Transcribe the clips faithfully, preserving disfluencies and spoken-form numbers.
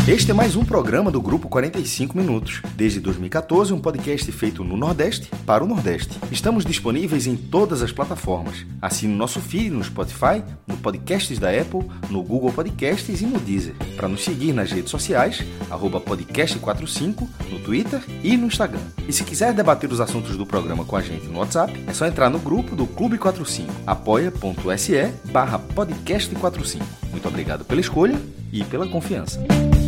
Este é mais um programa do Grupo quarenta e cinco Minutos. Desde dois mil e catorze, um podcast feito no Nordeste para o Nordeste. Estamos disponíveis em todas as plataformas. Assine o nosso feed no Spotify, no Podcasts da Apple, no Google Podcasts e no Deezer. Para nos seguir nas redes sociais, arroba podcast quarenta e cinco, no Twitter e no Instagram. E se quiser debater os assuntos do programa com a gente no WhatsApp, é só entrar no grupo do Clube quarenta e cinco, apoia.se barra podcast quarenta e cinco. Muito obrigado pela escolha e pela confiança.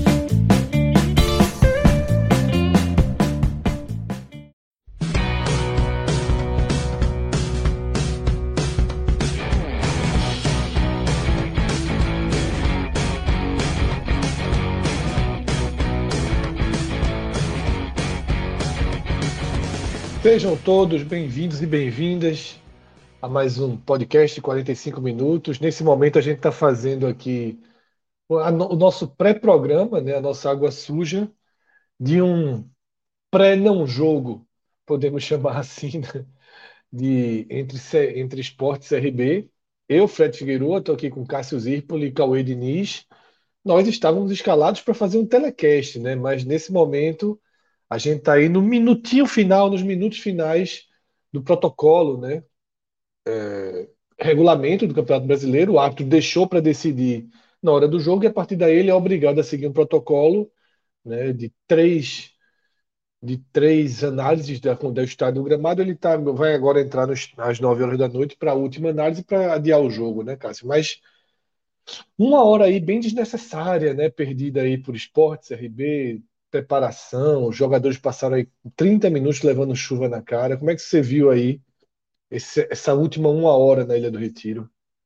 Sejam todos bem-vindos e bem-vindas a mais um podcast de quarenta e cinco minutos. Nesse momento a gente está fazendo aqui o o nosso pré-programa, né, a nossa água suja de um pré-não jogo, podemos chamar assim, né, de entre, C- entre Sport e C R B. Eu, Fred Figueiredo, estou aqui com Cássio Zirpoli e Cauê Diniz. Nós estávamos escalados para fazer um telecast, né? Mas nesse momento a gente está aí no minutinho final, nos minutos finais do protocolo, né? Regulamento do Campeonato Brasileiro. O árbitro deixou para decidir na hora do jogo e a partir daí ele é obrigado a seguir um protocolo, né, de três de três análises da, do estado do gramado. Ele tá, vai agora entrar nos, às nove horas da noite para a última análise para adiar o jogo, né, Cássio? Mas uma hora aí bem desnecessária, né? Perdida aí por Sport, C R B, preparação. Os jogadores passaram aí trinta minutos levando chuva na cara. Como é que você viu aí esse- essa última uma hora na Ilha do Retiro?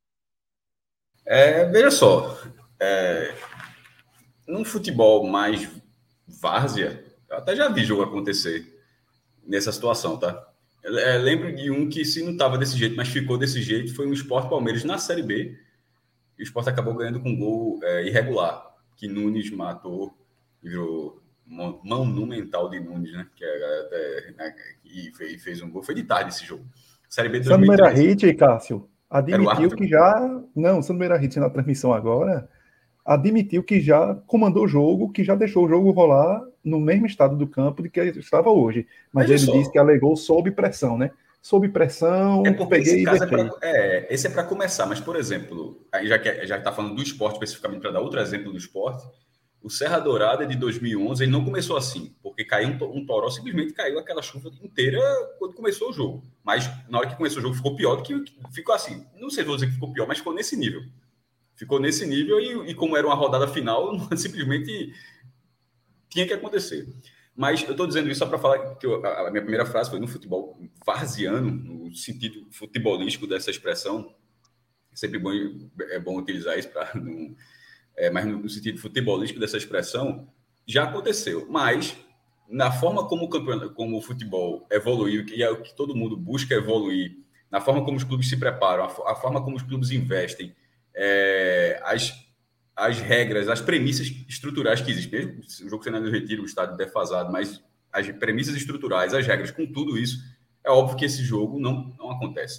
É, veja só, é, num futebol mais várzea, eu até já vi jogo acontecer nessa situação, tá? É, lembro de um que, se não estava desse jeito, mas ficou desse jeito, foi um Sport Palmeiras na Série B, e o Sport acabou ganhando com um gol é, irregular, que Nunes matou e virou mão monumental de Nunes, né? Que é, até, né? E fez, fez um gol. Foi de tarde esse jogo. Série B de Sandro dois mil e treze. Meirahit, Cássio, Era o admitiu árbitro. que já. Não, Sandro Meirahit na transmissão agora admitiu que já comandou o jogo, que já deixou o jogo rolar no mesmo estado do campo de que estava hoje. Mas Veja ele só. disse que alegou sob pressão, né? Sob pressão, É porque peguei esse e caso é deixei. para é, esse é para começar, mas, por exemplo, aí já que já está falando do esporte especificamente, para dar outro exemplo do esporte, o Serra Dourada de dois mil e onze, ele não começou assim, porque caiu um, to- um toró, simplesmente caiu aquela chuva inteira quando começou o jogo. Mas na hora que começou o jogo ficou pior do que que- ficou assim. Não sei se vou dizer que ficou pior, mas ficou nesse nível. Ficou nesse nível e, e como era uma rodada final, simplesmente tinha que acontecer. Mas eu estou dizendo isso só para falar que eu- a a minha primeira frase foi no futebol varziano, no sentido futebolístico dessa expressão. É sempre bom, é bom utilizar isso, pra, não- é, mas no sentido futebolístico dessa expressão, já aconteceu. Mas, na forma como o, campeonato, como o futebol evoluiu, e é o que todo mundo busca evoluir, na forma como os clubes se preparam, a, fo- a forma como os clubes investem, é, as as regras, as premissas estruturais que existem, mesmo o jogo sendo no Retiro, o estádio defasado, mas as premissas estruturais, as regras, com tudo isso, é óbvio que esse jogo não, não acontece.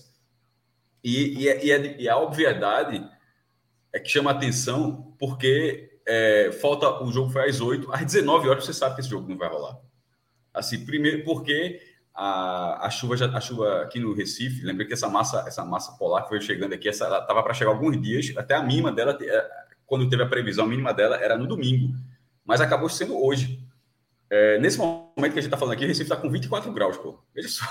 E, e, é- e, é- e a obviedade é que chama a atenção porque é, falta, o jogo foi às oito, às dezenove horas você sabe que esse jogo não vai rolar. Assim, primeiro porque a, a chuva já, a chuva aqui no Recife, lembrei que essa massa, essa massa polar que foi chegando aqui, essa estava para chegar alguns dias, até a mínima dela, é, quando teve a previsão a mínima dela era no domingo, mas acabou sendo hoje. É, nesse momento que a gente está falando aqui, o Recife está com vinte e quatro graus, pô. Veja só,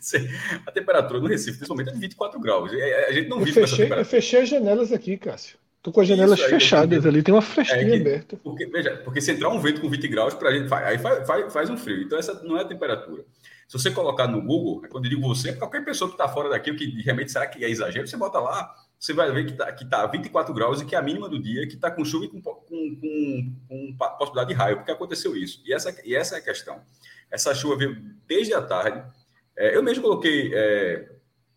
a temperatura no Recife nesse momento é de vinte e quatro graus. A gente não Eu vive com essa fechei, eu temperatura. fechei as janelas aqui, Cássio. Tô com as janelas Isso aí, fechadas ali, tem uma é frestinha que, aberta. porque, veja, porque se entrar um vento com vinte graus, pra gente, aí faz, faz, faz um frio. Então, essa não é a temperatura. Se você colocar no Google, quando eu digo você, qualquer pessoa que está fora daqui, o que realmente será que é exagero, você bota lá, você vai ver que está que tá vinte e quatro graus e que é a mínima do dia, que está com chuva e com, com, com, com possibilidade de raio, porque aconteceu isso. E essa, e essa é a questão. Essa chuva veio desde a tarde. É, eu mesmo coloquei é,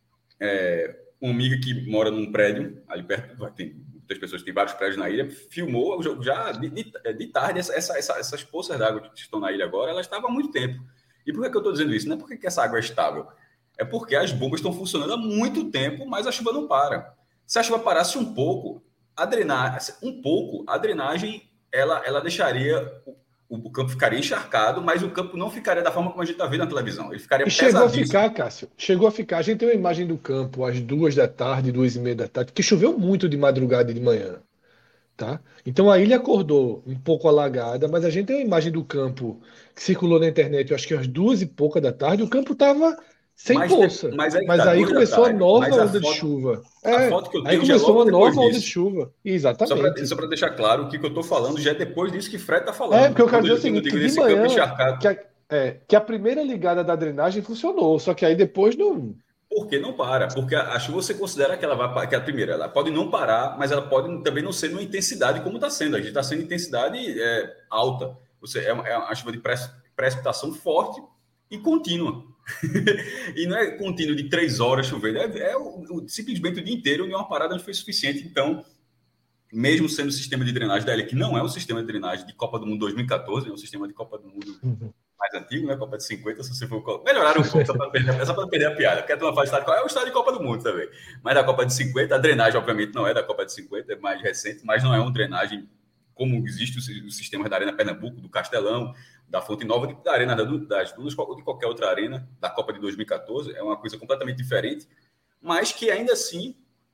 é, uma amiga que mora num prédio, ali perto, vai, tem muitas pessoas que têm vários prédios na ilha, filmou o jogo já de, de, de tarde, essa, essa, essas poças d'água que estão na ilha agora, elas estavam há muito tempo. E por que, que eu estou dizendo isso? Não é porque essa água é estável, é porque as bombas estão funcionando há muito tempo, mas a chuva não para. Se a chuva parasse um pouco, a drenagem, um pouco, a drenagem ela, ela deixaria... O, o campo ficaria encharcado, mas o campo não ficaria da forma como a gente está vendo na televisão. Ele ficaria E chegou a pesadíssimo. ficar, Cássio, chegou a ficar. A gente tem uma imagem do campo às duas da tarde, duas e meia da tarde, que choveu muito de madrugada e de manhã, tá? Então a ilha acordou um pouco alagada, mas a gente tem uma imagem do campo que circulou na internet, eu acho que às duas e pouca da tarde, o campo estava sem Mas, poça. mas aí, Mas tá, aí duas da começou a tarde. nova Mas a onda de foto- chuva. A É, foto que eu aí tenho já é começou logo uma depois nova onda de disso. chuva. Só para Exatamente. só pra deixar claro que o que eu estou falando já é depois disso que Fred está falando. É, porque eu quero Quando dizer o eu- quando eu seguinte, digo que de desse campo manhã, encharcado. que a, é, que a primeira ligada da drenagem funcionou, só que aí depois não... Porque não para, porque a, a chuva você considera que ela vai pa- que a primeira, ela pode não parar, mas ela pode também não ser numa intensidade como está sendo. A gente está sendo intensidade é, alta. Você, é, uma- é uma chuva de pres- precipitação forte e contínua. E não é contínuo de três horas chovendo, é, é o- o- simplesmente o dia inteiro e uma parada não foi suficiente. Então, mesmo sendo o sistema de drenagem da ilha, que não é um sistema de drenagem de Copa do Mundo dois mil e quatorze, é um sistema de Copa do Mundo Uhum. mais antigo, né? Copa de cinquenta, se você for. Melhoraram um pouco, só para não perder, só pra não perder a piada, porque a turma faz estádio, é o estádio de Copa do Mundo também. Mas da Copa de cinquenta, a drenagem, obviamente, não é da Copa de cinquenta, é mais recente, mas não é uma drenagem como existe os sistemas da Arena Pernambuco, do Castelão, da Fonte Nova, da Arena das Dunas, ou de qualquer outra arena da Copa de dois mil e quatorze. É uma coisa completamente diferente, mas que ainda assim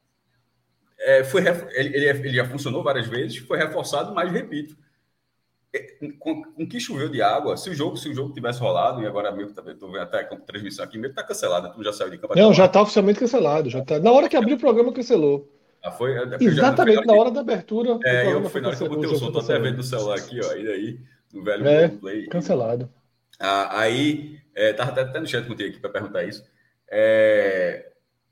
é, foi, ele, ele, ele já funcionou várias vezes, foi reforçado, mas repito, com, com que choveu de água, se o jogo se o jogo tivesse rolado, e agora meio que estou vendo até a transmissão aqui, meio que está cancelada, tu já saiu de campo. Não, já está oficialmente cancelado. Já tá... Na hora que abriu o programa, cancelou. Ah, foi, Exatamente já, na hora da abertura. É, eu fui na hora que eu botei o som, tô até vendo no celular aqui, ó, e daí, no velho é, play. Cancelado. Ah, aí, é, tava até, até no chat contigo aqui para perguntar isso. É,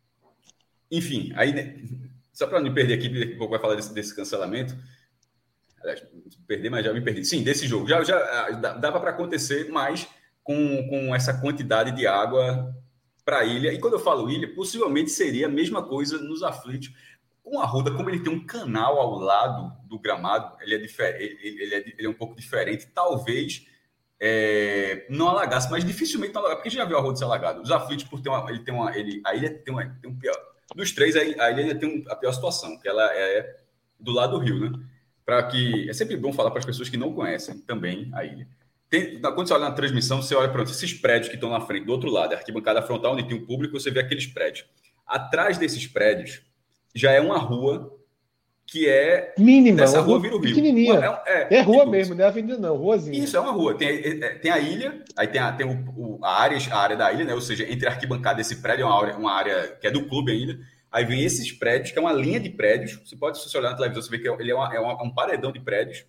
enfim, aí, só para não me perder aqui, daqui a pouco vai falar desse, desse cancelamento. Aliás, perder, mas já me perdi. Sim, desse jogo. Já, já dava para acontecer, mas com, com essa quantidade de água para a ilha. E quando eu falo ilha, possivelmente seria a mesma coisa nos aflitos. Com a Arruda, como ele tem um canal ao lado do gramado, ele é, difer- ele, ele é, ele é um pouco diferente. Talvez é, não alagasse, mas dificilmente não alagasse, porque já viu a Arruda ser alagado. Os aflitos, por ter uma, ele tem uma, ele, a ilha tem, uma, tem um pior. Dos três, a ilha tem um, a pior situação, que ela é do lado do rio, né? Para que é sempre bom falar para as pessoas que não conhecem também a ilha. Tem, quando você olha na transmissão, você olha para esses prédios que estão na frente, do outro lado, a arquibancada frontal, onde tem o público, você vê aqueles prédios. Atrás desses prédios já é uma rua que é mínima, essa rua rua vira o rio. Pequenininha. Uma, é, é, é rua tipo, mesmo, não é avenida não, ruazinha. Isso é uma rua. Tem, tem a ilha, aí tem a, tem o, o, a, área, a área da ilha, né? Ou seja, entre a arquibancada e esse prédio é uma área, uma área que é do clube ainda. Aí vem esses prédios, que é uma linha de prédios. Você pode, se você olhar na televisão, você vê que ele é, uma, é uma, um paredão de prédios.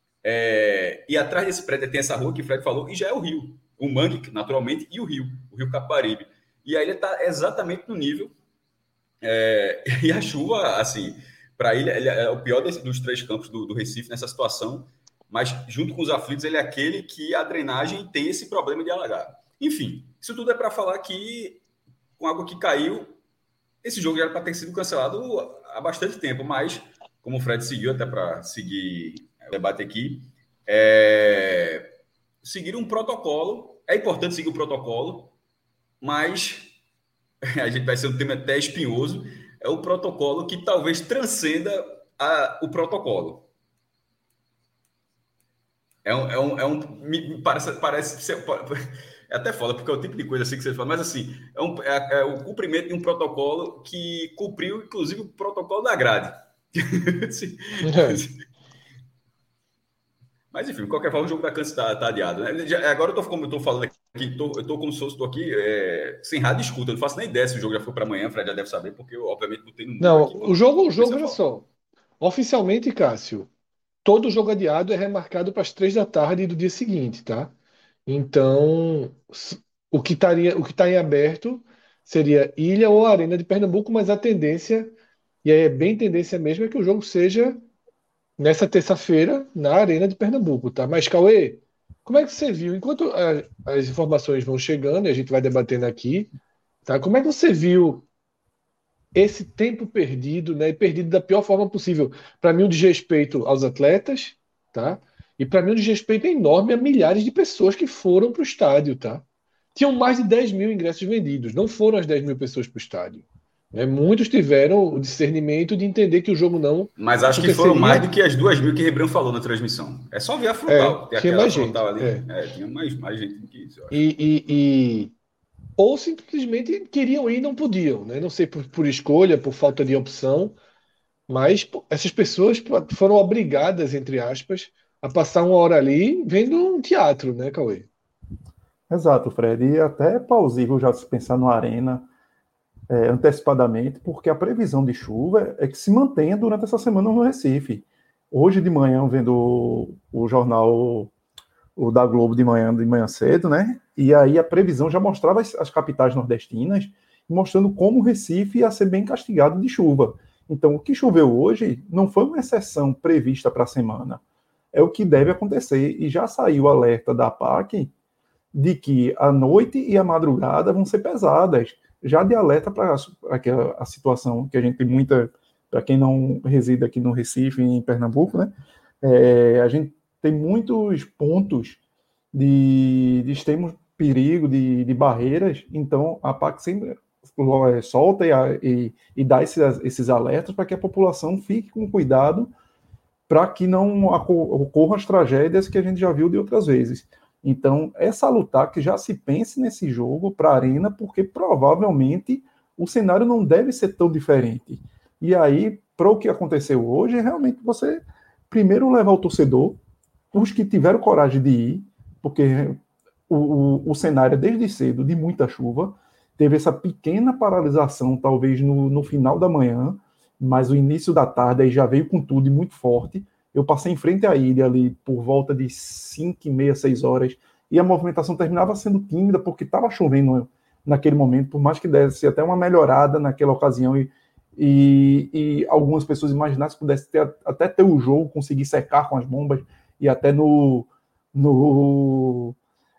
É, e atrás desse prédio tem essa rua que o Fred falou, e já é o rio. O Mangue, naturalmente, e o rio, o rio Caparibe. E a ilha está exatamente no nível. É, e a chuva, assim, para a ilha, ele é o pior desse, dos três campos do, do Recife nessa situação. Mas, junto com os aflitos, ele é aquele que a drenagem tem esse problema de alagar. Enfim, isso tudo é para falar que, com água que caiu, esse jogo já era para ter sido cancelado há bastante tempo, mas, como o Fred seguiu, até para seguir o debate aqui, é... seguir um protocolo. É importante seguir o protocolo, mas a gente vai ser um tema até espinhoso. É o protocolo que talvez transcenda a... o protocolo. É um, é um, é um me parece, parece ser, é até foda, porque é o tipo de coisa assim que você fala, mas assim, é, um, é, é o cumprimento de um protocolo que cumpriu, inclusive, o protocolo da grade. Sim. É. Mas, enfim, de qualquer forma, o jogo da Kansas está tá adiado. Né? Já, agora, eu tô, como eu estou falando aqui, tô, eu estou como se fosse, estou aqui é, sem rádio escuta, eu não faço nem ideia se o jogo já foi para amanhã, o Fred já deve saber, porque eu, obviamente, botei no mundo. Não, aqui, o jogo, o jogo, olha só. Oficialmente, Cássio, todo jogo adiado é remarcado para as três da tarde do dia seguinte, tá? Então, o que estaria, o que está em aberto seria Ilha ou Arena de Pernambuco, mas a tendência, e aí é bem tendência mesmo, é que o jogo seja nessa terça-feira na Arena de Pernambuco, tá? Mas, Cauê, como é que você viu? Enquanto a, as informações vão chegando e a gente vai debatendo aqui, tá? Como é que você viu esse tempo perdido, né? Perdido da pior forma possível? Para mim, um desrespeito aos atletas, tá? E para mim, um desrespeito enorme a milhares de pessoas que foram para o estádio, tá? Tinham mais de dez mil ingressos vendidos, não foram as dez mil pessoas para o estádio. né? Muitos tiveram o discernimento de entender que o jogo não Mas acho que foram mais aconteceria. do que as duas mil que Ribran falou na transmissão. É só ver a É, frontal. Tem tinha aquela mais gente. frontal ali. É. É, tinha mais, mais gente do que isso, eu acho. E, e, e- ou simplesmente queriam ir e não podiam, né? Não sei por, por escolha, por falta de opção, mas pô, essas pessoas pô, foram obrigadas, entre aspas, a passar uma hora ali vendo um teatro, né, Cauê? Exato, Fred. E até é plausível já se pensar no Arena é, antecipadamente, porque a previsão de chuva é que se mantenha durante essa semana no Recife. Hoje de manhã, vendo o, o jornal o da Globo de manhã, de manhã cedo, né? E aí a previsão já mostrava as, as capitais nordestinas, mostrando como o Recife ia ser bem castigado de chuva. Então, o que choveu hoje não foi uma exceção prevista para a semana. É o que deve acontecer. E já saiu o alerta da APAC de que a noite e a madrugada vão ser pesadas. Já de alerta para a, a situação que a gente tem muita, para quem não reside aqui no Recife, em Pernambuco, né? É, a gente tem muitos pontos de, de extremo perigo, de, de barreiras, então a PAC sempre solta e, e, e dá esses, esses alertas para que a população fique com cuidado para que não ocorram as tragédias que a gente já viu de outras vezes. Então, é salutar que já se pense nesse jogo para a Arena, porque provavelmente o cenário não deve ser tão diferente. E aí, para o que aconteceu hoje, realmente você primeiro levar o torcedor, os que tiveram coragem de ir, porque o, o, o cenário é desde cedo de muita chuva, teve essa pequena paralisação, talvez no, no final da manhã, mas o início da tarde aí já veio com tudo e muito forte. Eu passei em frente à ilha ali por volta de cinco e meia, seis horas, e a movimentação terminava sendo tímida porque estava chovendo naquele momento, por mais que desse até uma melhorada naquela ocasião e, e, e algumas pessoas imaginassem que pudesse ter, até ter o jogo, conseguir secar com as bombas e até no, no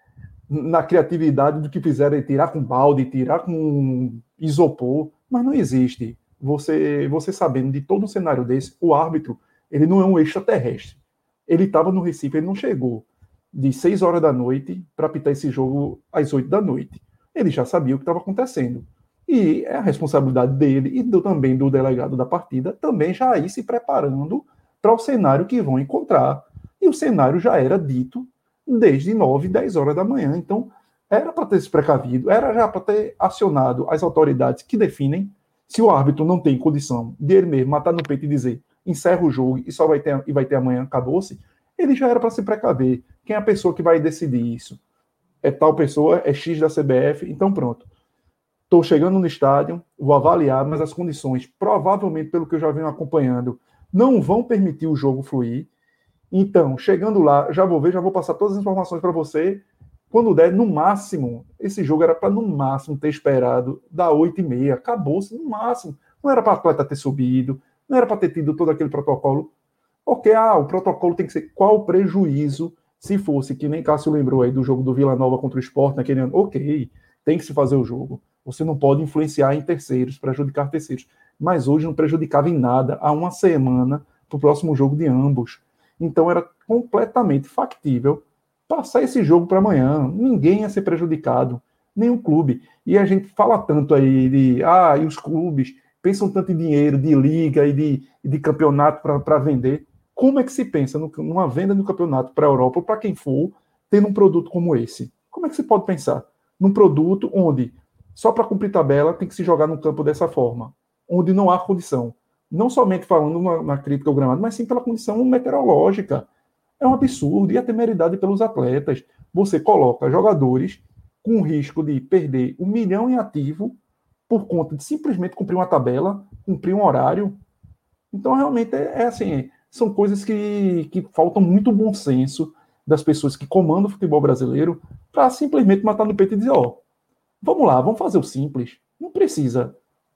na criatividade do que fizeram, tirar com balde, tirar com isopor, mas não existe. Você, você sabendo de todo um cenário desse, o árbitro, ele não é um extraterrestre. Ele estava no Recife, ele não chegou de seis horas da noite para apitar esse jogo às oito da noite. Ele já sabia o que estava acontecendo. E é a responsabilidade dele e do, também do delegado da partida também já ir se preparando para o cenário que vão encontrar. E o cenário já era dito desde nove, dez horas da manhã. Então, era para ter se precavido, era já para ter acionado as autoridades que definem. Se o árbitro não tem condição de ele mesmo matar no peito e dizer encerra o jogo e só vai ter, e vai ter amanhã, acabou-se, ele já era para se precaver. Quem é a pessoa que vai decidir isso? É tal pessoa, é X da C B F, então pronto. Estou chegando no estádio, vou avaliar, mas as condições, provavelmente, pelo que eu já venho acompanhando, não vão permitir o jogo fluir. Então, chegando lá, já vou ver, já vou passar todas as informações para você. Quando der, no máximo, esse jogo era para no máximo ter esperado da oito e meia. Acabou-se, no máximo. Não era para o atleta ter subido, não era para ter tido todo aquele protocolo. Ok, ah, o protocolo tem que ser qual o prejuízo se fosse, que nem Cássio lembrou aí do jogo do Vila Nova contra o Sport naquele ano. Ok, tem que se fazer o jogo. Você não pode influenciar em terceiros, prejudicar terceiros. Mas hoje não prejudicava em nada há uma semana para o próximo jogo de ambos. Então era completamente factível passar esse jogo para amanhã. Ninguém ia ser prejudicado, nenhum clube. E a gente fala tanto aí de ah, e os clubes pensam tanto em dinheiro, de liga e de, de campeonato para vender. Como é que se pensa no, numa venda do campeonato para a Europa, ou para quem for, tendo um produto como esse? Como é que se pode pensar num produto onde, só para cumprir tabela, tem que se jogar no campo dessa forma, onde não há condição? Não somente falando na, na crítica ao gramado, mas sim pela condição meteorológica. É um absurdo. E a temeridade pelos atletas. Você coloca jogadores com risco de perder um milhão em ativo por conta de simplesmente cumprir uma tabela, cumprir um horário. Então, realmente, é, é assim, são coisas que, que faltam muito bom senso das pessoas que comandam o futebol brasileiro para simplesmente matar no peito e dizer, ó, oh, vamos lá, vamos fazer o simples. Não precisa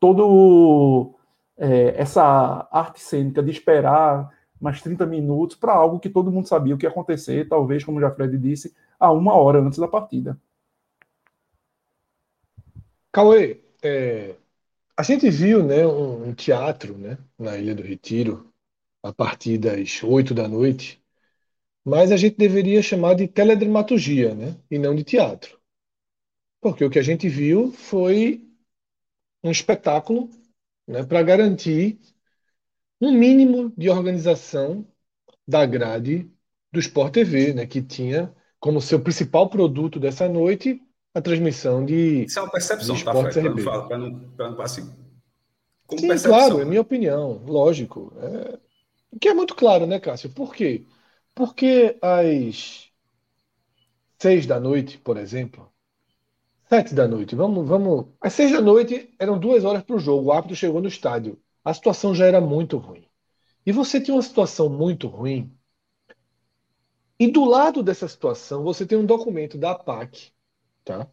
todo é, essa arte cênica de esperar mais trinta minutos para algo que todo mundo sabia o que ia acontecer, talvez, como já Fred disse, a uma hora antes da partida. Cauê, é, a gente viu, né, um, um teatro, né, na Ilha do Retiro a partir das oito da noite, mas a gente deveria chamar de teledramaturgia, né, e não de teatro. Porque o que a gente viu foi um espetáculo né, para garantir um mínimo de organização da grade do Sport T V, né, que tinha como seu principal produto dessa noite a transmissão de, Isso é uma de percepção, tá, Sport Fred? Para não C R B. falar, para não, pra não, assim, como Sim, claro, é percepção, minha né? opinião, lógico. É, que é muito claro, né, Cássio? Por quê? Porque às seis da noite, por exemplo, sete da noite, vamos, vamos. Às seis da noite eram duas horas para o jogo, o árbitro chegou no estádio. A situação já era muito ruim. E você tinha uma situação muito ruim. E do lado dessa situação, você tem um documento da APAC, tá?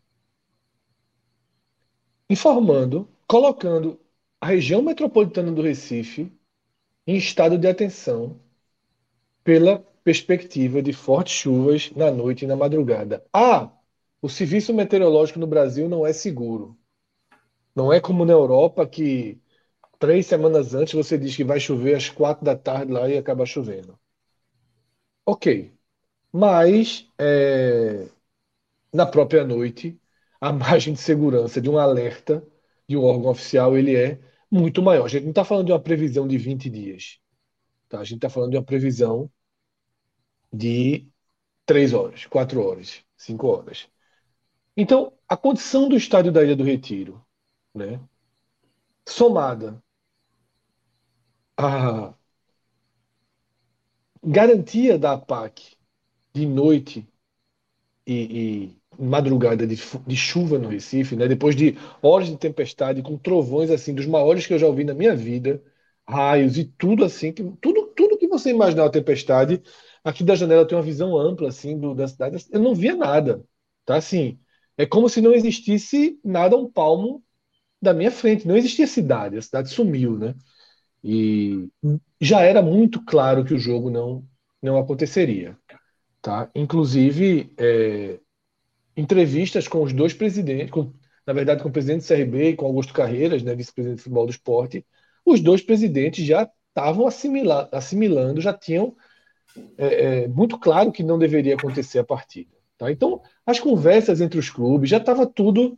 Informando, colocando a região metropolitana do Recife em estado de atenção pela perspectiva de fortes chuvas na noite e na madrugada. Ah, o serviço meteorológico no Brasil não é seguro. Não é como na Europa que três semanas antes você diz que vai chover às quatro da tarde lá e acaba chovendo. Ok, mas é, na própria noite, a margem de segurança de um alerta de um órgão oficial ele é muito maior. A gente não está falando de uma previsão de vinte dias, tá? A gente está falando de uma previsão de três horas, quatro horas, cinco horas. Então, a condição do estádio da Ilha do Retiro, né, somada à garantia da APAC de noite e, e madrugada de, fu- de chuva no Recife, né? Depois de horas de tempestade, com trovões assim dos maiores que eu já ouvi na minha vida, raios e tudo assim, que, tudo, tudo que você imaginar a tempestade, aqui da janela eu tenho uma visão ampla assim do, da cidade, eu não via nada, tá? Assim, é como se não existisse nada a um palmo da minha frente, não existia cidade, a cidade sumiu, né? E já era muito claro que o jogo não não aconteceria, tá? Inclusive, é, entrevistas com os dois presidentes, com, na verdade, com o presidente do C R B e com Augusto Carreiras, né, vice-presidente de futebol do esporte, os dois presidentes já estavam assimila- assimilando, já tinham é, é, muito claro que não deveria acontecer a partida. Tá? Então, as conversas entre os clubes já estava tudo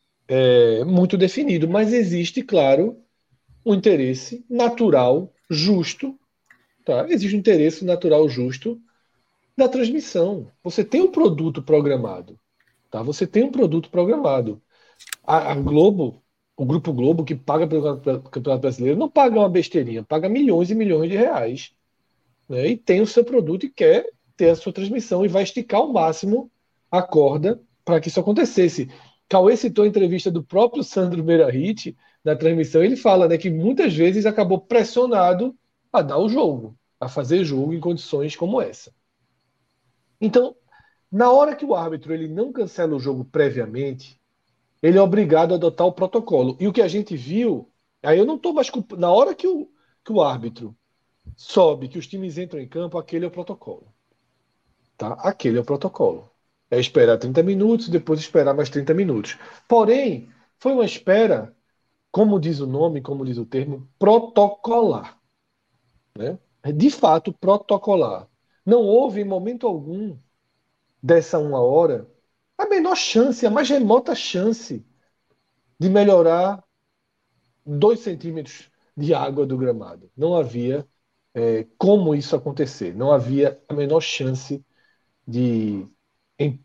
é, muito definido, mas existe, claro, um interesse natural, justo, tá? Existe um interesse natural, justo da transmissão. Você tem um produto programado. Tá? Você tem um produto programado. A, a Globo, o Grupo Globo, que paga pelo Campeonato Brasileiro, não paga uma besteirinha, paga milhões e milhões de reais. Né? E tem o seu produto e quer ter a sua transmissão e vai esticar ao máximo a corda para que isso acontecesse. Cauê citou a entrevista do próprio Sandro Meirahit na transmissão. Ele fala, né, que muitas vezes acabou pressionado a dar o jogo, a fazer jogo em condições como essa. Então, na hora que o árbitro ele não cancela o jogo previamente, ele é obrigado a adotar o protocolo. E o que a gente viu, aí eu não estou mais culp... Na hora que o, que o árbitro sobe, que os times entram em campo, aquele é o protocolo. Tá? Aquele é o protocolo. É esperar trinta minutos, depois esperar mais trinta minutos. Porém, foi uma espera, como diz o nome, como diz o termo, protocolar. Né? É de fato protocolar. Não houve em momento algum dessa uma hora a menor chance, a mais remota chance de melhorar dois centímetros de água do gramado. Não havia é, como isso acontecer. Não havia a menor chance de, em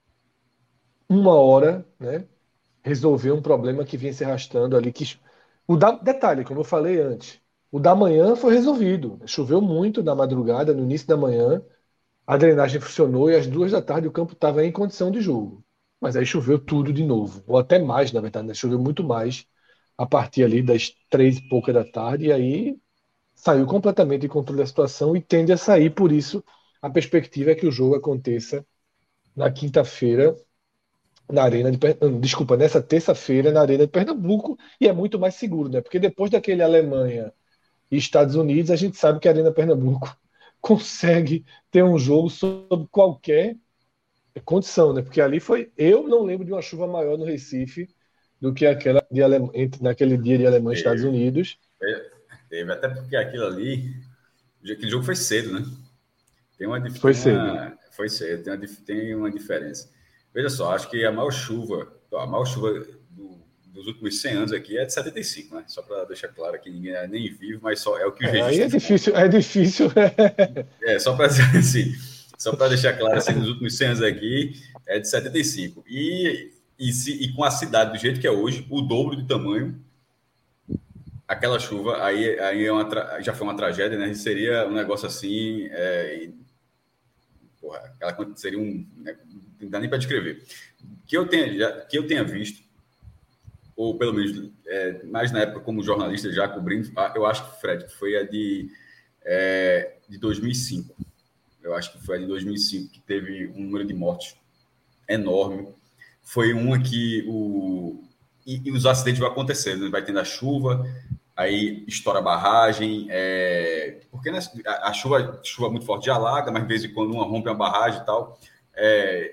uma hora, né, resolver um problema que vinha se arrastando ali. Que, o da, detalhe, como eu falei antes, o da manhã foi resolvido. Choveu muito na madrugada, no início da manhã, a drenagem funcionou e às duas da tarde o campo estava em condição de jogo. Mas aí choveu tudo de novo, ou até mais, na verdade, né? Choveu muito mais a partir ali das três e pouca da tarde, e aí saiu completamente de controle da situação e tende a sair. Por isso, a perspectiva é que o jogo aconteça na quinta-feira, na Arena de Per- desculpa, nessa terça-feira, na Arena de Pernambuco, e é muito mais seguro, né? Porque depois daquele Alemanha e Estados Unidos, a gente sabe que a Arena Pernambuco consegue ter um jogo sob qualquer condição, né? Porque ali foi. Eu não lembro de uma chuva maior no Recife do que aquela de Ale... entre... naquele dia de Alemanha e Estados Teve, Unidos. teve, até porque aquilo ali, aquele jogo foi cedo, né? Tem uma, dif- Foi tem cedo. uma, foi cedo, tem uma, dif- tem uma diferença. Veja só, acho que a maior chuva, a maior chuva do, dos últimos cem anos aqui é de setenta e cinco, né? Só para deixar claro que ninguém é nem vivo, mas só é o que os É, aí é registros difícil, é difícil. É, só para assim, só para deixar claro, assim, nos últimos cem anos aqui, é de setenta e cinco. E, e, se, e com a cidade do jeito que é hoje, o dobro de tamanho, aquela chuva, aí, aí é uma tra... já foi uma tragédia, né? Seria um negócio assim, é... e, porra, aquela seria um... Né? Não dá nem para descrever. Que eu tenha, já, que eu tenha visto, ou pelo menos, é, mais na época como jornalista já cobrindo, eu acho que, Fred, foi a de, é, de dois mil e cinco. Eu acho que foi a de dois mil e cinco, que teve um número de mortes enorme. Foi uma que o... E, e os acidentes vão acontecendo, né? Vai tendo a chuva, aí estoura a barragem, é... porque né, a, a chuva, chuva muito forte já alaga, mas de vez em quando uma rompe uma barragem e tal, é...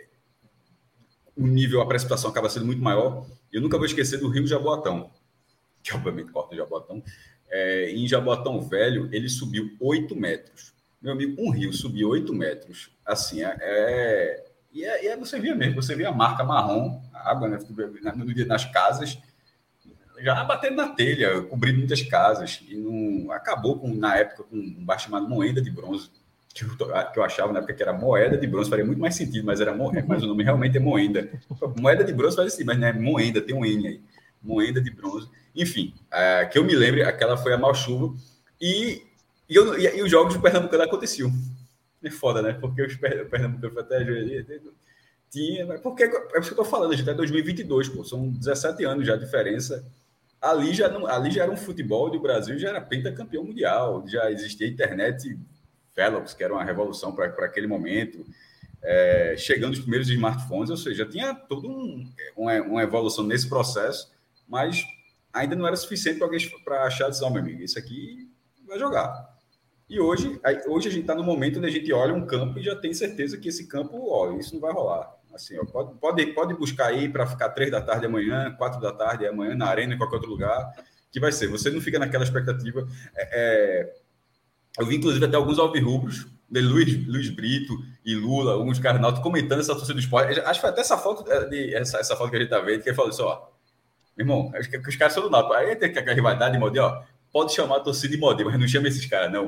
o nível, a precipitação acaba sendo muito maior. Eu nunca vou esquecer do Rio Jaboatão, que obviamente corta o Jaboatão. É... Em Jaboatão Velho, ele subiu oito metros. Meu amigo, um rio subiu oito metros. Assim, é... é... E, é, e é, você via mesmo, você via a marca marrom, a água, né, nas casas, já batendo na telha, cobrindo muitas casas. E não, acabou, com, na época, com um bar chamado Moenda de Bronze, que eu, que eu achava na época que era Moeda de Bronze, faria muito mais sentido, mas, era Moenda, mas o nome realmente é Moenda. Moeda de Bronze faz sentido, mas não é Moenda, tem um N aí. Moenda de Bronze. Enfim, é, que eu me lembre, aquela foi a maior chuva. E, e, eu, e, e os jogos do Pernambucano aconteciam. É foda, né? Porque os Pernambucanos até tinha, porque é isso que eu tô falando, a gente é dois mil e vinte e dois, pô, são dezessete anos já a diferença. Ali já não, ali já era um futebol do Brasil, já era pentacampeão mundial, já existia internet Velox, que era uma revolução para aquele momento, é, chegando os primeiros smartphones, ou seja, tinha toda um, uma, uma evolução nesse processo, mas ainda não era suficiente para alguém para achar dizer, oh, meu amigo, isso aqui vai jogar. E hoje, hoje a gente está no momento onde a gente olha um campo e já tem certeza que esse campo, ó, isso não vai rolar. Assim, ó, pode, pode, pode buscar aí para ficar três da tarde amanhã, quatro da tarde amanhã, na arena, em qualquer outro lugar, que vai ser. Você não fica naquela expectativa. É, é... Eu vi, inclusive, até alguns alvirrubros, de Luiz, Luiz Brito e Lula, alguns caras comentando essa torcida do esporte. Acho que foi até essa foto, de, essa, essa foto que a gente está vendo, que ele falou assim, ó, meu irmão, acho que os caras são do Náutico. Aí tem aquela rivalidade de modelo, ó, pode chamar a torcida de modelo, mas não chama esses caras, não.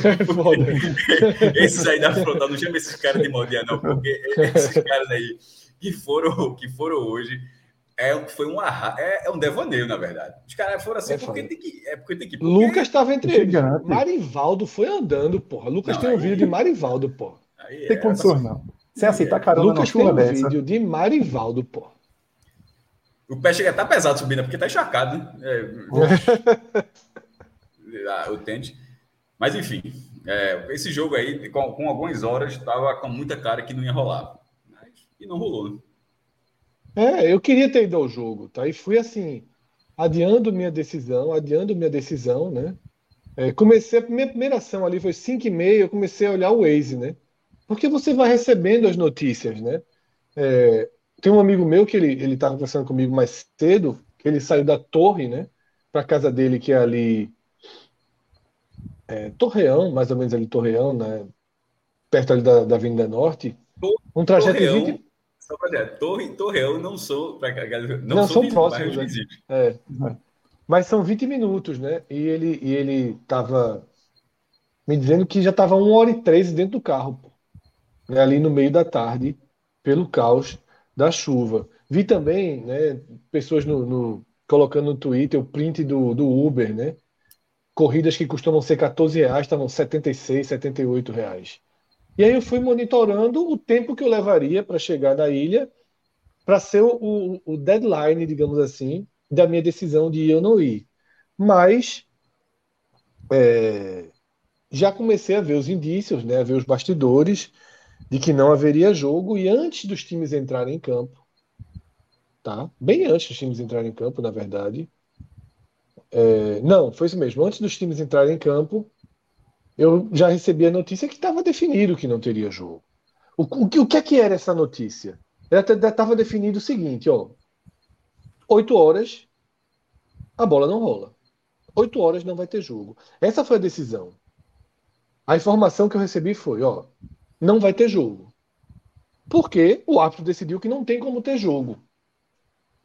Esses aí da frontal, não chama esses caras de modelo, não, porque esses caras aí que foram, que foram hoje, é, foi um, é, é um devaneio, na verdade. Os caras foram assim, é porque, tem que, é porque tem que... Porque... Lucas estava entre eles. Marivaldo foi andando, porra. Lucas não, tem um aí... vídeo de Marivaldo, porra. Aí tem é, condições, não. Sem aceitar carona Lucas tem um dessa. vídeo de Marivaldo, porra. O pé chega a estar pesado subindo, porque está encharcado, né? É... o tente. Mas, enfim, é, esse jogo aí, com, com algumas horas, estava com muita cara que não ia rolar. Mas, e não rolou, né? É, eu queria ter ido ao jogo, tá? E fui assim, adiando minha decisão, adiando minha decisão, né? É, comecei, a minha primeira ação ali foi cinco e meia, eu comecei a olhar o Waze, né? Porque você vai recebendo as notícias, né? É, tem um amigo meu que ele ele estava conversando comigo mais cedo, que ele saiu da torre, né? Para casa dele, que é ali é, Torreão, mais ou menos ali Torreão, né? Perto ali da, da Avenida Norte. Um trajeto Torreão, de vinte... Só para dizer, Torre e Torreão não são, não, não são, são próximos, né? É. Uhum. Mas são vinte minutos, né? E ele e ele estava me dizendo que já estava uma hora e treze dentro do carro, pô, né? Ali no meio da tarde, pelo caos da chuva. Vi também, né? Pessoas no, no colocando no Twitter o print do, do Uber, né? Corridas que costumam ser quatorze reais, estavam setenta e seis, setenta e oito reais. E aí eu fui monitorando o tempo que eu levaria para chegar na ilha, para ser o, o deadline, digamos assim, da minha decisão de ir ou não ir. Mas é, já comecei a ver os indícios, né, a ver os bastidores de que não haveria jogo, e antes dos times entrarem em campo, tá? Bem antes dos times entrarem em campo, na verdade. É, não, foi isso mesmo. Antes dos times entrarem em campo, eu já recebi a notícia que estava definido que não teria jogo. O, o, que, o que é que era essa notícia? Ela estava definido o seguinte, ó. Oito horas, a bola não rola. Oito horas não vai ter jogo. Essa foi a decisão. A informação que eu recebi foi, ó, não vai ter jogo. Porque o árbitro decidiu que não tem como ter jogo.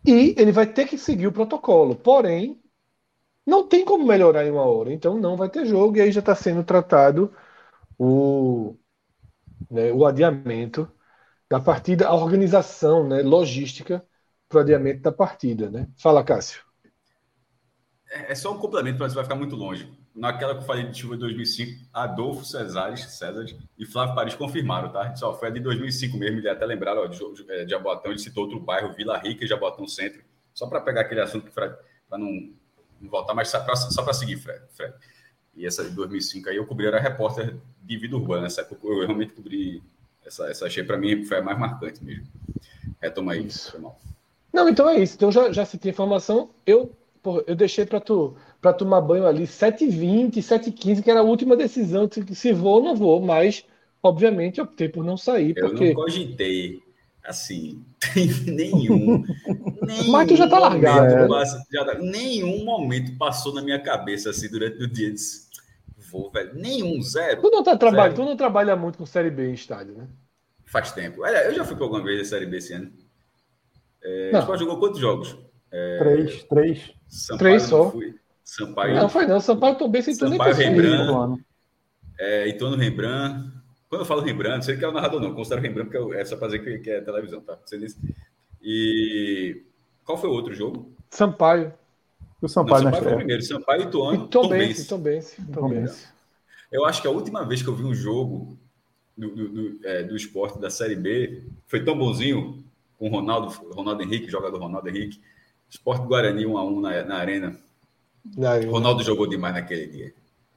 E ele vai ter que seguir o protocolo. Porém, não tem como melhorar em uma hora. Então não vai ter jogo. E aí já está sendo tratado o, né, o adiamento da partida, a organização, né, logística para o adiamento da partida. Né? Fala, Cássio. É, é só um complemento, mas vai ficar muito longe. Naquela que eu falei de chuva de dois mil e cinco, Adolfo Cesares, César e Flávio Paris confirmaram, tá? Só foi a de dois mil e cinco mesmo, ele até lembraram, ó, de, de, de Jaboatão, ele citou outro bairro, Vila Rica e Jaboatão Centro, só para pegar aquele assunto para não, não voltar, mas só para seguir, Fred, Fred. E essa de dois mil e cinco aí eu cobri, era repórter de vida urbana, nessa época eu realmente cobri, essa, essa achei para mim foi a mais marcante mesmo. Retoma aí. Isso. Não, então é isso. Então já, já citei a informação, eu, porra, eu deixei para tu, para tomar banho ali sete e vinte, sete e quinze, que era a última decisão, se vou ou não vou, mas obviamente optei por não sair, eu porque... não cogitei, assim, nenhum, nenhum mas tu já tá largado, momento, né? passa, já, nenhum momento passou na minha cabeça, assim, durante o dia, disse, vou, velho, nenhum, zero. Tu não, tá trabalha, zero. tu não trabalha muito com Série B em estádio, né? Faz tempo. Eu já fui para alguma vez da Série B esse ano. É, Não. o Sport jogou quantos jogos? É, três, três. Sampaio, três só. Fui. Sampaio. Não foi não, Sampaio também sem tu nem Sampaio pensou. Rembrandt. É, Itono Rembrandt. Quando eu falo Rembrandt, não sei que é o narrador, não. Considero Rembrandt porque é só para dizer que, que é televisão, tá? Você disse. E qual foi o outro jogo? Sampaio. O Sampaio, não, Sampaio foi o primeiro. Sampaio, Ituano, e Tombense. Tombense. Tombense. Eu acho que a última vez que eu vi um jogo do, do, do, é, do esporte da Série B foi tão bonzinho com o Ronaldo, Ronaldo Henrique, jogador Ronaldo Henrique. Sport Guarani um a um na, na arena. Na arena. Ronaldo jogou demais naquele dia.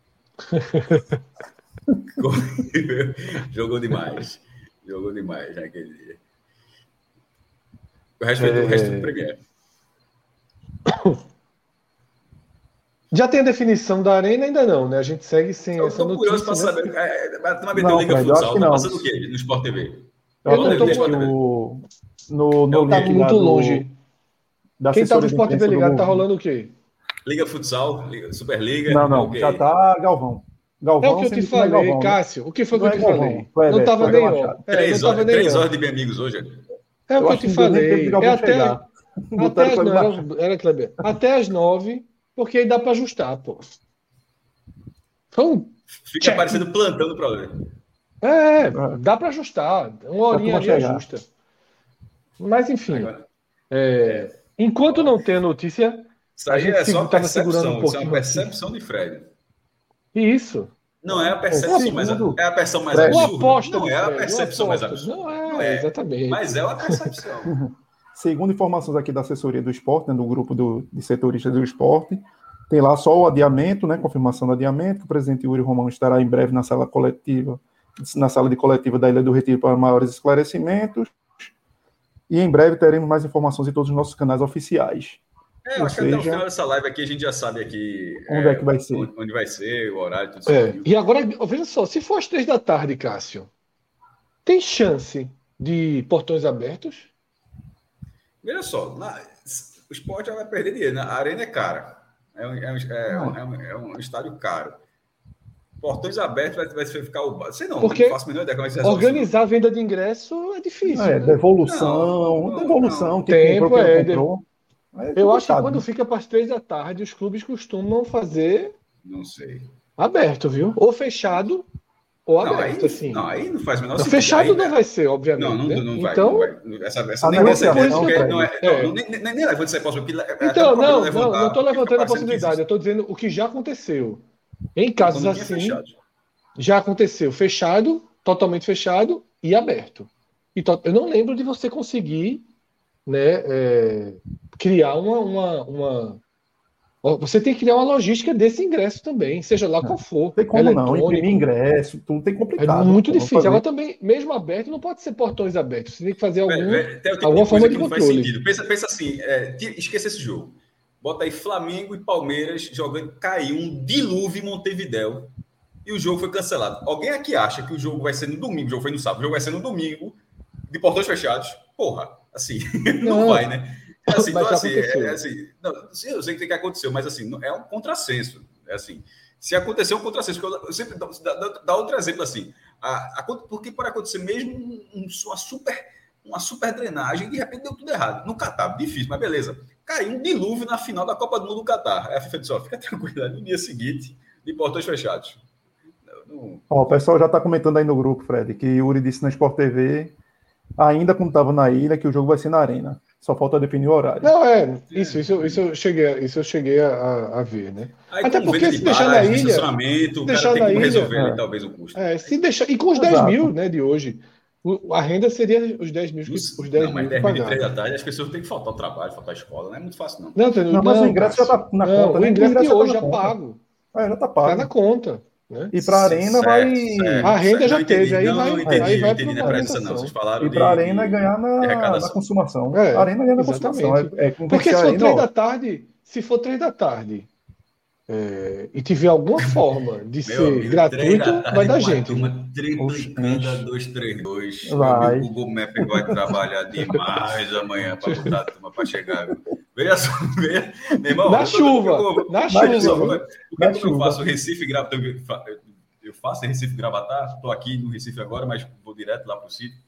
Jogou demais. Jogou demais naquele dia. O resto, é... o resto do Premier. Já tem a definição da arena? Ainda não, né? A gente segue sem eu essa tô notícia. Curioso para saber. Né? É, não, Liga Fred, Futsal, tá não. passando o quê no Sport T V? Eu, eu não tô no, no, no tá muito do, longe. Da Quem tá no Sport T V ligado tá rolando o quê? Liga Futsal, Liga, Superliga. Não, não, já tá Galvão. Galvão. É o que eu te falei, Galvão, Cássio. O que foi não que eu é te Galvão, falei? Foi, não tava nem ó. É, três, não tava horas, nem três ó. horas de bem amigos hoje. É o que eu, eu te falei. É até, até as nove, era, era Kleber. Até as nove, porque aí dá para ajustar, pô. Então, fica check. Parecendo plantão do programa. É, dá para ajustar. Uma horinha ali ajusta. Mas enfim. Agora, é, enquanto não tem a notícia, isso aí a gente é só estava segurando um pouquinho. Isso é uma percepção aqui. De Fred. Isso. Não é a percepção, é, mas é a percepção mais Fred. absurda. Aposta não é a percepção mais absurda. Não é, não é, exatamente. Mas é uma percepção. Segundo informações aqui da assessoria do esporte, né, do grupo do, de setoristas do esporte, tem lá só o adiamento, né, confirmação do adiamento, que o presidente Yuri Romão estará em breve na sala coletiva, na sala de coletiva da Ilha do Retiro para maiores esclarecimentos. E em breve teremos mais informações em todos os nossos canais oficiais. É, eu acho que até o final dessa live aqui a gente já sabe aqui onde é, é que vai ser. Onde, onde vai ser, o horário, tudo é. E agora, veja só, se for às três da tarde, Cássio, tem chance de portões abertos? Veja só, na, o esporte vai perder dinheiro, né? A arena é cara. É um, é um, é um, é um, é um estádio caro. Portões abertos vai, vai ficar o. Sei não, porque não faço a menor ideia como é que você organizar a venda de ingresso é difícil. Não, é, né? Devolução, não, não, devolução, não. Quem Tempo, comprou, é, comprou. É eu acho que quando fica para as três da tarde, os clubes costumam fazer. Não sei. Aberto, viu? Ou fechado, ou não, aberto, aí, assim. Não, aí não faz o menor não, sentido. Fechado aí, não vai ser, obviamente. Não, não, né? não vai. Então, não vai. Essa, essa a nem essa negociação, porque não é, é. não, nem, nem, nem levanta essa possibilidade. Então, não, não, não estou levantando a possibilidade. Eu estou dizendo o que já aconteceu. Em casos assim, já aconteceu fechado, totalmente fechado e aberto. E to... Eu não lembro de você conseguir, né, é, criar uma, uma, uma... Você tem que criar uma logística desse ingresso também, seja lá qual for. Tem como não, imprimir ingresso, tudo tem complicado. É muito difícil. Agora também, mesmo aberto, não pode ser portões abertos. Você tem que fazer algum, é, é, tipo alguma de forma de controle. Pensa, pensa assim, é, esqueça esse jogo. Bota aí Flamengo e Palmeiras jogando, caiu um dilúvio em Montevidéu e o jogo foi cancelado. Alguém aqui acha que o jogo vai ser no domingo, o jogo foi no sábado, o jogo vai ser no domingo, de portões fechados? Porra, assim, não, não vai, né? É assim, então, assim, é, é assim não, eu sei que aconteceu, mas assim, é um contrassenso. É assim, se acontecer, é um contrassenso. Eu, eu sempre dou dá, dá outro exemplo assim. A, a, porque pode acontecer mesmo um, uma super, uma super drenagem e de repente deu tudo errado. No Catar, difícil, mas beleza. Caiu um dilúvio na final da Copa do Mundo do Catar. Aí a FIFA disse, ó, fica tranquilo, no dia seguinte, de portões fechados. Não... Ó, o pessoal já está comentando aí no grupo, Fred, que Yuri disse na Sport T V, ainda quando estava na ilha, que o jogo vai ser na arena. Só falta definir o horário. Não, é, isso, isso, isso eu cheguei, isso eu cheguei a, a ver, né? Aí, até porque se deixar na ilha, o deixar cara tem na como ilha, resolver é. ali, talvez o custo. É, se deixar, e com os Exato. dez mil, né, de hoje, o, a renda seria os dez mil que os dez não, mas mil dez que mil de três pagaram. da tarde, as pessoas têm que faltar ao trabalho, faltar à escola, não é muito fácil, não. Não, não, Não, mas não, o ingresso já está na não, conta, o né? ingresso de já hoje tá já na conta. pago. É, já está Tá pago. na conta, né? E para a arena Certo, vai. certo, A renda certo. já Não entendi, teve, aí não, vai, não entendi, aí vai eu entendi, para não é para não. Vocês falaram E para a de, arena é de, ganhar de na, na arrecadação. consumação. É, a arena ganha na consumação. exatamente. É, é, como Porque tem que se ser a for três arena, da tarde, se for três da tarde é, e tiver alguma forma de Meu ser amigo, gratuito, três da tarde vai dar com a gente. turma Viu? triplicando a Oxi. duzentos e trinta e dois. Meu Vai. amigo, o Google Maps vai trabalhar demais amanhã para botar a turma para chegar. Viu? Veja só, veja, meu irmão. Na eu tô- chuva, eu vou- na Veja chuva, só, viu? porque Na como eu chuva. faço Recife Gravatar, eu faço em Recife Gravatar, estou aqui no Recife agora, mas vou direto lá para o sítio,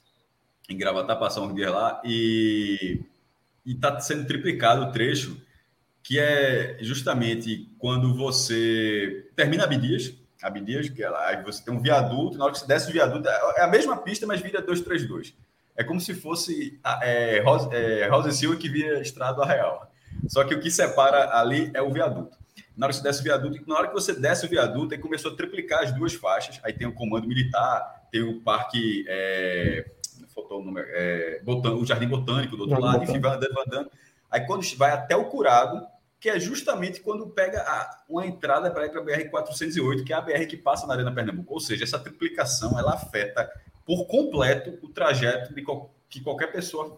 em Gravatar, passar uns dias lá, e está sendo triplicado o trecho, que é justamente quando você termina Abdias, Abdias, que é lá, aí você tem um viaduto, na hora que você desce o viaduto, é a mesma pista, mas vira duzentos e trinta e dois. É como se fosse é, Rosa, é, Rosa e Silva que vira Estrada Real. Só que o que separa ali é o viaduto. Na hora que você desce o viaduto, na hora que você desce o viaduto, aí começou a triplicar as duas faixas. Aí tem o comando militar, tem o parque, é, faltou o nome, é, botan, o Jardim Botânico do outro Jardim lado, Botânico. enfim, vai andando, vai andando. Aí quando vai até o Curado, que é justamente quando pega a, uma entrada para ir para a B R quatrocentos e oito, que é a B R que passa na Arena Pernambuco. Ou seja, essa triplicação, ela afeta por completo o trajeto de qual, que qualquer pessoa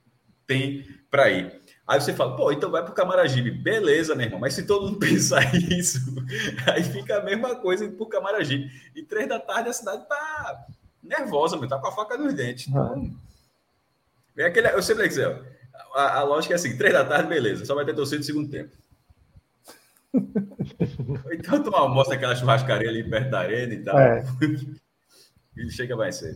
tem para ir. Aí você fala, pô, então vai para o Camaragibe. Beleza, meu irmão, mas se todo mundo pensar isso, aí fica a mesma coisa para o Camaragibe. E três da tarde a cidade tá nervosa, meu, tá com a faca nos dentes. Então, é aquele, eu sempre dizer, a, a lógica é assim, três da tarde, beleza, só vai ter torcida no segundo tempo. Então tu almoça naquela churrascaria ali perto da arena e tal. É. E chega mais cedo.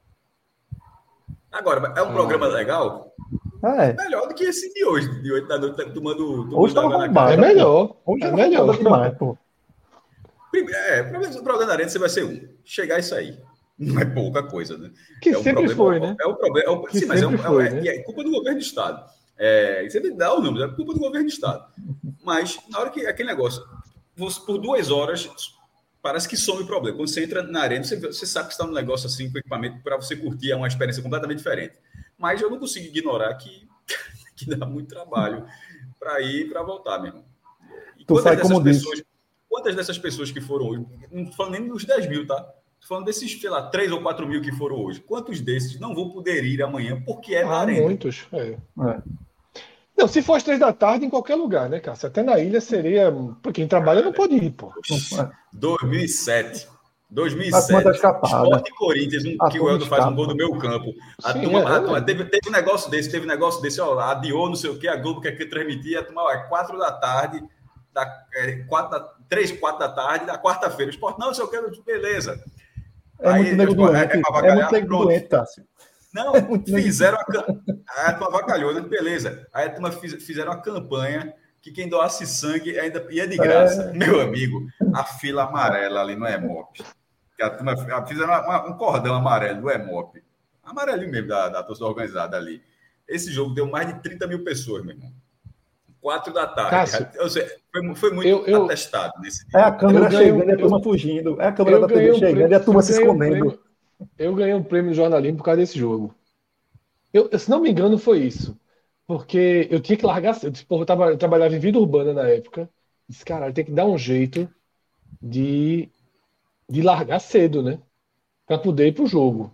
Agora, é um programa legal? É. Melhor do que esse de hoje, de oito da noite, tomando, tomando Hoje tava água na arrombado. cara. É melhor. Hoje É é melhor. melhor demais, pô. Primeiro, é, o programa da arena você vai ser um. Chegar e sair. Não é pouca coisa, né? Que é um sempre problema, foi, né? É o problema. É o, Que sim, mas é, um, sempre foi, é, né? é, é culpa do governo do Estado. É, sempre dá o nome, é culpa do governo do Estado. Mas, na hora que aquele negócio, você, por duas horas, parece que some o problema. Quando você entra na arena, você, você sabe que está num negócio assim, com equipamento, para você curtir, é uma experiência completamente diferente. Mas eu não consigo ignorar que, que dá muito trabalho para ir e para voltar, meu irmão. E Tu quantas faz dessas como pessoas, disse. quantas dessas pessoas que foram hoje, não estou falando nem dos dez mil, tá? Estou falando desses, sei lá, três ou quatro mil que foram hoje. Quantos desses não vão poder ir amanhã porque é na Ah, arena? muitos. É. É. Não, se for às três da tarde, em qualquer lugar, né, Cássio? Até na ilha seria. Para quem trabalha não pode ir, pô. dois mil e sete. dois mil e A turma tá sete. escapada. Sport e Corinthians, um, A que o turma Eldo faz um escapa. gol do meu campo. A Sim, turma, é, a turma- é. teve, teve um negócio desse, teve um negócio desse, ó, adiou, não sei o que, a Globo quer que transmitir, a turma, ó, é quatro da tarde, da, é, quatro da, três, quatro da tarde, da quarta-feira. O Sport, não, não sei o que, beleza. É Aí, muito nego eu- é- doente. é É, pra avacalhar? muito nego Pronto. doente, Cássio. Não, fizeram a campanha. Aí a turma avacalhou, né? Beleza. Aí a turma fiz, fizeram a campanha que quem doasse sangue ainda ia de graça. É. Meu amigo, a fila amarela ali no Hemop. Que a turma fizeram uma- uma- um cordão amarelo do Hemop. Amarelinho mesmo, da, da torcida organizada ali. Esse jogo deu mais de trinta mil pessoas, meu irmão. Quatro da tarde. Cássio, Ou seja, foi, foi muito eu- eu- atestado nesse dia. É a câmera Eu ganhei chegando um- e a turma eu- fugindo. É a câmera Eu da T V ganhei um chegando prêmio, e a turma eu se ganhei um escondendo. prêmio, eu ganhei um prêmio de jornalismo por causa desse jogo. Eu, eu, se não me engano, foi isso. Porque eu tinha que largar cedo. Porra, eu, tava- eu trabalhava em vida urbana na época. Disse, caralho, tem que dar um jeito de, de largar cedo, né? Pra poder ir pro jogo.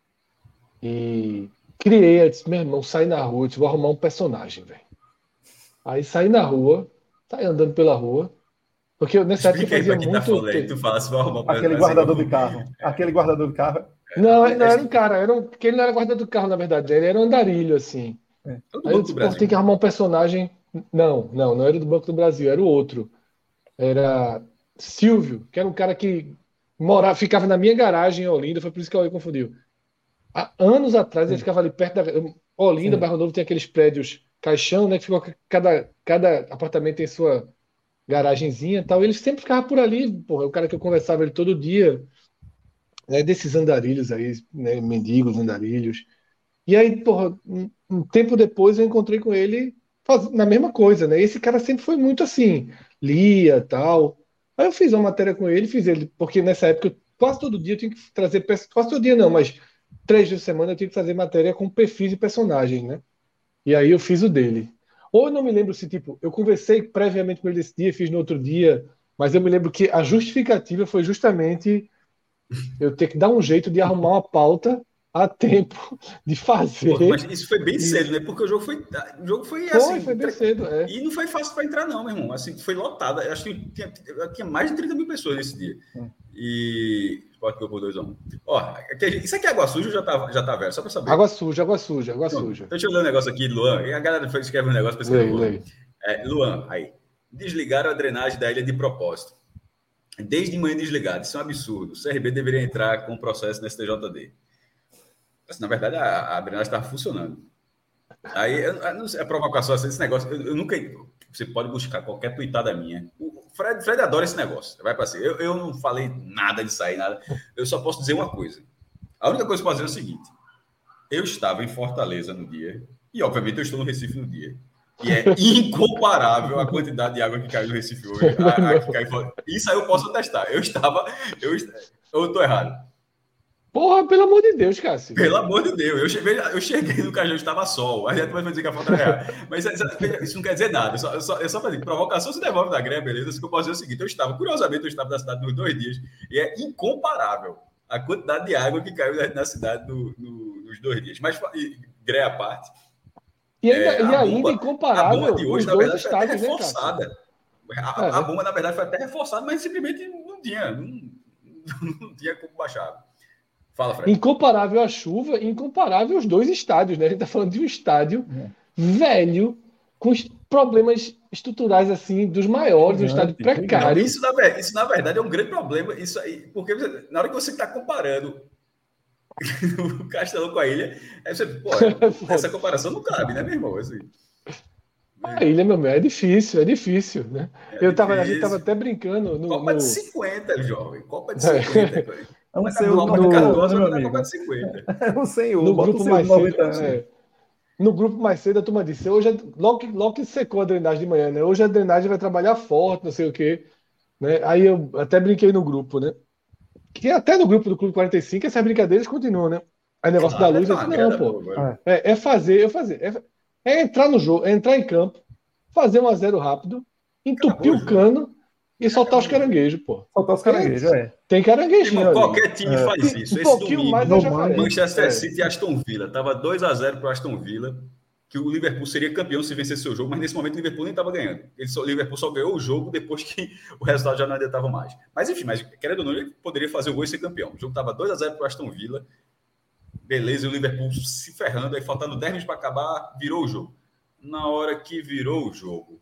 E criei, eu disse, meu irmão, saí na rua, eu disse, vou arrumar um personagem, velho. Aí saí na rua, saí andando pela rua. Porque eu, nessa época eu Explica aí fazia pra quem tá muito. falando aí. Tu fala se vai arrumar um Aquele personagem guardador como- de carro. Aquele guardador de carro. Não, não era um cara, era um, porque ele não era guarda do carro, na verdade, ele era um andarilho, assim. Todo Aí eu Banco disse, do pô, Brasil. tem que arrumar um personagem. Não, não, não era do Banco do Brasil, era o outro. Era Silvio, que era um cara que morava, ficava na minha garagem em Olinda, foi por isso que eu confundiu. há anos atrás ele ficava ali perto da Olinda, Sim. Barra Novo tem aqueles prédios caixão, né? Que ficou cada, cada apartamento tem sua garagenzinha e tal. Ele sempre ficava por ali, porra, o cara que eu conversava ele todo dia, né? Desses andarilhos aí, né? Mendigos, andarilhos. E aí, porra, um, um tempo depois eu encontrei com ele faz, na mesma coisa, né? Esse cara sempre foi muito assim, lia tal. Aí eu fiz uma matéria com ele, fiz ele, porque nessa época eu, quase todo dia eu tinha que trazer, perso- quase todo dia não, mas três dias por semana eu tinha que fazer matéria com perfis de personagens, né? E aí eu fiz o dele. Ou eu não me lembro se, tipo, eu conversei previamente com ele esse dia, fiz no outro dia, mas eu me lembro que a justificativa foi justamente eu ter que dar um jeito de arrumar uma pauta a tempo de Pô, mas fazer. isso foi bem E cedo, né? Porque o jogo foi, o jogo foi foi, assim. foi bem tre- cedo, é. E não foi fácil para entrar, não, meu irmão. Assim, foi lotada. Eu acho que tinha, tinha mais de trinta mil pessoas nesse dia. E. Sport Clube por dois a um. Ó, aqui a gente- isso aqui é água suja ou já tá, já tá velho? Só para saber. Água suja, água suja, água Pronto. suja. Deixa eu ler um negócio aqui, Luan. E a galera foi- escreve um negócio para escrever Lei, o Luan. lei. É, Luan, aí. Desligaram a drenagem da ilha de propósito. Desde manhã desligado. Isso é um absurdo. O C R B deveria entrar com processo no S T J D. Assim, na verdade, a, a drenagem estava funcionando. Aí, eu, eu não sei, a provocação, assim, esse negócio, eu, eu nunca. Você pode buscar qualquer tuitada minha. O Fred, Fred adora esse negócio. Vai para cima. Eu, eu não falei nada disso aí, nada. Eu só posso dizer uma coisa. A única coisa que eu posso dizer é o seguinte: eu estava em Fortaleza no dia, e obviamente eu estou no Recife no dia. E é incomparável a quantidade de água que caiu no Recife hoje. A, a que caiu, isso aí eu posso testar. Eu estava. Eu estou errado. Porra, pelo amor de Deus, Cássio. Pelo amor de Deus, eu cheguei, eu cheguei no Cajão, estava sol. A gente vai dizer que a foto era real. Mas isso não quer dizer nada. Eu só, eu só, eu só falei, provocação se devolve da greve, beleza? Isso que eu posso dizer é o seguinte: eu estava, curiosamente, eu estava na cidade nos dois dias, e é incomparável a quantidade de água que caiu na, na cidade no, no, nos dois dias. Mas, greve à parte. E ainda, É, e a ainda bomba, incomparável a bomba de hoje, os na dois verdade, foi até estádios, né, reforçada. Cássio? A, É. a bomba, na verdade, foi até reforçada, mas simplesmente não tinha. Não, não tinha como baixar. Fala, Fred. Incomparável a chuva, incomparável os dois estádios, né? A gente tá falando de um estádio É. velho, com os problemas estruturais assim dos maiores, um estádio Gigante, precário. Não, isso, na, ver- isso, na verdade, é um grande problema. Isso aí, porque você- na hora que você está comparando o Castelão com a ilha, aí você, pô, essa comparação não cabe, né, meu irmão? Assim, A ilha, meu irmão, é difícil, é difícil, né? é Eu tava, a gente difícil. tava até brincando no. Copa no... de cinquenta, jovem. Copa de cinquenta. cara. É um Mas senhor a Copa de de cada catorze um, vai meu virar Copa amigo. de cinquenta. É um senhor, No bota o grupo senhor mais de noventa cedo, anos. é, no grupo mais cedo a turma disse, hoje é, logo, que, logo que secou a drenagem de manhã, né? Hoje a drenagem vai trabalhar forte, não sei o quê, né? Aí eu até brinquei no grupo, né? Que até no grupo do Clube quarenta e cinco essas brincadeiras continuam, né? Aí negócio da Claro, luz, é eu uma disse, não, merda, pô, pô, agora. é, é fazer, é fazer, é, é entrar no jogo, é entrar em campo, fazer um a zero rápido, entupir Acabou o o jogo. cano e soltar os Acabou o jogo. caranguejos, pô. Soltar os Tem, caranguejos, é. tem caranguejinho Irmão, ali. qualquer time É. faz Um isso. Esse pouquinho domingo, mais eu já no falei. Manchester É. City e Aston Villa. Tava dois a zero para o Aston Villa, que o Liverpool seria campeão se vencesse seu jogo, mas nesse momento o Liverpool nem estava ganhando. Ele só, o Liverpool só ganhou o jogo depois que o resultado já não adiantava mais. Mas enfim, mas querendo ou não, ele poderia fazer o gol e ser campeão. O jogo estava dois a zero para o Aston Villa. Beleza, e o Liverpool se ferrando, aí faltando dez minutos para acabar, virou o jogo. Na hora que virou o jogo,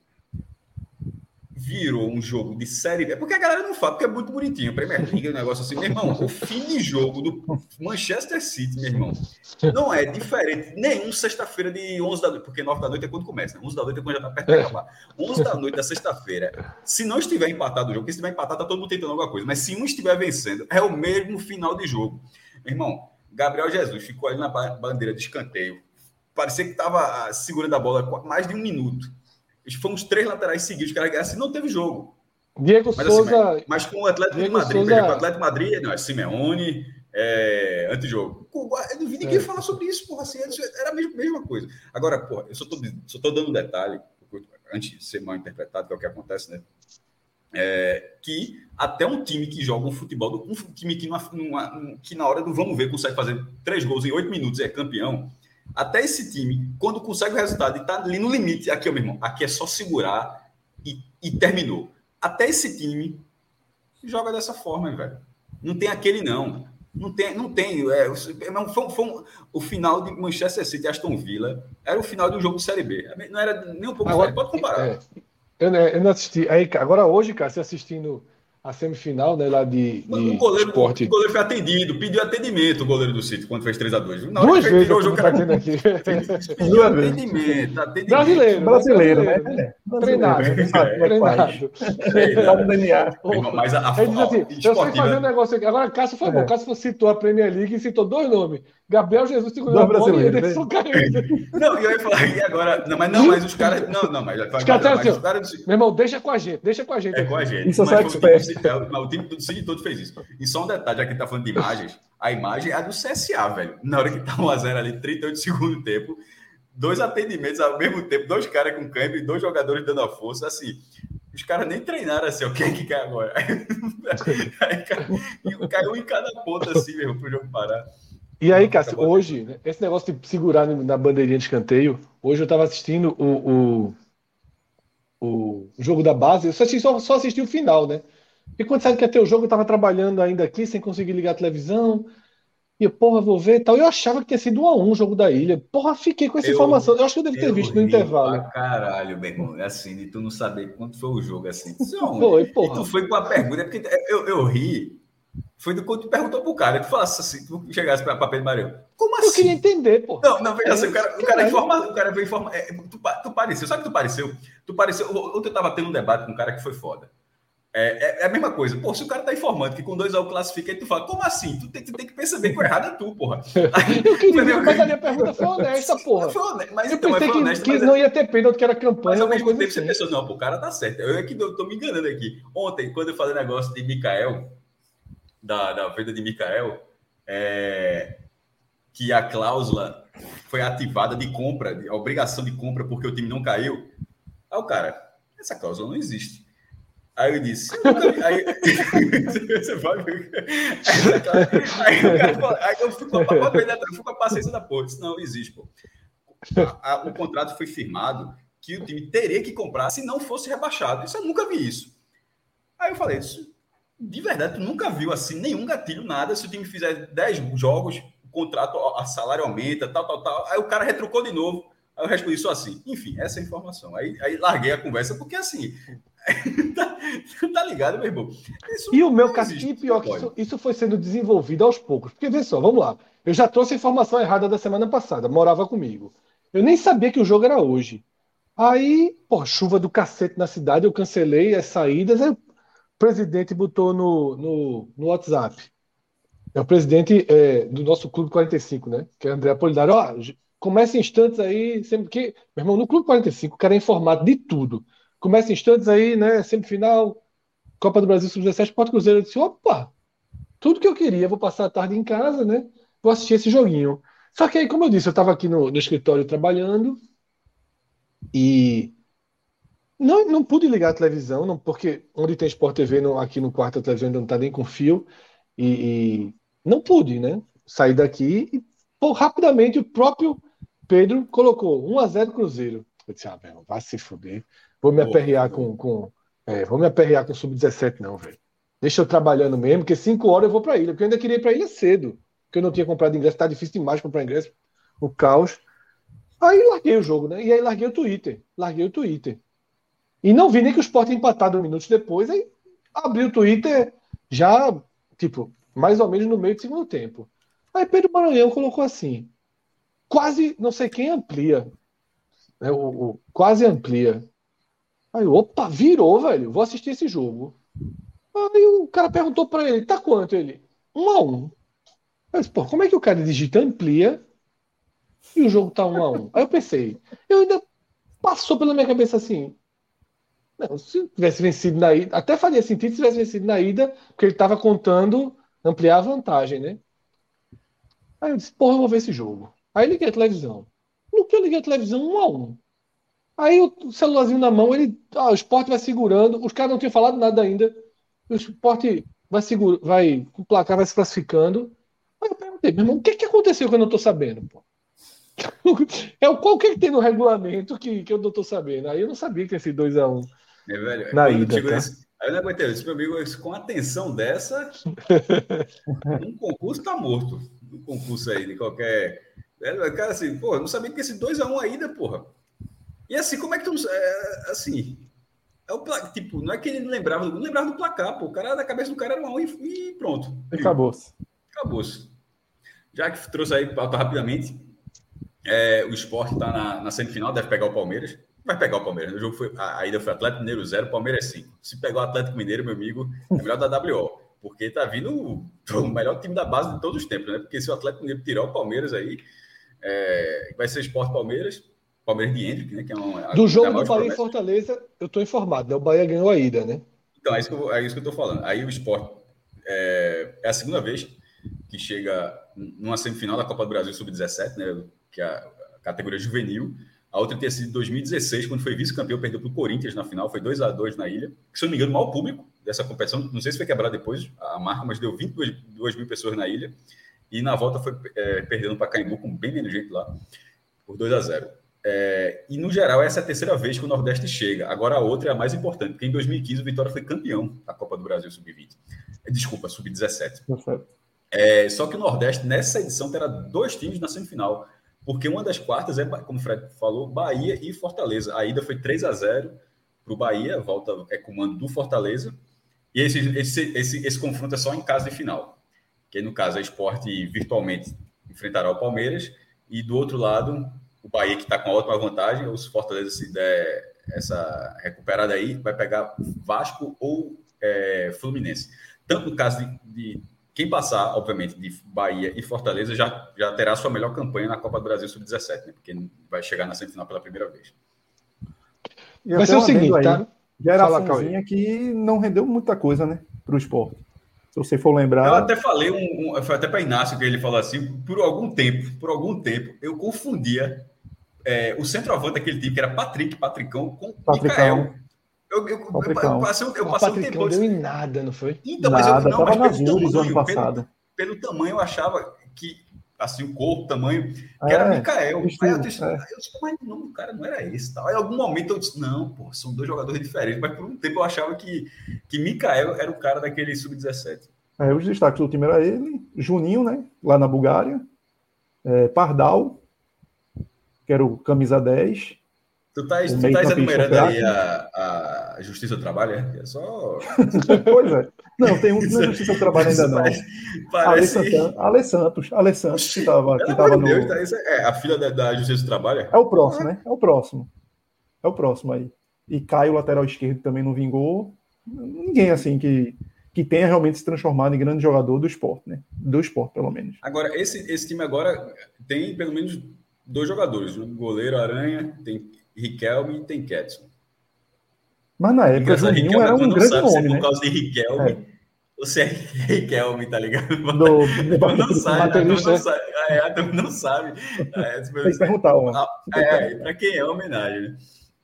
virou um jogo de Série B. Porque a galera não fala, porque é muito bonitinho. Premier League, um negócio assim. Meu irmão, o fim de jogo do Manchester City, meu irmão, não é diferente nenhum sexta-feira de onze da noite, porque nove da noite é quando começa, né? onze da noite é quando já tá perto de acabar. onze da noite da sexta-feira, se não estiver empatado o jogo, porque se estiver empatado, tá todo mundo tentando alguma coisa, mas se um estiver vencendo, é o mesmo final de jogo. Meu irmão, Gabriel Jesus ficou ali na bandeira de escanteio, parecia que estava segurando a bola mais de um minuto. Foram uns três laterais seguidos que era assim, não teve jogo. Diego Mas, Souza. assim, mas, mas com o Atlético Diego de Madrid, Souza... por exemplo, o Atlético de Madrid, não, é Simeone, é, antijogo. Eu não vi ninguém é. falar sobre isso, porra, assim, era a mesma, mesma coisa. Agora, porra, eu só tô, só tô dando um detalhe, antes de ser mal interpretado, que é o que acontece, né? É, que até um time que joga um futebol, um time que, numa, numa, que na hora do vamos ver consegue fazer três gols em oito minutos e é campeão, até esse time, quando consegue o resultado e tá ali no limite, aqui, ó, meu irmão, aqui é só segurar e, e terminou. Até esse time joga dessa forma, velho. Não tem aquele, não. Não tem, não tem. É, foi, foi um, o final de Manchester City e Aston Villa era o final de um jogo de Série B. Não era nem um pouco agora, diferente. Pode comparar. É, eu, eu não assisti. Aí, agora hoje, cara, você assistindo a semifinal, né, lá de, de o goleiro, esporte. O goleiro foi atendido, pediu atendimento o goleiro do City quando fez três a dois. Duas vezes eu estou batendo aqui. Pediu atendimento, atendimento. Brasileiro, brasileiro, brasileiro, né? Treinado, treinado. Mas a, a, Ele diz assim, eu sei fazer um né? negócio aqui. Agora, Cássio foi é. bom. Cássio citou a Premier League e citou dois nomes. Gabriel Jesus segurou a bola e Ederson caiu. Não, e eu ia falar, e agora? Não, mas não, mas os caras... Não, não, mas... Os caras assim, cara, meu irmão, deixa com a gente, deixa com a gente. É com a gente. Isso mas é o time do City todo fez isso. E só um detalhe, já que a gente tá falando de imagens, a imagem é a do C S A, velho. Na hora que tá um a zero ali, trinta e oito segundos do tempo, dois atendimentos ao mesmo tempo, dois caras com câmbio e dois jogadores dando a força, assim... Os caras nem treinaram assim, ó, quem é que cai agora? Aí caiu, caiu em cada ponta assim mesmo pro jogo parar. E aí, Cássio, hoje, né, esse negócio de segurar na bandeirinha de escanteio, hoje eu tava assistindo o, o, o jogo da base, eu só assisti, só, só assisti o final, né? E quando sabe que ia ter o jogo, eu tava trabalhando ainda aqui, sem conseguir ligar a televisão. E eu, porra, vou ver e tal. Eu achava que tinha sido um a um o jogo da Ilha. Porra, fiquei com essa eu, informação. Eu acho que eu devo ter eu visto no intervalo. Pra caralho, meu irmão. É assim, de tu não saber quanto foi o jogo, assim. Não, foi, porra. E tu foi com a pergunta, porque eu, eu ri. Foi do quando tu perguntou pro cara. Tu falasse assim, tu chegasse pra Pedro Marinho. Como assim? Eu queria entender, porra. Não, não, veja é, assim, o cara, o cara informa, o cara veio informar. É, tu, tu pareceu, sabe o que tu pareceu? Tu pareceu. Ontem eu tava tendo um debate com um cara que foi foda. É, é a mesma coisa. Pô, se o cara tá informando que com dois a um classifica, aí tu fala, como assim? Tu tem, tu tem que perceber que o errado é tu, porra. Aí, eu queria ver, mas a minha pergunta foi honesta, porra. Foi honesta, mas eu então, pensei foi que, honesta, que mas não ia ter pênalti, que era campanha. Mas ao mesmo tempo assim. você pensou, não, pô, o cara tá certo. Eu é que eu tô me enganando aqui. Ontem, quando eu falei negócio de Mikael, da, da venda de Mikael, é, que a cláusula foi ativada de compra, de, a obrigação de compra porque o time não caiu. Aí o cara, essa cláusula não existe. Aí eu disse, eu nunca vi. Aí, você vai ver. Aí, aí o cara falou, aí eu fui com a, eu fui com a paciência da porra. Disse, não, existe, pô. A, a, o contrato foi firmado que o time teria que comprar se não fosse rebaixado. Isso eu nunca vi isso. Aí eu falei, isso, de verdade, tu nunca viu assim nenhum gatilho, nada. Se o time fizer dez jogos, o contrato, a salário aumenta, tal, tal, tal. Aí o cara retrucou de novo. Aí eu respondi só assim. Enfim, essa é a informação. Aí, aí larguei a conversa, porque assim. tá, tá ligado, meu irmão? Isso e o meu caso, e pior que isso, isso foi sendo desenvolvido aos poucos. Porque, vê só, vamos lá. Eu já trouxe a informação errada da semana passada, morava comigo. Eu nem sabia que o jogo era hoje. Aí, pô, chuva do cacete na cidade, eu cancelei as saídas. Aí o presidente botou no, no, no WhatsApp. É o presidente é, do nosso Clube quarenta e cinco, né? Que é André Apolinário. Ó, começa em instantes aí, sempre que. Meu irmão, no Clube quarenta e cinco, o cara é informado de tudo. Começa em instantes aí, né? Semifinal, Copa do Brasil sub dezessete, Porto Cruzeiro. Eu disse, opa, tudo que eu queria, vou passar a tarde em casa, né? Vou assistir esse joguinho. Só que aí, como eu disse, eu estava aqui no, no escritório trabalhando e não, não pude ligar a televisão, não, porque onde tem Sport T V, não, aqui no quarto a televisão ainda não está nem com fio. E, e não pude, né? Sair daqui e, pô, rapidamente o próprio Pedro colocou um a zero Cruzeiro. Eu disse, ah, velho, vai se fuder. Vou me aperrear com, com é, vou me aperrear com sub dezessete, não, velho. Deixa eu trabalhando mesmo, porque cinco horas eu vou pra ilha, porque eu ainda queria ir pra ilha cedo, porque eu não tinha comprado ingresso, tá difícil demais comprar ingresso, o caos. Aí larguei o jogo, né? E aí larguei o Twitter, larguei o Twitter. E não vi nem que o Sport ia empatar dois minutos depois, aí abri o Twitter já, tipo, mais ou menos no meio do segundo tempo. Aí Pedro Maranhão colocou assim, quase, não sei quem amplia, né? o, o, quase amplia. Aí, opa, virou, velho. Vou assistir esse jogo. Aí o cara perguntou pra ele, tá quanto? Ele, um a um. Eu disse, pô, como é que o cara digita amplia e o jogo tá um a um? Aí eu pensei, eu ainda passou pela minha cabeça assim, não, se tivesse vencido na ida, até faria sentido se tivesse vencido na ida, porque ele tava contando ampliar a vantagem, né? Aí eu disse, porra, eu vou ver esse jogo. Aí liguei a televisão. No que eu liguei a televisão, um a um. Aí o celularzinho na mão, ele, ah, o Sport vai segurando, os caras não tinham falado nada ainda, o Sport vai segurando, vai, o placar vai se classificando. Aí eu perguntei, meu irmão, o que que aconteceu que eu não tô sabendo, pô? É o qual que tem no regulamento que, que eu não tô sabendo? Aí eu não sabia que esse dois a um é, velho, na ida, tá? Nesse, aí eu não aguentei, eu disse, meu amigo, com a atenção dessa, um concurso tá morto, um concurso aí de qualquer... É, cara, assim, pô, eu não sabia que esse dois a um a ida, porra. E assim, como é que tu... É, assim, É o pla... Tipo, não é que ele não lembrava, não lembrava do placar, pô. O cara, da cabeça do cara era uma um e pronto. Acabou-se. Acabou-se. Já que trouxe aí pauta rapidamente, é, o Sport está na, na semifinal, deve pegar o Palmeiras. Vai pegar o Palmeiras. O jogo foi, a, a ida foi Atlético Mineiro zero, Palmeiras cinco. Se pegar o Atlético Mineiro, meu amigo, é melhor da W O. Porque tá vindo o, o melhor time da base de todos os tempos, né? Porque se o Atlético Mineiro tirar o Palmeiras aí, é, vai ser Sport Palmeiras, Palmeiras de Hendrick, né? Que é uma, do jogo do Bahia e Fortaleza, eu tô informado, né? O Bahia ganhou a ida, né? Então, é isso que eu, é isso que eu tô falando. Aí o Sport é, é a segunda vez que chega numa semifinal da Copa do Brasil sub dezessete, né? Que é a categoria juvenil. A outra tinha sido em dois mil e dezesseis, quando foi vice-campeão, perdeu para o Corinthians na final, foi dois a dois na ilha. Que, se eu não me engano, o maior público dessa competição, não sei se foi quebrado depois a marca, mas deu vinte e duas mil pessoas na ilha. E na volta foi é, perdendo para Caimbu com bem menos gente lá, por dois a zero. É, e, no geral, essa é a terceira vez que o Nordeste chega. Agora a outra é a mais importante, porque em dois mil e quinze o Vitória foi campeão da Copa do Brasil sub vinte. Desculpa, sub dezessete. É, só que o Nordeste, nessa edição, terá dois times na semifinal. Porque uma das quartas é, como o Fred falou, Bahia e Fortaleza. A ida foi três a zero para o Bahia, a volta é comando do Fortaleza. E esse, esse, esse, esse confronto é só em caso de final. Que no caso, a Sport virtualmente enfrentará o Palmeiras. E do outro lado, o Bahia, que está com a ótima vantagem, ou se Fortaleza se der essa recuperada aí, vai pegar Vasco ou é, Fluminense. Tanto no caso de... de quem passar, obviamente, de Bahia e Fortaleza já, já terá sua melhor campanha na Copa do Brasil sub dezessete, né? Porque vai chegar na semifinal pela primeira vez. E vai ser o seguinte, aí, tá? Geraçãozinha que não rendeu muita coisa, né? Para o Sport. Se você for lembrar... Eu até falei, um, um, foi até para Inácio que ele falou assim, por algum tempo, por algum tempo, eu confundia é, o centroavante daquele time, que era Patrick, Patricão, com Patricão. Micael. Eu, eu, eu, eu passei, eu passei um tempo... Não deu em nada, não foi? Então, nada, mas eu não, mas pelo tamanho, ano passado. Pelo, pelo tamanho, eu achava que, assim, o corpo, o tamanho, que é, era Micael. Aí eu disse, é. eu disse, mas não, o cara não era esse. Tal. Aí, em algum momento, eu disse, não, pô, são dois jogadores diferentes. Mas por um tempo eu achava que, que Micael era o cara daquele sub dezessete. É, os destaques do time era ele, Juninho, né, lá na Bulgária, é, Pardal, que era o camisa dez. Tu tá, tu tá enumerando aí a, a Justiça do Trabalho, é? É só... Pois é. Não, tem um que não é Justiça do Trabalho ainda não. Parece... Ale Santos, Ale Santos, que estava que tava no... Deus, tá, isso é a filha da, da Justiça do Trabalho? É o próximo, né? É o próximo. É o próximo aí. E Caio, lateral esquerdo, também não vingou. Ninguém, assim, que, que tenha realmente se transformado em grande jogador do esporte, né? Do esporte, pelo menos. Agora, esse, esse time agora tem, pelo menos, dois jogadores. O goleiro Aranha, tem... Riquelme e tem Ketson. Mas na época, o Juninho era um grande nome, se é né? por causa de Riquelme, é. ou se é Riquelme, tá ligado? Do, do não sabe, não sabe. É, não sabe. É, tem que perguntar, mano. É, pra quem é homenagem, né?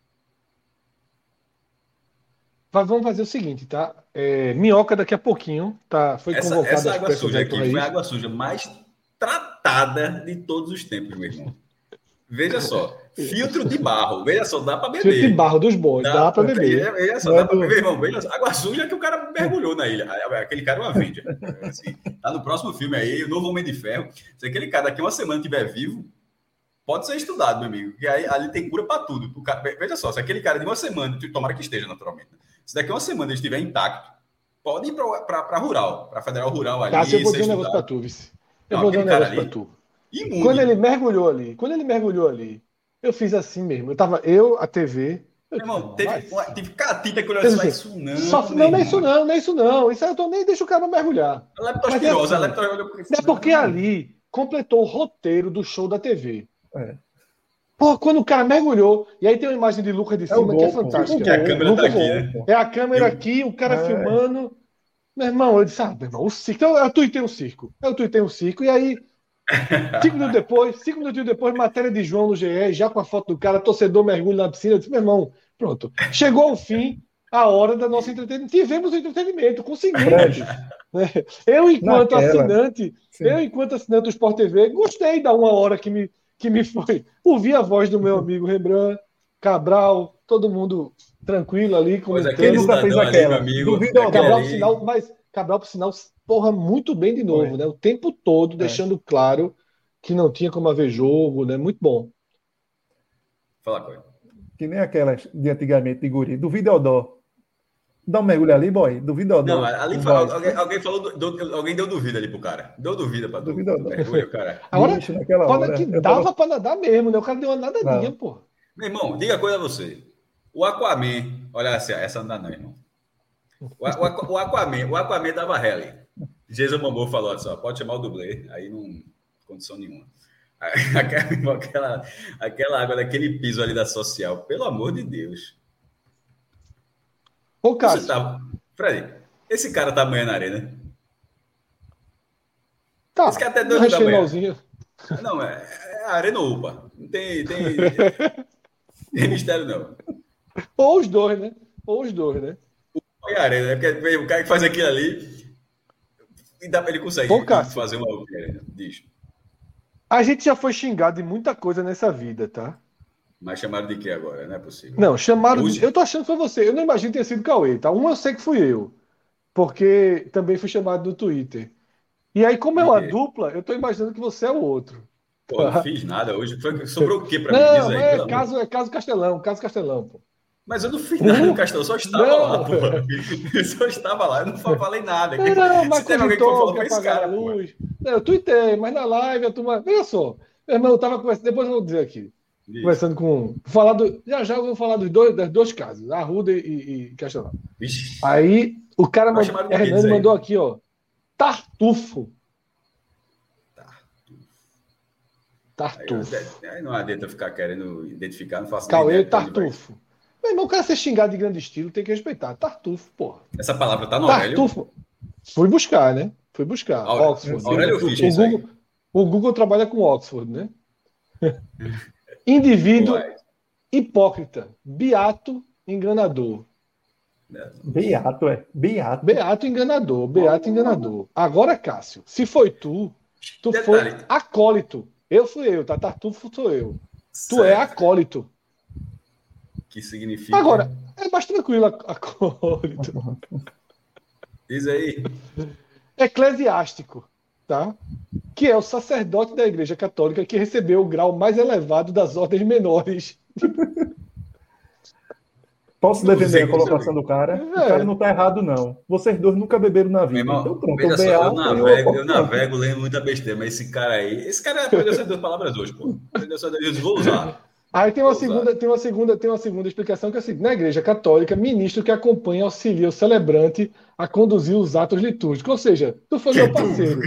Vamos fazer o seguinte, tá? É, Minhoca daqui a pouquinho, tá? Foi essa, convocada essa água suja aqui aí. foi a água suja mais tratada de todos os tempos, meu irmão. Veja só, filtro de barro, veja só, dá para beber. Filtro de barro dos bons, dá, dá para beber. Veja só, dá para beber, irmão. Veja só, água suja que o cara mergulhou na ilha. Aquele cara é uma Avenger. Assim, tá no próximo filme aí, o novo Homem de Ferro. Se aquele cara daqui uma semana estiver vivo, pode ser estudado, meu amigo. E aí ali tem cura para tudo. O cara, veja só, se aquele cara de uma semana, tomara que esteja naturalmente, se daqui uma semana ele estiver intacto, pode ir para Rural, para Federal Rural ali. Tá, se eu vou dizer um negócio para tu, Vice. Eu Não, vou dizer um negócio para tu. Imune. Quando ele mergulhou ali, quando ele mergulhou ali, eu fiz assim mesmo. Eu tava, eu, a T V. Meu irmão, teve, teve catita que olhou assim, isso não. Só, não, não é isso não, não é isso não. Isso aí eu tô nem deixa o cara mergulhar. A leptospirose, é a assim, leptospirose. É porque ali completou o roteiro do show da T V. É. Pô, quando o cara mergulhou, e aí tem uma imagem de Lucas de cima é gol, que é fantástica. Que a câmera tá aqui, né? É a câmera eu... aqui, o cara é. filmando. Meu irmão, eu disse, ah, meu irmão, o circo. Então, eu tuitei um circo. Eu tuitei um circo, e aí. Cinco minutos depois, cinco minutos depois, matéria de João no G E, já com a foto do cara, torcedor mergulho na piscina. Eu disse, meu irmão, pronto. Chegou ao fim a hora da nossa entretenimento. Tivemos o entretenimento, conseguimos. Eu, enquanto Naquela. assinante, Sim. eu, enquanto assinante do Sport T V, gostei da uma hora que me, que me foi. Ouvi a voz do meu amigo Rembrandt, Cabral, todo mundo tranquilo ali. Pois é, quem nunca fez aquela, amigo. Cabral, por sinal, mas Cabral, por sinal, porra, muito bem de novo, Foi. né? O tempo todo, é. deixando claro que não tinha como haver jogo, né? Muito bom. Fala, coisa. Que nem aquelas de antigamente, de guri, do Videodó. Dá um mergulho ali, boy. Duvida Não, ali foi, alguém, alguém falou, do, do, alguém deu duvida ali pro cara. Deu duvida pra tu. Duvida, mergulho, cara. Agora, Bicho, naquela hora, que eu dava tava... pra nadar mesmo, né? O cara deu uma nadadinha, Não. pô. Meu irmão, diga a coisa a você. O Aquaman, olha assim, essa não dá não, irmão. O, o, o Aquaman, o Aquaman dava rally. Jason Momoa falou só, pode chamar o dublê, aí não condição nenhuma. Aquela, aquela, aquela água daquele piso ali da social, pelo amor de Deus. Ô, Cássio. Tá... Fred, esse cara tá amanhã na arena? Tá. Esse cara até dois da manhã. Não, é, é arena ou UPA. Não tem, tem, tem mistério, não. Ou os dois, né? Ou os dois, né? UPA e arena, né? Porque o cara que faz aquilo ali, ele consegue Ô, fazer uma arena. Diz. A gente já foi xingado de muita coisa nessa vida, tá? Mas chamaram de quê agora? Não é possível. Não, chamaram Hoje... de... Eu tô achando que foi você. Eu não imagino ter sido Cauê, tá? Um eu sei que fui eu. Porque também fui chamado no Twitter. E aí, como é uma dupla, eu tô imaginando que você é o outro. Pô, não fiz nada hoje. Foi... Sobrou o quê pra não, mim? Diz aí, é caso, é caso Castelão, caso Castelão, pô. Mas eu não fiz nada no Castelão, só estava não. lá, pô. Eu só estava lá, eu não falei nada. Não, mas se teve alguém que falou pra esse cara, a luz. Não, eu tuitei, mas na live a turma... Veja só, meu irmão, eu tava conversando, depois eu vou dizer aqui. Isso. Conversando com... Falar do, já já eu vou falar dos dois, dos dois casos, Arruda e, e Castelão. Vixe. Aí, o cara mandou, Hernani mandou aqui, ó, Tartufo. Tartufo. Aí, aí não adianta ficar querendo identificar, não faço Cauê Tartufo. Meu irmão, o cara ser xingado de grande estilo tem que respeitar. Tartufo, porra. Essa palavra tá no Aurélio? Tartufo. Fui buscar, né? Fui buscar. Aurélio, Oxford. Aurélio o, Fischer, o, Google, o Google trabalha com Oxford, né? Indivíduo Uai. hipócrita, beato, enganador. Beato, é. Beato. Beato enganador, beato enganador. Agora, Cássio, se foi tu, tu Detalhe. foi acólito. Eu fui eu, tá? Tartufo sou eu. Certo. Tu é acólito. Que significa... Agora, é mais tranquilo acólito. Diz aí. Eclesiástico, tá? Que é o sacerdote da Igreja Católica que recebeu o grau mais elevado das ordens menores. Posso defender a colocação do cara? É. O cara não tá errado, não. Vocês dois nunca beberam na vida. Irmão, então pronto. Veja só, eu navego, eu navego lendo muita besteira, mas esse cara aí... Esse cara aprendeu essas duas palavras hoje, pô. Aprendeu essas duas, eu vou usar. Aí tem uma, segunda, tem, uma segunda, tem uma segunda explicação que é assim, na Igreja Católica, ministro que acompanha e auxilia o celebrante a conduzir os atos litúrgicos. Ou seja, tu foi meu parceiro.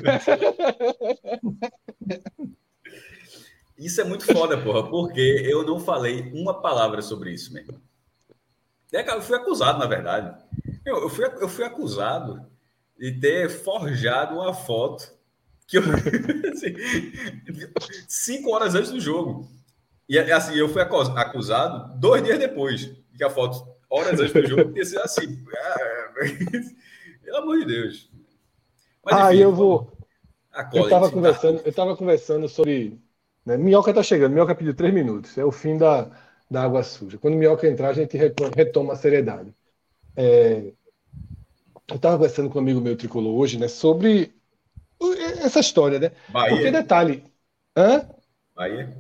Isso é muito foda, porra, porque eu não falei uma palavra sobre isso, mesmo. Eu fui acusado, na verdade. Eu, eu, fui, eu fui acusado de ter forjado uma foto que eu, assim, cinco horas antes do jogo. E assim, eu fui acusado dois dias depois, que a foto, horas antes do jogo, tinha sido assim. Pelo amor de Deus. Mas, enfim, ah, eu vou. Eu estava conversando, tá... eu tava conversando sobre. Né, Minhoca está chegando, Minhoca pediu três minutos. É o fim da, da água suja. Quando Minhoca entrar, a gente retoma a seriedade. É... Eu estava conversando com um amigo meu tricolor hoje, né, sobre essa história, né? Bahia. Porque detalhe. Hã? Bahia.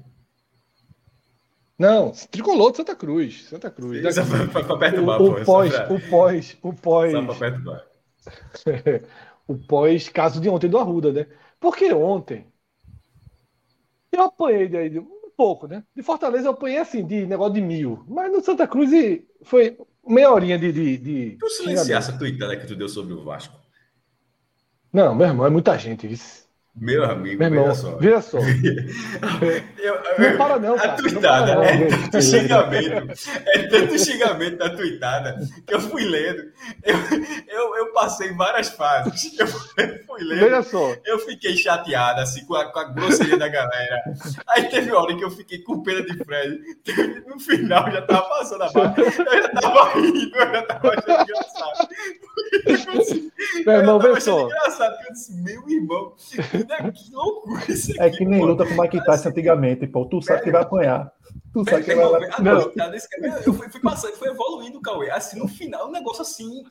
Não, tricolor de Santa Cruz. Santa Cruz. Isso é para perturbar, o, o, pós, pra... o pós, o pós. Só para perturbar. O pós caso de ontem do Arruda, né? Porque ontem eu apanhei de, um pouco, né? De Fortaleza eu apanhei assim, de negócio de mil. Mas no Santa Cruz foi meia horinha de. de, de tu silenciasse a tuitada que tu deu sobre o Vasco? Não, meu irmão, é muita gente, isso. Meu amigo, meu irmão, só. Veja só. eu, eu, não para não, cara. A tuitada não é tanto xingamento. É tanto xingamento da tuitada que eu fui lendo. Eu, eu, eu passei várias fases. Eu fui lendo. Veja só. Eu fiquei chateado assim, com a, com a grosseria da galera. Aí teve hora que eu fiquei com pena de Fred. No final já tava passando a barra. Eu já tava rindo, eu já tava achando engraçado. Meu irmão, veja só. Engraçado, eu disse, meu irmão. Que loucura isso aqui, é que nem pô. luta com o Mike Tyson antigamente, pô. Tu sabe que vai apanhar. Tu sabe que vai lá. Não. Eu fui, fui passando, foi evoluindo o Cauê. Assim, no final, um negócio assim.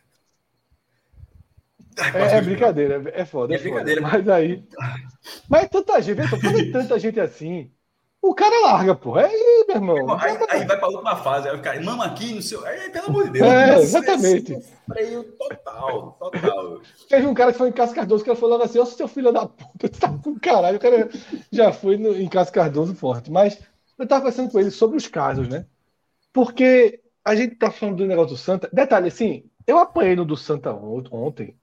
É, é brincadeira, é foda. É, é brincadeira. Foda. Mas aí. Mas é tanta gente, quando é tanta gente assim, o cara larga, pô. Aí, meu irmão. Aí, aí vai para a última fase, aí o cara, mama aqui no seu. Aí, pelo amor de Deus. É, exatamente. Freio total, total. Teve um cara que foi em Cássio Cardoso que ele falou assim: ó, seu filho da puta, tu tá com caralho. O cara já foi no, em Cássio Cardoso forte. Mas eu tava conversando com ele sobre os casos, né? Porque a gente tá falando do negócio do Santa. Detalhe, assim, eu apanhei no do Santa ontem,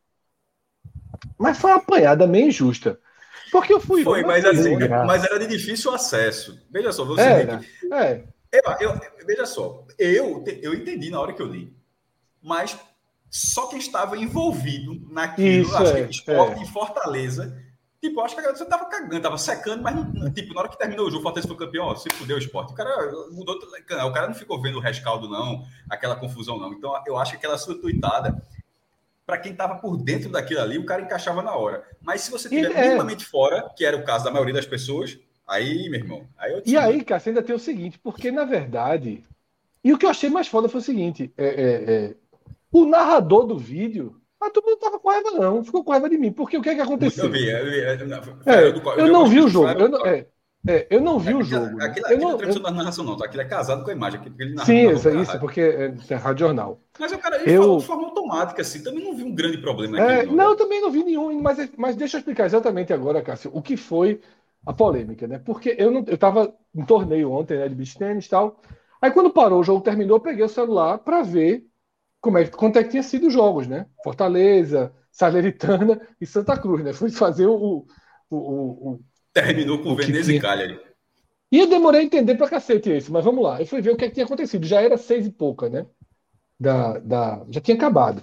mas foi uma apanhada meio injusta. Porque eu fui. Foi, eu mas fui assim, longe. mas era de difícil acesso. Veja só, você Era, que... é. eu, eu, veja só, eu, eu entendi na hora que eu li, mas só quem estava envolvido naquilo, Isso, acho é, que esporte é. em Fortaleza, tipo, acho que a galera tava cagando, tava secando, mas não, tipo, na hora que terminou o jogo, Fortaleza foi campeão, ó, se fudeu o esporte. O cara mudou o canal, o cara não ficou vendo o rescaldo, não, aquela confusão, não. Então, eu acho que aquela sua tuitada, para quem estava por dentro daquilo ali, o cara encaixava na hora. Mas se você estiver é. minimamente fora, que era o caso da maioria das pessoas, aí, meu irmão, aí eu te E aí, cara, você ainda tem o seguinte, porque na verdade. E o que eu achei mais foda foi o seguinte: é, é, é, o narrador do vídeo, a turma não tava com raiva, não, ficou com raiva de mim. Porque o que é que aconteceu? Eu vi, eu, vi, eu, É, eu, eu, eu não vi o jogo. Eu não, é, é, eu não vi aquilo, o jogo. Né? Aquilo, eu aquilo não, é transmissão eu... da narração, não. Tá? Aquilo é casado com a imagem. Porque ele narra, Sim, narra isso, isso porque é, é rádio jornal. Mas o cara ele eu... falou de forma automática, assim. Também não vi um grande problema aqui. É, não, não né? eu também não vi nenhum, mas, mas deixa eu explicar exatamente agora, Cássio, o que foi a polêmica, né? Porque eu não, eu tava em torneio ontem, né, de beach tennis e tal. Aí quando parou, o jogo terminou, eu peguei o celular para ver como é, quanto é que tinha sido os jogos, né? Fortaleza, Salernitana e Santa Cruz, né? Fui fazer o... o, o, o Terminou com o Veneza e Cagliari. E eu demorei a entender pra cacete isso, mas vamos lá. Eu fui ver o que, é que tinha acontecido. Já era seis e pouca, né? Da, da... Já tinha acabado.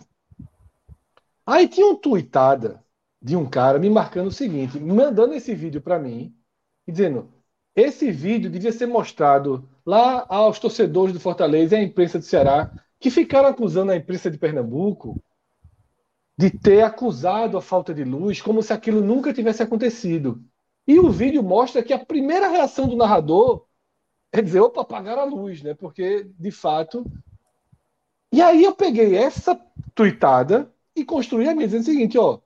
Aí tinha uma tuitada de um cara me marcando o seguinte, mandando esse vídeo para mim e dizendo: esse vídeo devia ser mostrado lá aos torcedores do Fortaleza e à imprensa do Ceará, que ficaram acusando a imprensa de Pernambuco de ter acusado a falta de luz como se aquilo nunca tivesse acontecido. E o vídeo mostra que a primeira reação do narrador é dizer: opa, apagaram a luz, né? Porque, de fato... E aí eu peguei essa tuitada e construí a minha, dizendo o seguinte, ó.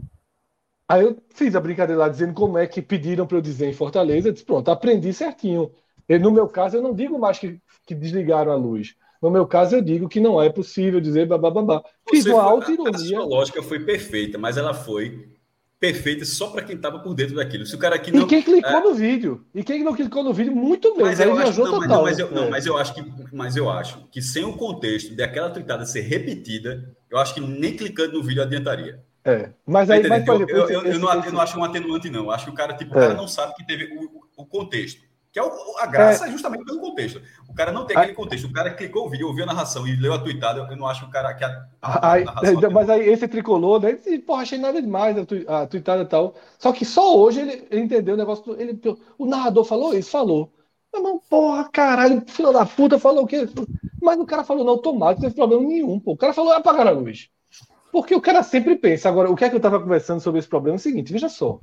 Aí eu fiz a brincadeira lá, dizendo como é que pediram para eu dizer em Fortaleza. Eu disse: pronto, aprendi certinho. E no meu caso, eu não digo mais que, que desligaram a luz. No meu caso, eu digo que não é possível dizer babá. Fiz uma auto-ironia. A sua lógica foi perfeita, mas ela foi perfeita só para quem estava por dentro daquilo. Se o cara aqui não, e quem clicou é... no vídeo. E quem não clicou no vídeo, muito bem. Mas eu, aí acho, viajou não, mas, total. não, mas, eu, é. não, mas eu acho que, mas eu acho que sem o contexto daquela tuitada ser repetida, eu acho que nem clicando no vídeo adiantaria. É. Mas aí, mas, por exemplo, eu, esse, eu, eu, esse, não, esse... eu não acho um atenuante, não. Eu acho que o cara, tipo, o é. cara não sabe que teve o, o contexto. Que é o, a graça é. justamente pelo contexto. O cara não tem aquele contexto. O cara clicou o vídeo, ouviu a narração e leu a tuitada. Eu não acho que o cara que a, a, aí, a narração. Mas aí esse tricolor, né? Disse, porra, achei nada demais a, tu, a tuitada e tal. Só que só hoje ele, ele entendeu o negócio. Do, ele, o narrador falou isso, falou. Meu irmão, porra, caralho, filho da puta, falou o quê? Mas o cara falou no automático, não teve problema nenhum, pô. O cara falou: apagar a luz. Porque o cara sempre pensa. Agora, o que é que eu estava conversando sobre esse problema? É o seguinte, veja só.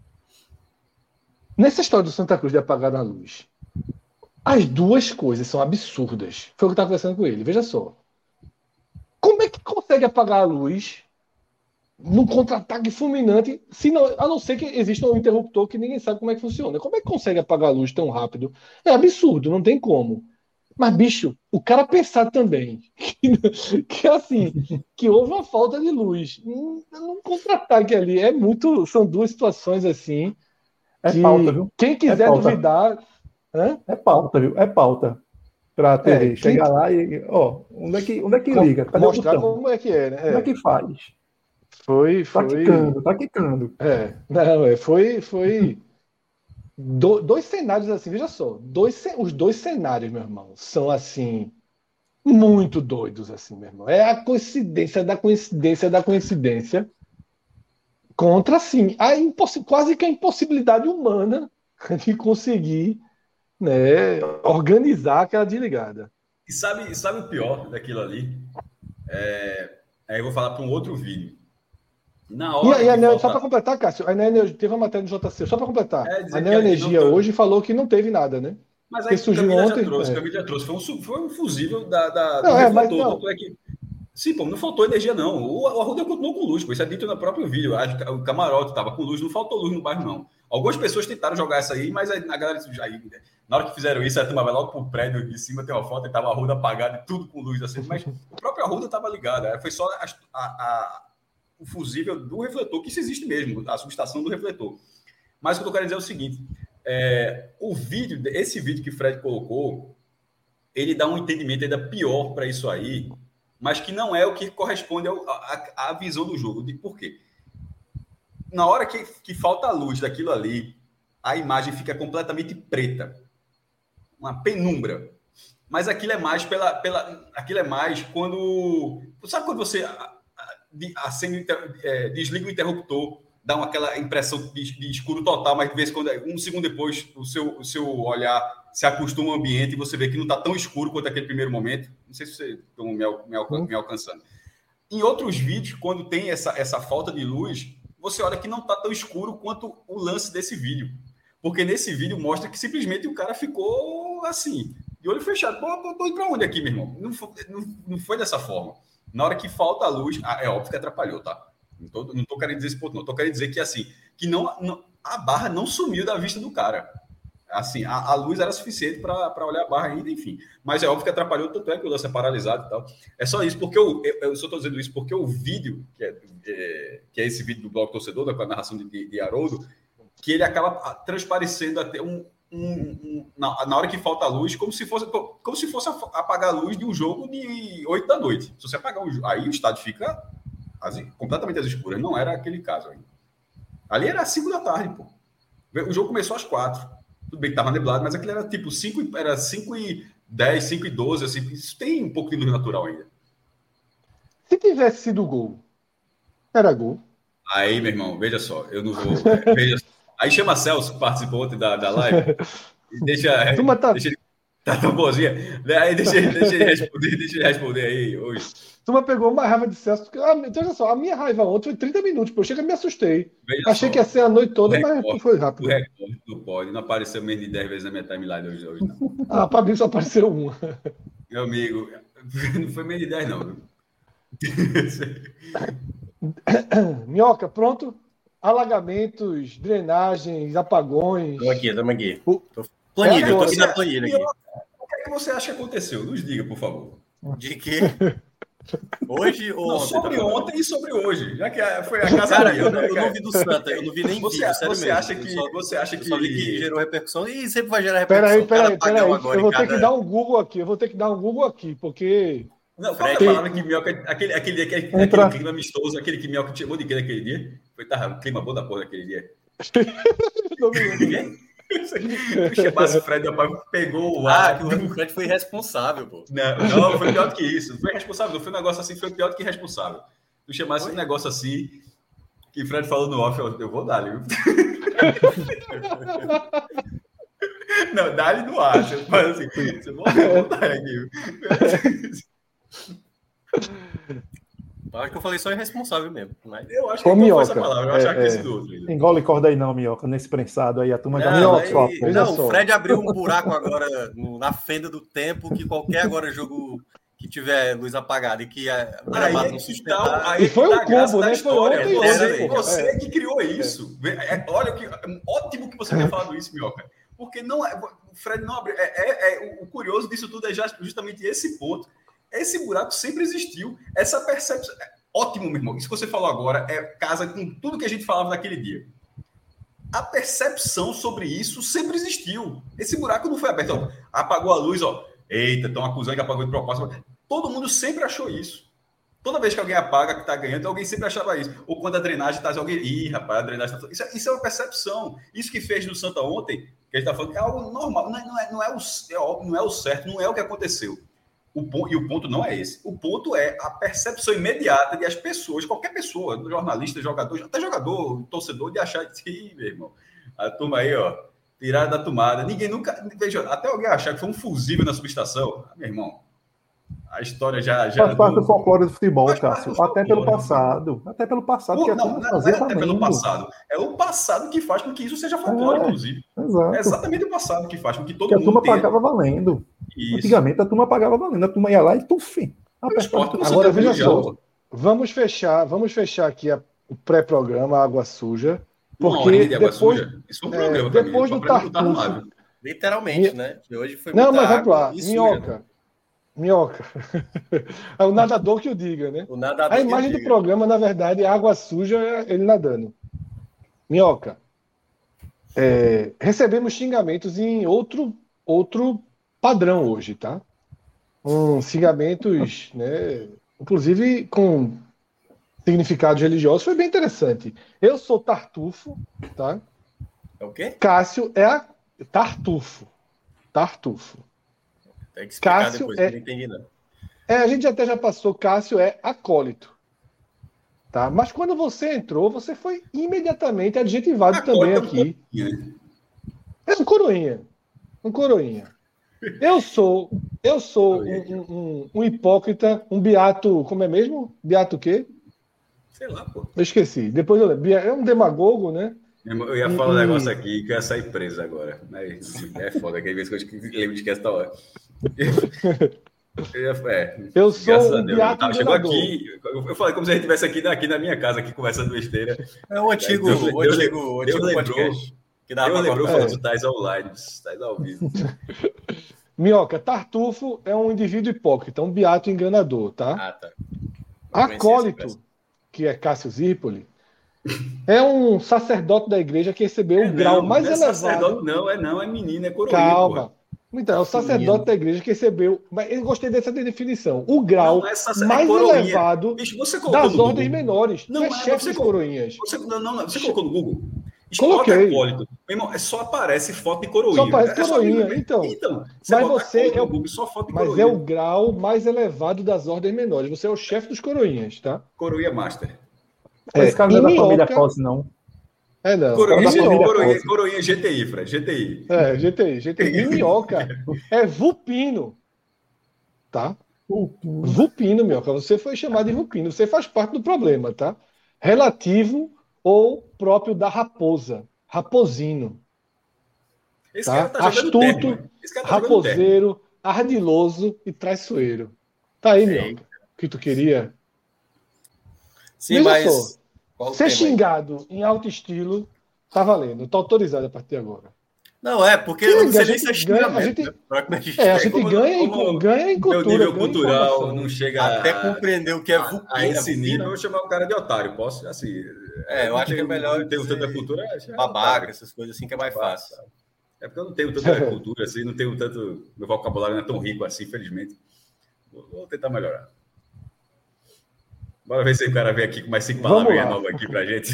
Nessa história do Santa Cruz de apagar a luz, as duas coisas são absurdas. Foi o que eu estava conversando com ele. Veja só. Como é que consegue apagar a luz num contra-ataque fulminante, se não, a não ser que exista um interruptor que ninguém sabe como é que funciona? Como é que consegue apagar a luz tão rápido? É absurdo, não tem como. Mas, bicho, o cara pensar também que, que assim, que houve uma falta de luz num contra-ataque ali, é muito. São duas situações assim. É que pauta, viu? Quem quiser é pauta. duvidar. Hã? É pauta, viu? É pauta. Pra T V. É, Chegar quem... lá e. Ó, onde é que, onde é que liga? Cadê mostrar o botão? como é que é, né? É. Como é que faz? Foi. Tá foi... quicando, tá quicando. É, não, é, foi. foi... Do, dois cenários assim, veja só. Dois, os dois cenários, meu irmão, são assim. Muito doidos, assim, meu irmão. É a coincidência da coincidência da coincidência contra, assim, a imposs... quase que a impossibilidade humana de conseguir, né, organizar aquela desligada. E sabe, sabe o pior daquilo ali? É... Aí eu vou falar para um outro vídeo. Na hora e, e a Neo, falta... Só para completar, Cássio, a Neo, teve uma matéria no J C, só para completar. É a Neo Energia não... hoje falou que não teve nada, né? Mas aí surgiu Camila ontem, já trouxe, é. Camila já trouxe. Foi um, foi um fusível da, da, não, do é, mas refletor. não. É que Sim, pô, não faltou energia, não. O, o Arruda continuou com luz, pô. Isso é dito no próprio vídeo. A, o camarote estava com luz, não faltou luz no bairro, não. Algumas pessoas tentaram jogar essa aí, mas a, a galera já, na hora que fizeram isso, a turma vai logo pro prédio de cima, tem uma foto e tava a Arruda apagada e tudo com luz assim. Mas o próprio Arruda estava ligado. Foi só a, a, a, o fusível do refletor, que isso existe mesmo, a subestação do refletor. Mas o que eu quero dizer é o seguinte: é, o vídeo, esse vídeo que o Fred colocou, ele dá um entendimento ainda pior para isso aí, mas que não é o que corresponde à visão do jogo. De por quê? Na hora que, que falta a luz daquilo ali, a imagem fica completamente preta. Uma penumbra. Mas aquilo é mais pela... pela aquilo é mais quando... Sabe quando você acende, é, desliga o interruptor, dá uma, aquela impressão de, de escuro total, mas de vez em quando, um segundo depois, o seu, o seu olhar se acostuma ao ambiente e você vê que não está tão escuro quanto aquele primeiro momento. Não sei se vocês estão me, me, me alcançando. Em outros vídeos, quando tem essa, essa falta de luz, você olha que não está tão escuro quanto o lance desse vídeo. Porque nesse vídeo mostra que simplesmente o cara ficou assim, de olho fechado. Pô, tô indo para onde aqui, meu irmão? Não foi, não, não foi dessa forma. Na hora que falta a luz, é óbvio que atrapalhou, tá? Não tô, não tô querendo dizer esse ponto, não. Tô querendo dizer que, assim, que não, não, a barra não sumiu da vista do cara. Assim, a, a luz era suficiente para olhar a barra ainda, enfim. Mas é óbvio que atrapalhou, tanto é que o lance é paralisado e tal. É só isso, porque eu, eu, eu só estou dizendo isso porque o vídeo, que é, é, que é esse vídeo do Blog Torcedor, da, com a narração de, de, de Haroldo, que ele acaba transparecendo até um... um, um na, na hora que falta a luz, como se fosse, como se fosse apagar a luz de um jogo de oito da noite. Se você apagar um jogo, aí o estádio fica assim, completamente às escuras. Não era aquele caso aí. Ali era cinco da tarde, pô. O jogo começou às quatro. Tudo bem que estava neblado, mas aquilo era tipo cinco, era cinco e dez, cinco e doze, assim, isso tem um pouco de luz natural ainda. Se tivesse sido gol, era gol. Aí, meu irmão, veja só, eu não vou... veja, aí chama Celso, que participou ontem da, da live, e deixa... Tá... deixa ele, tá tão boazinha. Aí deixa, deixa, ele responder, deixa ele responder aí hoje. Turma pegou uma raiva de Celso. Ah, então, olha só, a minha raiva ontem foi trinta minutos, pô. Eu cheguei e me assustei. Veja Achei só, que ia ser a noite toda, recorde, mas foi rápido. O recorde não pode, não apareceu menos de dez vezes na minha timeline hoje, hoje não. Ah, para mim só apareceu uma. Meu amigo, não foi menos de dez, não. Minhoca, pronto? Alagamentos, drenagens, apagões. Estamos aqui, estamos aqui. O... Planilha, é, eu tô aqui na planilha. Aqui. O que é que você acha que aconteceu? Nos diga, por favor. De quê? Hoje ou não, ontem? Sobre tá ontem e sobre hoje. Já que foi a casa. Cara, eu, não, eu não vi do Santa, eu não vi nem você, vídeo, sério você mesmo. Acha que, só, você acha que... só vi que gerou repercussão e sempre vai gerar repercussão. Peraí, peraí, peraí. Eu vou cada... ter que dar um Google aqui. Eu vou ter que dar um Google aqui, porque... Não, qual é a palavra que Minhoca... Aquele, aquele dia, aquele, aquele clima amistoso, aquele que Minhoca chamou de quê naquele dia? Foi tá, um clima bom da porra daquele dia. Não me lembro. Ninguém? O chamasse o Fred, pegou o ar. Ah, que o Fred foi responsável, pô. Não, não, foi pior do que isso. Não foi responsável, não foi um negócio assim, foi pior do que responsável. Tu chamasse foi? um negócio assim, que o Fred falou no off, eu, eu vou dar-lhe, viu? Não, dá-lhe no ar. Você faz assim, você vou, eu vou dar aqui. Eu acho que eu falei só irresponsável mesmo. Mas... Eu acho que não foi essa palavra, eu é, achava que esse do outro. Engole corda aí não, Minhoca, nesse prensado aí, a turma já não, aí, só, não, não o Fred abriu um buraco agora no, na fenda do tempo que qualquer agora jogo que tiver luz apagada e que a gravata não sustentar... Aí, e foi um combo, né? Foi ontem, você, é, você é. que criou isso. É. Olha, que, ótimo que você tenha falado isso, Minhoca. Porque não é, o Fred não abriu... É, é, é, o curioso disso tudo é justamente esse ponto. Esse buraco sempre existiu. Essa percepção... Ótimo, meu irmão. Isso que você falou agora é casa com tudo que a gente falava naquele dia. A percepção sobre isso sempre existiu. Esse buraco não foi aberto. Ó, apagou a luz, ó. Eita, estão acusando que apagou de propósito. Todo mundo sempre achou isso. Toda vez que alguém apaga que está ganhando, alguém sempre achava isso. Ou quando a drenagem está... Alguém... Ih, rapaz, a drenagem está... Isso, é, isso é uma percepção. Isso que fez no Santa ontem, que a gente está falando que é algo normal. Não é, não é, não é, o, é óbvio, não é o certo, não é o que aconteceu. O ponto, e o ponto não é esse. O ponto é a percepção imediata de as pessoas, qualquer pessoa, jornalista, jogador, até jogador, torcedor, de achar que, meu irmão, a turma aí, ó, tiraram da tomada. Ninguém nunca... Veja, até alguém achar que foi um fusível na subestação. Meu irmão, a história já... já faz parte do folclore do futebol, Cássio. Até pelo passado. Até pelo passado. Pô, não, não é até pelo passado. É o passado que faz com que isso seja folclore, é, inclusive. Exato. É exatamente o passado que faz com que todo que mundo... a turma tenha... pagava valendo. Isso. Antigamente a turma pagava valendo. A turma ia lá e tufim. A O esporte performance- não Agora, se deu veja mundial, só. pô. Vamos fechar, vamos fechar aqui a- o pré-programa Água Suja, Uma porque horinha de água depois, suja. Isso foi um é, programa pra mim. depois Pra do mim não tá Tartufo... armável. Literalmente, Mi- né? Que hoje foi Não, muita mas vamos água lá. e suja. Minhoca. Minhoca. É o nadador que o diga, né? O nadador A que imagem do diga. programa, na verdade, é água suja, é ele nadando. Minhoca. é, recebemos xingamentos em outro, outro padrão hoje, tá? Um, xingamentos, né? Inclusive com significados religiosos, foi bem interessante. Eu sou Tartufo, tá? É o quê? Cássio é a... Tartufo. Tartufo. Tem que explicar Cássio depois, é- que eu não entendi, não. É, a gente até já passou, Cássio é acólito. Tá? Mas quando você entrou, você foi imediatamente adjetivado também Acólito é um aqui. pouquinho, né? É um coroinha. Um coroinha. Eu sou, eu sou um, um- um- um hipócrita, um beato, como é mesmo? Beato o quê? Sei lá, pô. Eu esqueci. Depois eu lembro. Bia- É um demagogo, né? Eu ia E- falar um e- negócio aqui que eu ia sair preso agora. Mas é foda, que às vezes que eu lembro de esquece da hora. Eu, ia- é, Eu sou graças a um Deus. beato Tava- Chegou enganador. aqui, eu eu falei como se a gente estivesse aqui, na- aqui na minha casa, aqui conversando besteira. É o antigo, Deus- o Deus- antigo, o Deus antigo lembrou. podcast. Que dava Eu pra lembrou cortar. falando do Tais online, Tais ao vivo. Minhoca, Tartufo é um indivíduo hipócrita, um beato enganador, tá? Ah, tá. Não conhecia essa Acólito, peça. que é Cássio Zirpoli, é um sacerdote da igreja que recebeu o grau mais não é elevado. sacerdote, não, é não, é menino, é coroinha. Calma. porra. Então, é o sacerdote da igreja que recebeu. Mas eu gostei dessa definição. O grau Não é sacer- é mais coroinha. elevado Bicho, você colocou das no ordens Google? menores. Não Não é é, chefe você dos colocou- coroinhas. Você, não, não, não, você colocou no Google? Coloquei. Coloca acólito. Meu irmão, é só aparece foto de coroinha. Só aparece É só- coroinha, então. Então, você Mas bota você acólito é o- no Google, só foto de Mas coroinha. é o grau mais elevado das ordens menores. Você é o chefe dos coroinhas, tá? Coroinha Master. Esse cara não é e da família minhoca- Fosse, não. É, não. Coroinha, E da família minhoca- coroinha, Fosse. coroinha G T I, Fred. G T I. É, G T I, G T I. E minhoca é Vupino. Tá? Vupino, minhoca. Você foi chamado de Vupino. Você faz parte do problema, tá? Relativo ou próprio da raposa. Raposino. Esse Tá? cara tá jogando Astuto, terno, mano. Esse cara tá jogando terno. raposeiro, ardiloso e traiçoeiro. Tá aí, Sim. minhoca. O que tu queria? Sim, Veja mas. só, Qual o Ser tema aí? xingado em alto estilo tá valendo. Tá autorizado a partir de agora. Não, é, porque Sim, eu não sei a nem gente se é ganha- a xingamento, gente- né? Pra como a gente É, a tem. gente como- ganha, em, como ganha em Meu cultura. nível ganha em cultural informação. não chega Até a, compreender o que é a, Vupino. a esse é nível, eu Vupino, vou chamar o cara de otário. Posso, assim. É, eu não acho que é tenho- melhor Não tenho dizer tanta cultura. é babaca, otário. essas coisas assim que é mais fácil. É porque eu não tenho tanta cultura, assim, não tenho tanto. Meu vocabulário não é tão rico assim, infelizmente. Vou, vou tentar melhorar. Bora ver se o cara vem aqui com mais cinco Vamos palavrinhas lá. novas aqui pra gente.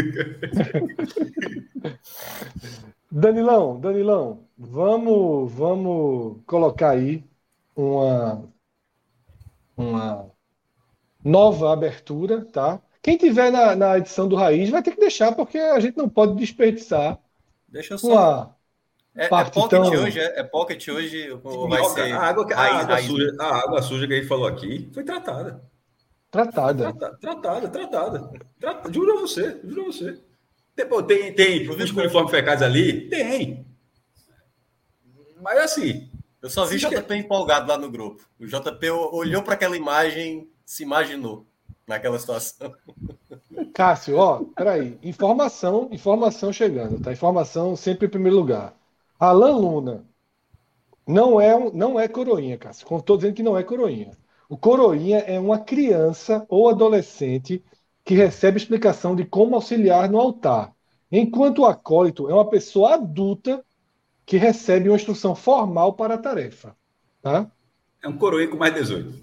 Danilão, Danilão, vamos, vamos colocar aí uma, uma nova abertura, tá? Quem tiver na, na edição do Raiz vai ter que deixar, porque a gente não pode desperdiçar Deixa eu só. uma. É, é parte pocket tão- hoje? É, é pocket hoje? Ou vai Minhoca, ser a, água, que- a, raiz, água raiz? suja, a água suja que a gente falou aqui foi tratada. Tratada. Tratada, tratada, tratada. Trata- juro a você, juro a você. Tem, pô, tem, tem os coliformes fecais ali? Tem. Mas assim, Eu só vi o Sim, J P empolgado lá no grupo. O J P olhou para aquela imagem, se imaginou naquela situação. Cássio, ó, peraí. Informação, informação chegando, tá? Informação sempre em primeiro lugar. Alan Luna não é, um- não é coroinha, Cássio. Estou dizendo que não é coroinha. O coroinha é uma criança ou adolescente que recebe explicação de como auxiliar no altar. Enquanto o acólito é uma pessoa adulta que recebe uma instrução formal para a tarefa. Tá? é um coroinha com mais dezoito.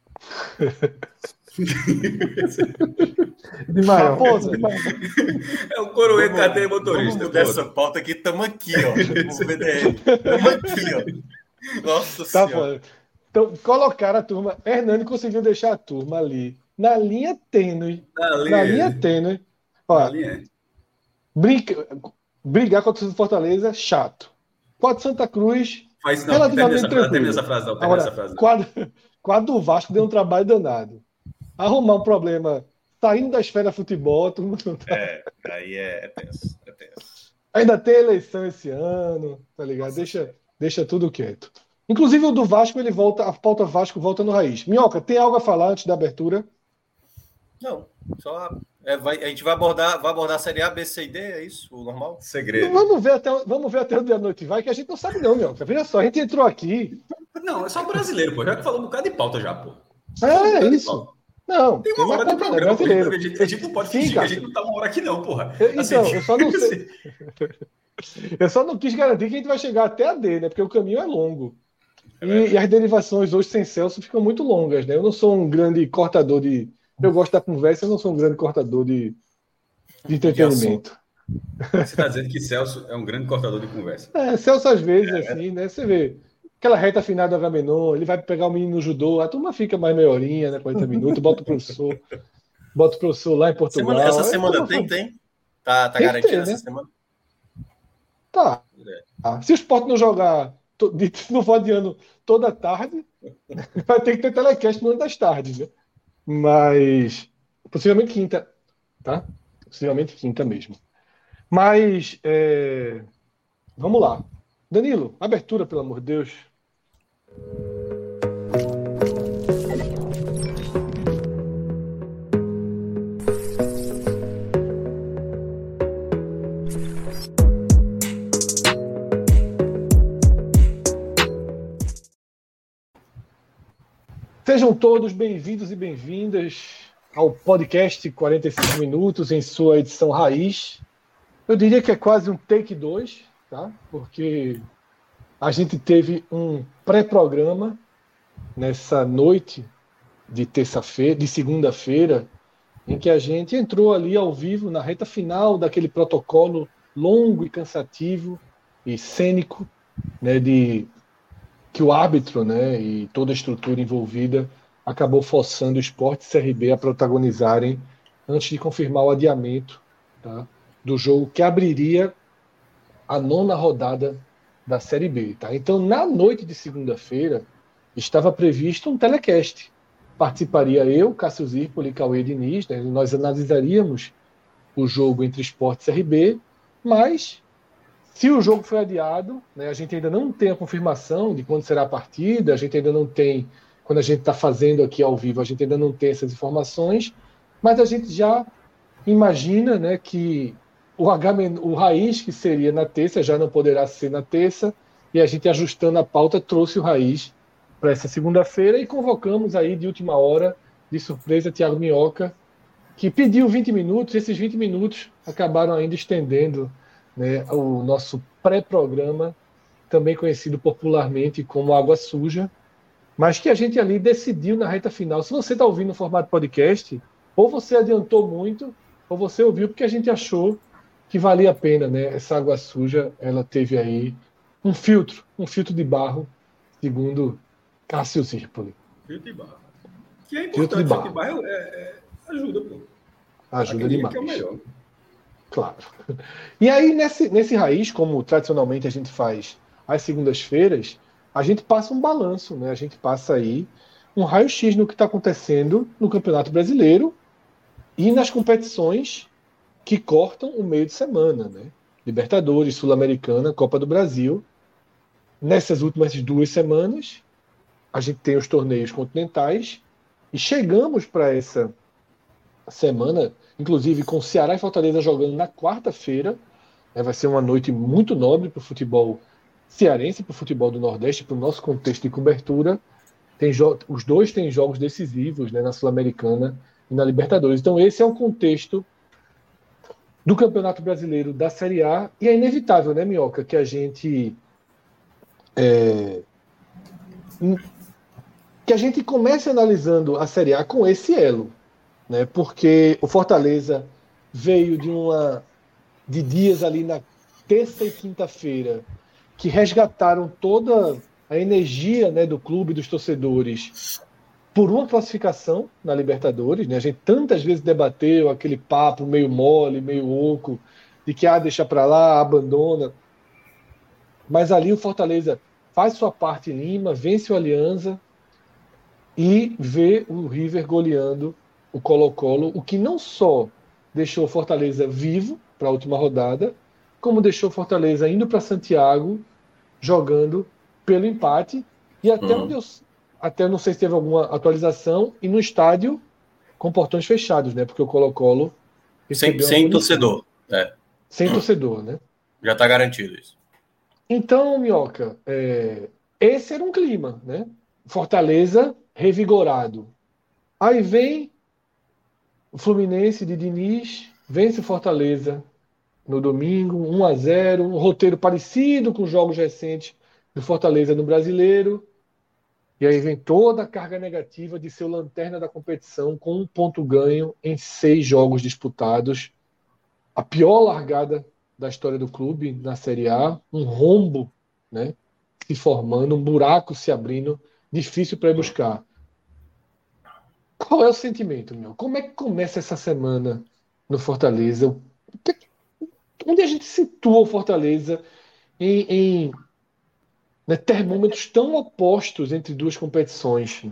De maior. Raposa, É um coroinha com Vamos- carteira de motorista. Vamos mudar pô. essa pauta aqui, estamos aqui, ó. O V D M. Estamos aqui, ó. Nossa tá Senhora. foda. Então, colocaram a turma. Hernani conseguiu deixar a turma ali, na linha tênue. Na linha, Na linha tênue. Ó, na linha. brinca- brigar contra o Fortaleza, chato. Quadro Santa Cruz, Faz, não, termina relativamente essa, frase, termina tranquilo. essa frase, não. Termina essa Agora, frase, não. quadro, quadro do Vasco deu um trabalho danado. Arrumar um problema saindo da esfera futebol, a turma não tá- É, aí é, é tenso, é tenso. ainda tem eleição esse ano, tá ligado? Deixa, deixa tudo quieto. Inclusive o do Vasco, ele volta, a pauta Vasco volta no Raiz. Minhoca, tem algo a falar antes da abertura? Não, só é, vai, a gente vai abordar, vai abordar a Série A, B, C e D, é isso? O normal? Segredo. Vamos ver até, vamos ver até onde a noite vai, que a gente não sabe não, Minhoca. Veja só, a gente entrou aqui... Não, é só brasileiro, pô. Já que falou um bocado de pauta já, pô. É, é isso. Não, tem uma hora de pauta, programa, pô. brasileiro. A gente, a gente não pode Sim, fingir cara. que a gente não tá uma hora aqui não, porra. Eu, Assim, então, eu só não sei... assim. Eu só não quis garantir que a gente vai chegar até a D, né? Porque o caminho é longo. E, e as derivações hoje sem Celso ficam muito longas, né? Eu não sou um grande cortador de... Eu gosto da conversa, eu não sou um grande cortador de, de entretenimento. Você está dizendo que Celso é um grande cortador de conversa. É, Celso às vezes, é, assim, né? Você vê aquela reta final do Agamenon, ele vai pegar o menino no judô, a turma fica mais meia horinha, né? quarenta minutos, bota o professor, bota o professor lá em Portugal. Semana, essa aí, semana tem, fala, tem? Tá, tá tem garantido ter, essa né? semana? Tá. É. Ah, se o Sport não jogar to, de, no fim de ano toda tarde, vai ter que ter telecast no ano das tardes, né? Mas possivelmente quinta, tá? Possivelmente quinta mesmo. Mas é, vamos lá. Danilo, abertura, pelo amor de Deus. Sejam todos bem-vindos e bem-vindas ao podcast quarenta e cinco minutos em sua edição raiz. Eu diria que é quase um take dois, tá? Porque a gente teve um pré-programa nessa noite de terça-feira, de segunda-feira, em que a gente entrou ali ao vivo na reta final daquele protocolo longo e cansativo e cênico, né, de que o árbitro, né, e toda a estrutura envolvida acabou forçando o Sport e C R B a protagonizarem antes de confirmar o adiamento, tá, do jogo que abriria a nona rodada da Série B. Tá? Então, na noite de segunda-feira, estava previsto um telecast. Participaria eu, Cássio Zirpoli e Cauê Diniz, né, nós analisaríamos o jogo entre Sport e C R B, mas... se o jogo foi adiado, né, a gente ainda não tem a confirmação de quando será a partida, a gente ainda não tem, quando a gente está fazendo aqui ao vivo, a gente ainda não tem essas informações, mas a gente já imagina, né, que o, H, o Raiz, que seria na terça, já não poderá ser na terça, e a gente, ajustando a pauta, trouxe o Raiz para essa segunda-feira e convocamos aí de última hora, de surpresa, Thiago Minhoca, que pediu vinte minutos, e esses vinte minutos acabaram ainda estendendo, né, o nosso pré-programa, também conhecido popularmente como Água Suja, mas que a gente ali decidiu na reta final. Se você está ouvindo no formato podcast, ou você adiantou muito, ou você ouviu porque a gente achou que valia a pena, né? Essa Água Suja, ela teve aí um filtro, um filtro de barro, segundo Cássio Zirpoli. Filtro de barro. Que é Filtro de importante, barro. filtro de barro é, é, ajuda, pô. Ajuda Aquele demais. que é o melhor. Claro. E aí, nesse, nesse Raiz, como tradicionalmente a gente faz às segundas-feiras, a gente passa um balanço, né? A gente passa aí um raio-x no que está acontecendo no Campeonato Brasileiro e nas competições que cortam o meio de semana, né? Libertadores, Sul-Americana, Copa do Brasil. Nessas últimas duas semanas, a gente tem os torneios continentais e chegamos para essa semana, inclusive com Ceará e Fortaleza jogando na quarta-feira, né, vai ser uma noite muito nobre para o futebol cearense, para o futebol do Nordeste, para o nosso contexto de cobertura. Tem os dois têm jogos decisivos, né, na Sul-Americana e na Libertadores. Então esse é o contexto do Campeonato Brasileiro da Série A, e é inevitável, né, Minhoca, que a gente é, que a gente comece analisando a Série A com esse elo, né, porque o Fortaleza veio de uma de dias ali na terça e quinta-feira que resgataram toda a energia, né, do clube, dos torcedores, por uma classificação na Libertadores, né? A gente tantas vezes debateu aquele papo meio mole, meio oco, de que ah, deixa para lá, abandona. Mas ali o Fortaleza faz sua parte em Lima, vence o Alianza e vê o River goleando o Colo-Colo, o que não só deixou o Fortaleza vivo para a última rodada, como deixou o Fortaleza indo para Santiago jogando pelo empate E até uhum. onde eu, até eu não sei se teve alguma atualização, e no estádio com portões fechados, né? Porque o Colo-Colo recebeu sem, sem torcedor. É. Sem torcedor, né? Já está garantido isso. Então, Minhoca, é, esse era um clima, né? Fortaleza revigorado. Aí vem o Fluminense de Diniz, vence o Fortaleza no domingo, um a zero, um roteiro parecido com os jogos recentes do Fortaleza no Brasileiro. E aí vem toda a carga negativa de ser o lanterna da competição com um ponto ganho em seis jogos disputados. A pior largada da história do clube na Série A, um rombo, né, se formando, um buraco se abrindo, difícil para ir buscar. Qual é o sentimento, meu? Como é que começa essa semana no Fortaleza? Onde a gente situa o Fortaleza em, em né, termômetros tão opostos entre duas competições?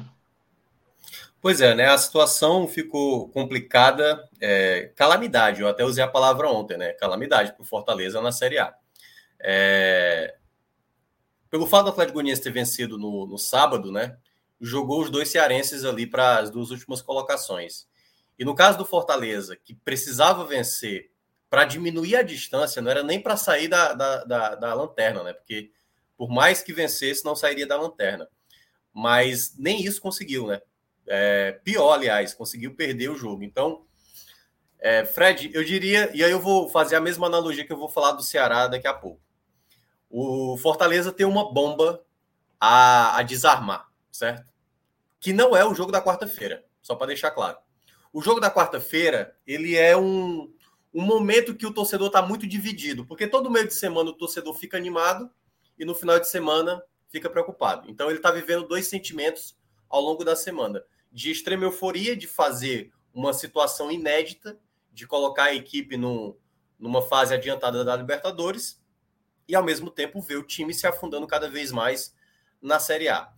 Pois é, né? A situação ficou complicada, é, calamidade, eu até usei a palavra ontem, né? Calamidade para o Fortaleza na Série A. É, pelo fato do Atlético Goianiense ter vencido no, no sábado, né? Jogou os dois cearenses ali para as duas últimas colocações. E no caso do Fortaleza, que precisava vencer para diminuir a distância, não era nem para sair da, da, da, da lanterna, né? Porque por mais que vencesse, não sairia da lanterna. Mas nem isso conseguiu, né? É, pior, aliás, conseguiu perder o jogo. Então, é, Fred, eu diria, e aí eu vou fazer a mesma analogia que eu vou falar do Ceará daqui a pouco. O Fortaleza tem uma bomba a, a desarmar, certo? Que não é o jogo da quarta-feira, só para deixar claro. O jogo da quarta-feira, ele é um, um momento que o torcedor está muito dividido, porque todo meio de semana o torcedor fica animado e no final de semana fica preocupado. Então, ele está vivendo dois sentimentos ao longo da semana, de extrema euforia, de fazer uma situação inédita, de colocar a equipe no, numa fase adiantada da Libertadores, e ao mesmo tempo ver o time se afundando cada vez mais na Série A.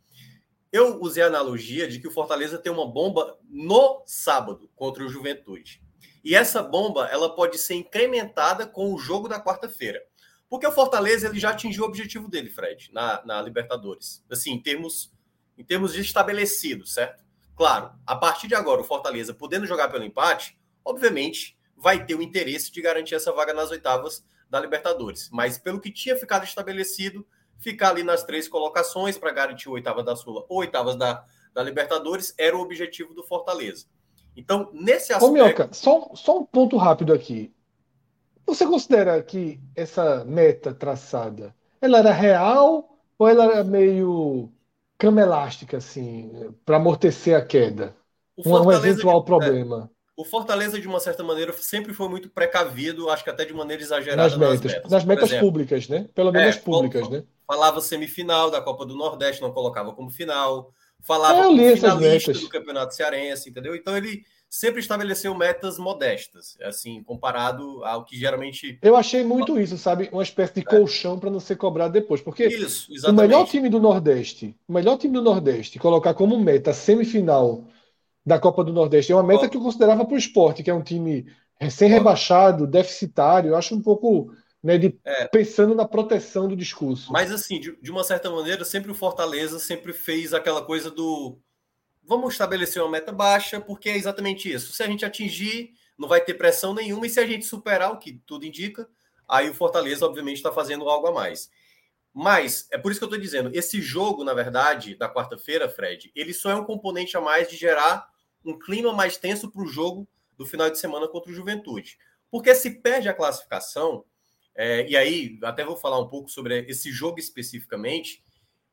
Eu usei a analogia de que o Fortaleza tem uma bomba no sábado contra o Juventude. E essa bomba ela pode ser incrementada com o jogo da quarta-feira. Porque o Fortaleza ele já atingiu o objetivo dele, Fred, na, na Libertadores. Assim, em termos... em termos de estabelecido, certo? Claro, a partir de agora, o Fortaleza, podendo jogar pelo empate, obviamente, vai ter o interesse de garantir essa vaga nas oitavas da Libertadores. Mas pelo que tinha ficado estabelecido, ficar ali nas três colocações para garantir o oitava da Sula ou oitavas da, da Libertadores era o objetivo do Fortaleza. Então, nesse aspecto... Ô, Minhoca, só, só um ponto rápido aqui. Você considera que essa meta traçada, ela era real ou ela era meio... cama elástica, assim, para amortecer a queda? Um, um eventual de, problema. É, o Fortaleza, de uma certa maneira, sempre foi muito precavido, acho que até de maneira exagerada nas metas. Nas metas, nas metas exemplo, públicas, né? Pelo menos é, públicas, né? Falava semifinal da Copa do Nordeste, não colocava como final. Falava é, como finalista do Campeonato Cearense, entendeu? Então ele sempre estabeleceu metas modestas, assim, comparado ao que geralmente... Eu achei muito isso, sabe? Uma espécie de é. colchão para não ser cobrado depois. Porque isso, o melhor time do Nordeste, o melhor time do Nordeste, colocar como meta a semifinal da Copa do Nordeste, é uma meta oh. que eu considerava para o esporte, que é um time recém-rebaixado, deficitário. Eu acho um pouco... Né, de, é. pensando na proteção do discurso. Mas, assim, de, de uma certa maneira, sempre o Fortaleza sempre fez aquela coisa do... Vamos estabelecer uma meta baixa, porque é exatamente isso. Se a gente atingir, não vai ter pressão nenhuma, e se a gente superar, o que tudo indica, aí o Fortaleza, obviamente, está fazendo algo a mais. Mas, é por isso que eu estou dizendo, esse jogo, na verdade, da quarta-feira, Fred, ele só é um componente a mais de gerar um clima mais tenso para o jogo do final de semana contra o Juventude. Porque se perde a classificação, é, e aí até vou falar um pouco sobre esse jogo especificamente,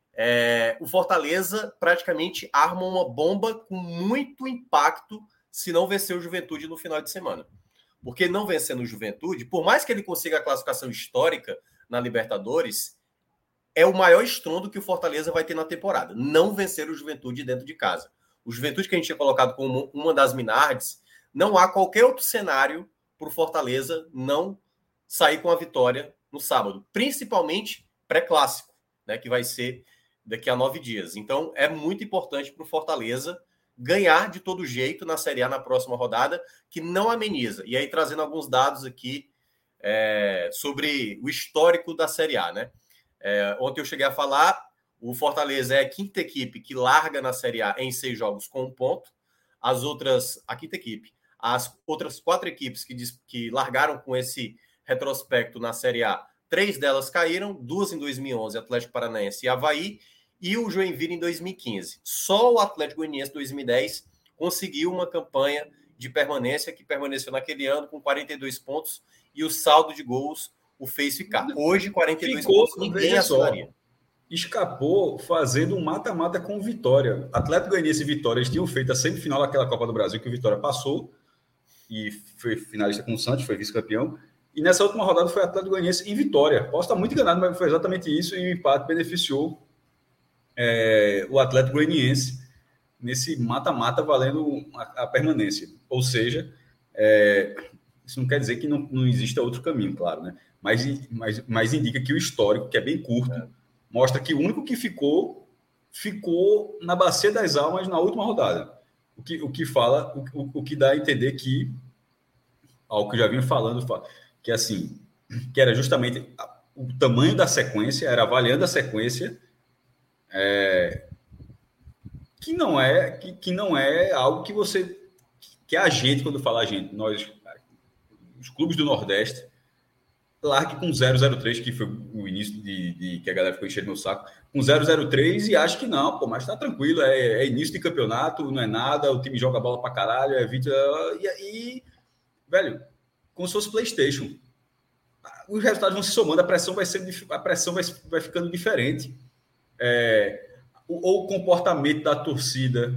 É, o Fortaleza praticamente arma uma bomba com muito impacto se não vencer o Juventude no final de semana. Porque não vencendo o Juventude, por mais que ele consiga a classificação histórica na Libertadores, é o maior estrondo que o Fortaleza vai ter na temporada. Não vencer o Juventude dentro de casa. O Juventude que a gente tinha colocado como uma das Minardes, não há qualquer outro cenário para o Fortaleza não sair com a vitória no sábado. Principalmente pré-clássico, né, que vai ser daqui a nove dias. Então, é muito importante para o Fortaleza ganhar de todo jeito na Série A na próxima rodada, que não ameniza. E aí, trazendo alguns dados aqui é, sobre o histórico da Série A, né? É, ontem eu cheguei a falar, O Fortaleza é a quinta equipe que larga na Série A em seis jogos com um ponto. As outras, a quinta equipe, as outras quatro equipes que, que largaram com esse retrospecto na Série A, três delas caíram, duas em dois mil e onze, Atlético Paranaense e Avaí, e o Joinville em dois mil e quinze. Só o Atlético Goianiense em dois mil e dez conseguiu uma campanha de permanência, que permaneceu naquele ano com quarenta e dois pontos, e o saldo de gols o fez ficar. Hoje, quarenta e dois Ficou, pontos, ninguém assinaria. Escapou fazendo um mata-mata com Vitória. Atlético Goianiense e Vitória, eles tinham feito a semifinal daquela Copa do Brasil, que o Vitória passou, e foi finalista com o Santos, foi vice-campeão. E nessa última rodada foi Atlético Goianiense e Vitória. Posso estar muito enganado, mas foi exatamente isso, e o empate beneficiou é, o Atlético Goianiense nesse mata-mata valendo a, a permanência. Ou seja, é, isso não quer dizer que não, não exista outro caminho, claro, né? Mas, mas, mas indica que o histórico, que é bem curto, é. mostra que o único que ficou, ficou na Bacia das Almas na última rodada. O que, o que fala, o, o que dá a entender que, ao que eu já vinha falando, que assim, que era justamente o tamanho da sequência, era avaliando a sequência, é, que não é que, que não é algo que você, que a gente, quando fala a gente, nós, os clubes do Nordeste, largue com zero zero três, que foi o início de, de que a galera ficou enchendo meu saco, com zero zero três, e acho que não, pô, mas tá tranquilo, é, é início de campeonato, não é nada, o time joga bola pra caralho, é vinte, e aí, velho, como se fosse PlayStation. Os resultados vão se somando, a pressão vai ser, a pressão vai, vai ficando diferente. É, ou o comportamento da torcida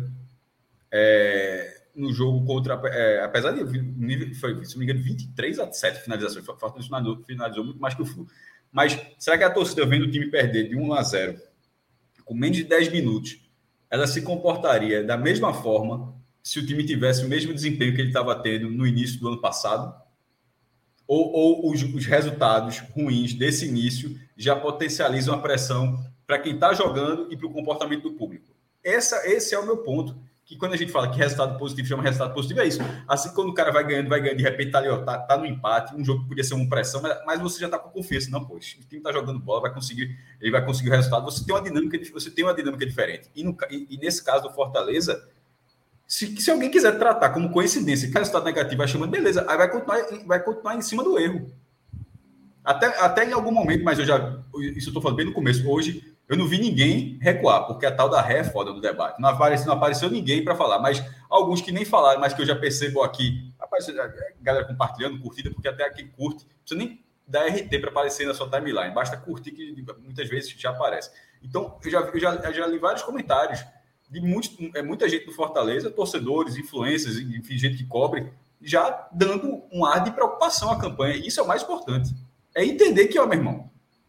é, no jogo contra, é, apesar de nível, foi, se não me engano, vinte e três a sete finalizações, o Fortaleza finalizou muito mais que o Flu. Mas será que a torcida, vendo o time perder de um a zero com menos de dez minutos, ela se comportaria da mesma forma se o time tivesse o mesmo desempenho que ele estava tendo no início do ano passado? Ou, ou os, os resultados ruins desse início já potencializam a pressão para quem está jogando e para o comportamento do público? Essa, esse é o meu ponto. Que quando a gente fala que resultado positivo chama resultado positivo, é isso. Assim, quando o cara vai ganhando, vai ganhando, de repente tá ali, ó, tá, tá no empate, um jogo que podia ser uma pressão, mas, mas você já tá com confiança. Não, pô, o time tá jogando bola, vai conseguir, ele vai conseguir o resultado. Você tem uma dinâmica, você tem uma dinâmica diferente. E, no, e, e nesse caso do Fortaleza, se, se alguém quiser tratar como coincidência que resultado negativo vai chamando, beleza, aí vai continuar, vai continuar em cima do erro. Até, até em algum momento, mas eu já, isso eu tô falando bem no começo, hoje, eu não vi ninguém recuar, porque a tal da ré é foda do debate. Não apareceu, não apareceu ninguém para falar, mas alguns que nem falaram, mas que eu já percebo aqui, apareceu a galera compartilhando, curtida, porque até quem curte, não precisa nem dar R T para aparecer na sua timeline, basta curtir, que muitas vezes já aparece. Então, eu já, eu já, eu já li vários comentários de muitos, é, muita gente do Fortaleza, torcedores, influencers, enfim, gente que cobre, já dando um ar de preocupação à campanha. Isso é o mais importante. É entender que, ó, meu irmão,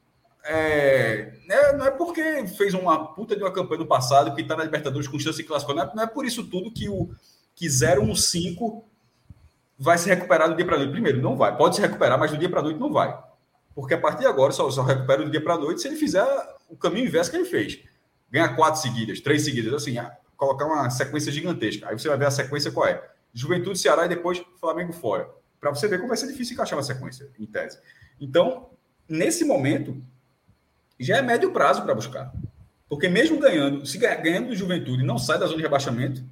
É, não é porque fez uma puta de uma campanha no passado, que está na Libertadores com chance de classificar, não é, não é por isso tudo que o que zero um cinco vai se recuperar do dia para noite. Primeiro, não vai. Pode se recuperar, mas do dia para noite não vai. Porque a partir de agora só, só recupera do dia para noite se ele fizer o caminho inverso que ele fez. Ganhar quatro seguidas, três seguidas, assim, colocar uma sequência gigantesca. Aí você vai ver a sequência qual é. Juventude, Ceará e depois Flamengo fora. Para você ver como vai ser difícil encaixar uma sequência, em tese. Então, nesse momento, já é médio prazo para buscar. Porque mesmo ganhando, se ganhando do Juventude, não sai da zona de rebaixamento,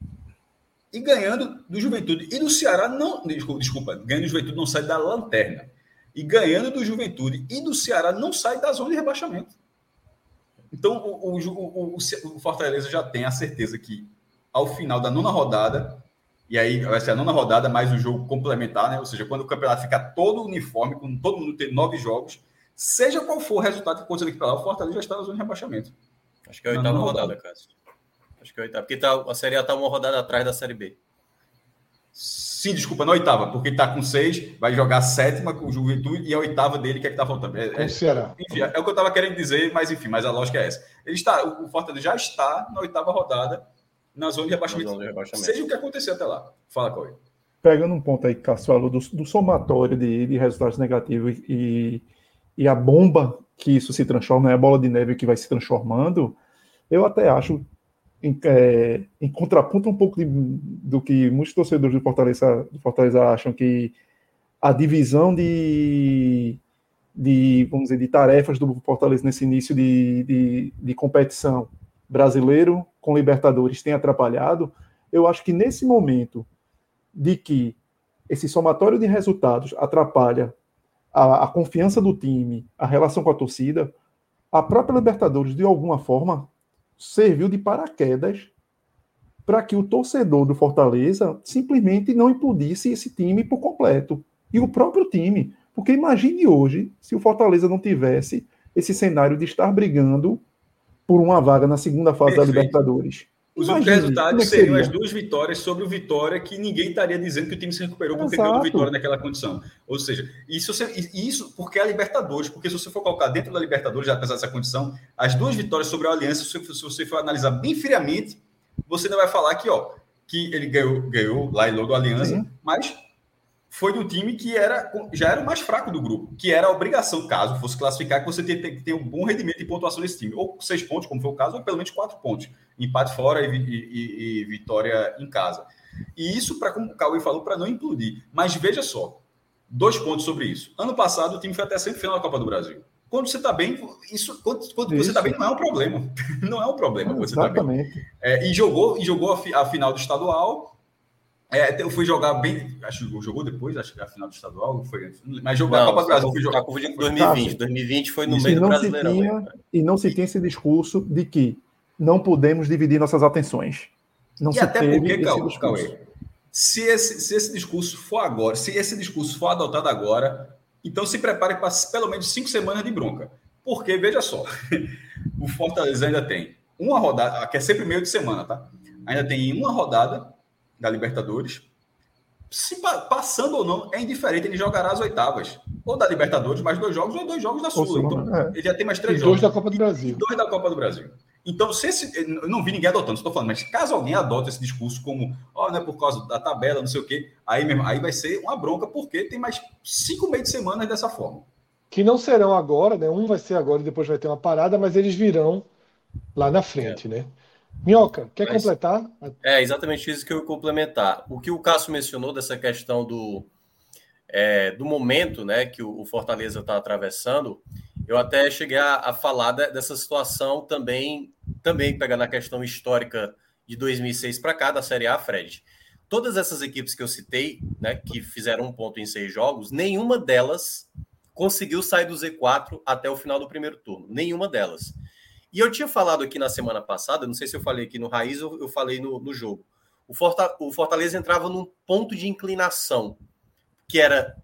e ganhando do Juventude e do Ceará, não, desculpa, ganhando do Juventude não sai da lanterna. E ganhando do Juventude e do Ceará não sai da zona de rebaixamento. Então, o, o, o, o Fortaleza já tem a certeza que, ao final da nona rodada, e aí vai ser a nona rodada mais o jogo complementar, né? Ou seja, quando o campeonato ficar todo uniforme, com todo mundo ter nove jogos, seja qual for o resultado que acontecer aqui para lá, o Fortaleza já está na zona de rebaixamento. Acho que é a oitava rodada, rodada, Cássio. Acho que é a oitava. Porque tá, a Série A está uma rodada atrás da Série B. Sim, desculpa, na oitava, porque está com seis, vai jogar a sétima com o Juventude e a oitava dele, que é que está faltando. É, é, Ceará. Enfim, é o que eu estava querendo dizer, mas enfim, mas a lógica é essa. Ele está, o Fortaleza já está na oitava rodada, na zona de rebaixamento, zona de rebaixamento. Seja o que acontecer até lá. Fala, Cauê. Pegando um ponto aí que o Cássio falou do, do somatório de, de resultados negativos e, e a bomba que isso se transforma, é a bola de neve que vai se transformando, eu até acho, em, é, em contraponto um pouco de, do que muitos torcedores do Fortaleza, do Fortaleza acham, que a divisão de, de, vamos dizer, de tarefas do Fortaleza nesse início de, de, de competição brasileiro com Libertadores tem atrapalhado, eu acho que nesse momento de que esse somatório de resultados atrapalha a, a confiança do time, a relação com a torcida, a própria Libertadores, de alguma forma, serviu de paraquedas para que o torcedor do Fortaleza simplesmente não implodisse esse time por completo. E o próprio time. Porque imagine hoje, se o Fortaleza não tivesse esse cenário de estar brigando por uma vaga na segunda fase Perfeito. da Libertadores. Os únicos resultados é seriam as duas vitórias sobre o Vitória, que ninguém estaria dizendo que o time se recuperou porque ganhou do Vitória naquela condição. Ou seja, isso, isso porque é a Libertadores, porque se você for colocar dentro da Libertadores, apesar dessa condição, as duas vitórias sobre a Aliança, se você for analisar bem friamente, você não vai falar que, ó, que ele ganhou, ganhou lá e logo a Aliança, Sim. mas foi do time que era, já era o mais fraco do grupo, que era a obrigação, caso fosse classificar, que você tem que ter um bom rendimento de pontuação nesse time. Ou seis pontos, como foi o caso, ou pelo menos quatro pontos. Empate fora e, e, e, e vitória em casa. E isso, para como o Cauê falou, para não implodir. Mas veja só, dois pontos sobre isso. Ano passado, o time foi até semifinal da Copa do Brasil. Quando você está bem, isso, quando, quando isso. você está bem, não é um problema. Não é um problema quando você está bem. É, e jogou, e jogou a, fi, a final do estadual. É, eu fui jogar bem, acho que jogou depois, acho que a final do estadual foi, mas jogou não, a Copa do Brasil. Fui jogar com dois mil e vinte. dois mil e vinte foi no meio do Brasileirão. Tinha, e não se tinha esse discurso de que não podemos dividir nossas atenções. Não e se até teve porque, esse Cauê, discurso. Cauê, se, esse, se esse discurso for agora, se esse discurso for adotado agora, então se prepare para pelo menos cinco semanas de bronca. Porque, veja só, o Fortaleza ainda tem uma rodada, que é sempre meio de semana, tá? Ainda tem uma rodada da Libertadores. Se passando ou não, é indiferente, ele jogará as oitavas. Ou da Libertadores, mais dois jogos, ou dois jogos da Sula. Então, é. ele já tem mais três e jogos. dois da Copa do Brasil. E dois da Copa do Brasil. Então, se esse, eu não vi ninguém adotando, estou falando, mas caso alguém adote esse discurso como, ó, oh, não é por causa da tabela, não sei o quê, aí, mesmo, aí vai ser uma bronca, porque tem mais cinco meios de semana dessa forma. Que não serão agora, né? Um vai ser agora e depois vai ter uma parada, mas eles virão lá na frente, é. né? Minhoca, quer Mas, completar? É exatamente isso que eu ia complementar. O que o Cássio mencionou dessa questão do, é, do momento, né, que o Fortaleza está atravessando, eu até cheguei a, a falar de, dessa situação também, também pegando a questão histórica de dois mil e seis para cá, da Série A, Fred. Todas essas equipes que eu citei, né, que fizeram um ponto em seis jogos, nenhuma delas conseguiu sair do Z quatro até o final do primeiro turno. Nenhuma delas. E eu tinha falado aqui na semana passada, não sei se eu falei aqui no Raiz ou eu falei no, no jogo, o, Forta, o Fortaleza entrava num ponto de inclinação, que era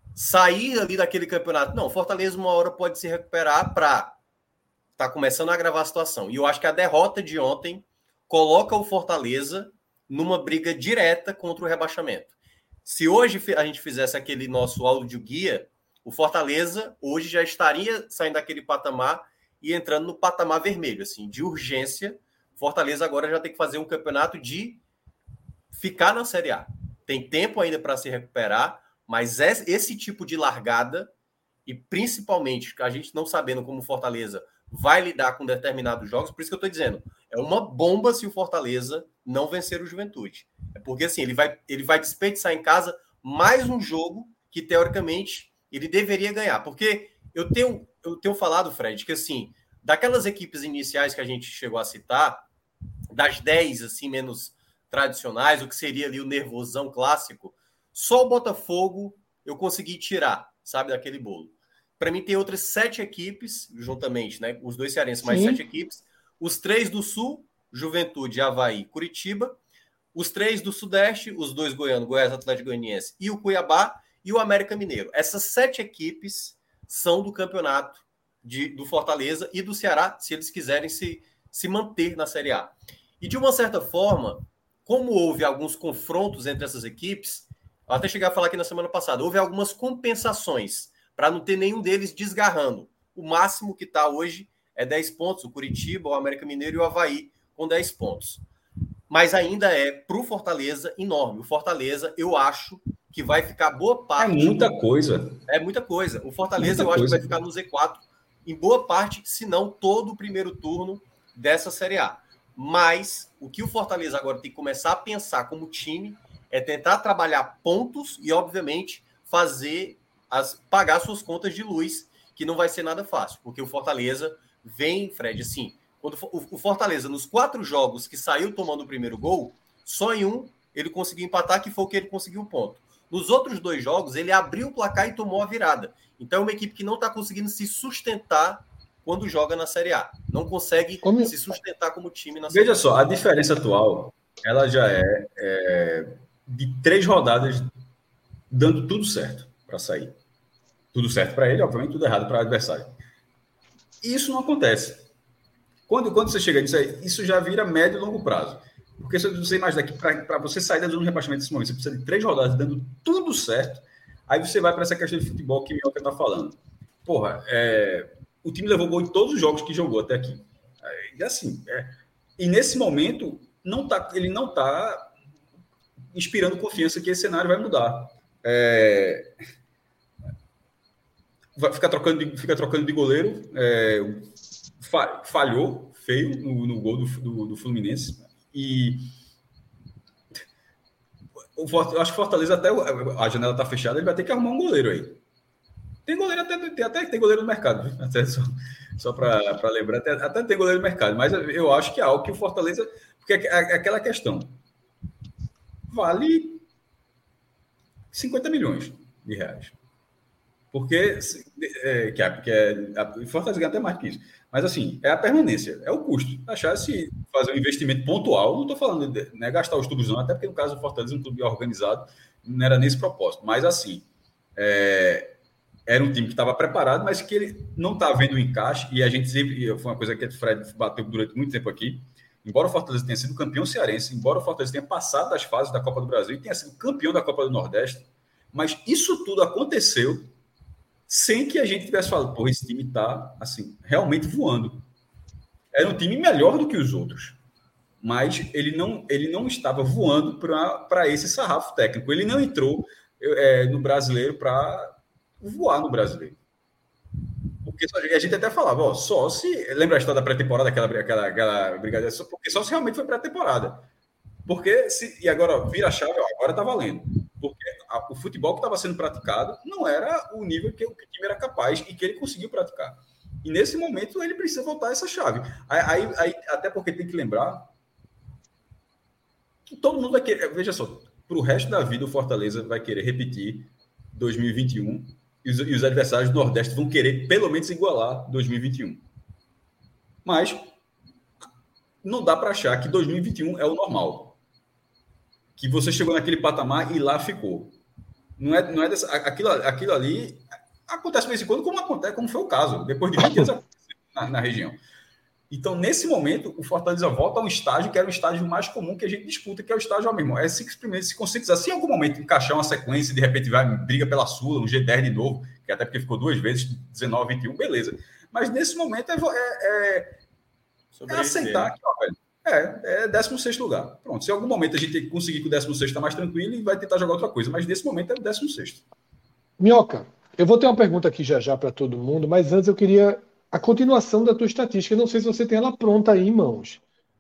sair ali daquele campeonato. Não, o Fortaleza uma hora pode se recuperar para tá começando a agravar a situação. E eu acho que a derrota de ontem coloca o Fortaleza numa briga direta contra o rebaixamento. Se hoje a gente fizesse aquele nosso áudio guia, o Fortaleza hoje já estaria saindo daquele patamar e entrando no patamar vermelho, assim, de urgência. Fortaleza agora já tem que fazer um campeonato de ficar na Série A. Tem tempo ainda para se recuperar, mas esse tipo de largada, e principalmente a gente não sabendo como o Fortaleza vai lidar com determinados jogos, por isso que eu estou dizendo, é uma bomba se o Fortaleza não vencer o Juventude. É porque assim, ele vai, ele vai desperdiçar em casa mais um jogo que, teoricamente, ele deveria ganhar. Porque eu tenho... Eu tenho falado, Fred, que assim, daquelas equipes iniciais que a gente chegou a citar, das dez assim, menos tradicionais, o que seria ali o nervosão clássico, só o Botafogo eu consegui tirar, sabe, daquele bolo. Para mim tem outras sete equipes, juntamente, né? Os dois cearenses, mais Sim. sete equipes. Os três do Sul, Juventude, Avaí, Curitiba. Os três do Sudeste, os dois goianos, Goiás, Atlético Goianiense e o Cuiabá e o América Mineiro. Essas sete equipes são do campeonato de, do Fortaleza e do Ceará, se eles quiserem se, se manter na Série A. E, de uma certa forma, como houve alguns confrontos entre essas equipes, eu até cheguei a falar aqui na semana passada, houve algumas compensações para não ter nenhum deles desgarrando. O máximo que está hoje é dez pontos, o Curitiba, o América Mineiro e o Avaí com dez pontos. Mas ainda é, para o Fortaleza, enorme. O Fortaleza, eu acho que vai ficar boa parte... É muita do... coisa. É muita coisa. O Fortaleza, muita eu coisa. acho que vai ficar no Z quatro em boa parte, se não todo o primeiro turno dessa Série A. Mas o que o Fortaleza agora tem que começar a pensar como time é tentar trabalhar pontos e, obviamente, fazer as, pagar suas contas de luz, que não vai ser nada fácil, porque o Fortaleza vem, Fred, assim, quando o Fortaleza, nos quatro jogos que saiu tomando o primeiro gol, só em um ele conseguiu empatar, que foi o que ele conseguiu o ponto. Nos outros dois jogos, ele abriu o placar e tomou a virada. Então é uma equipe que não está conseguindo se sustentar quando joga na Série A. Não consegue como... se sustentar como time na Série A. Veja só, a diferença atual, ela já é, é de três rodadas dando tudo certo para sair. Tudo certo para ele, obviamente, tudo errado para o adversário. Isso não acontece. Quando, quando você chega nisso aí, isso já vira médio e longo prazo. Porque se você imagina que para você sair da zona de rebaixamento nesse momento, você precisa de três rodadas dando tudo certo, aí você vai para essa questão de futebol que o Minhoca está falando. Porra, é, o time levou gol em todos os jogos que jogou até aqui. E assim, é, e nesse momento, não tá, ele não está inspirando confiança que esse cenário vai mudar. É, vai ficar trocando de, fica trocando de goleiro, é, falhou feio no, no gol do, do, do Fluminense. E o, eu acho que o Fortaleza, até a janela está fechada, ele vai ter que arrumar um goleiro aí. Tem goleiro até, tem, até tem goleiro no mercado, viu? Até só, só para lembrar, até, até tem goleiro no mercado, mas eu acho que é algo que o Fortaleza, porque é, é aquela questão, vale cinquenta milhões de reais. Porque, é, que é, que é, a Fortaleza ganha até mais que isso. Mas, assim, é a permanência, é o custo. Achar se fazer um investimento pontual, não estou falando de né, gastar os tubos, não, até porque no caso do Fortaleza, um clube organizado, não era nesse propósito. Mas, assim, é, era um time que estava preparado, mas que ele não está vendo o encaixe, e a gente sempre, foi uma coisa que o Fred bateu durante muito tempo aqui, embora o Fortaleza tenha sido campeão cearense, embora o Fortaleza tenha passado das fases da Copa do Brasil e tenha sido campeão da Copa do Nordeste, mas isso tudo aconteceu sem que a gente tivesse falado, pô, esse time está, assim, realmente voando. Era um time melhor do que os outros, mas ele não, ele não estava voando para esse sarrafo técnico. Ele não entrou é, no brasileiro para voar no brasileiro. Porque a gente até falava, ó, só se... Lembra a história da pré-temporada, aquela, aquela, aquela brincadeira? Porque só se realmente foi pré-temporada. Porque, se, e agora vira a chave, ó, agora está valendo. Porque a, o futebol que estava sendo praticado não era o nível que o, que o time era capaz e que ele conseguiu praticar. E nesse momento ele precisa voltar essa chave. Aí, aí, até porque tem que lembrar que todo mundo vai querer... Veja só, para o resto da vida o Fortaleza vai querer repetir dois mil e vinte e um e os, e os adversários do Nordeste vão querer pelo menos igualar dois mil e vinte e um. Mas não dá para achar que dois mil e vinte e um é o normal. Que você chegou naquele patamar e lá ficou. Não é, não é dessa, aquilo, aquilo ali acontece de vez em quando, como acontece, como foi o caso. Depois de vinte anos na, na região. Então, nesse momento, o Fortaleza volta a um estágio que era o estágio mais comum que a gente disputa, que é o estágio, ó, meu irmão, é se experimentar, se conscientizar. Se em algum momento encaixar uma sequência e de repente vai briga pela Sula, um G dez de novo, que até porque ficou duas vezes, dezenove, vinte e um, beleza. Mas nesse momento é, é, é, é aceitar que, ó, velho, é, é décimo sexto lugar. Pronto, se em algum momento a gente conseguir que o décimo sexto está mais tranquilo e vai tentar jogar outra coisa, mas nesse momento é o décimo sexto. Minhoca, eu vou ter uma pergunta aqui já já para todo mundo, mas antes eu queria a continuação da tua estatística. Eu não sei se você tem ela pronta aí em mãos.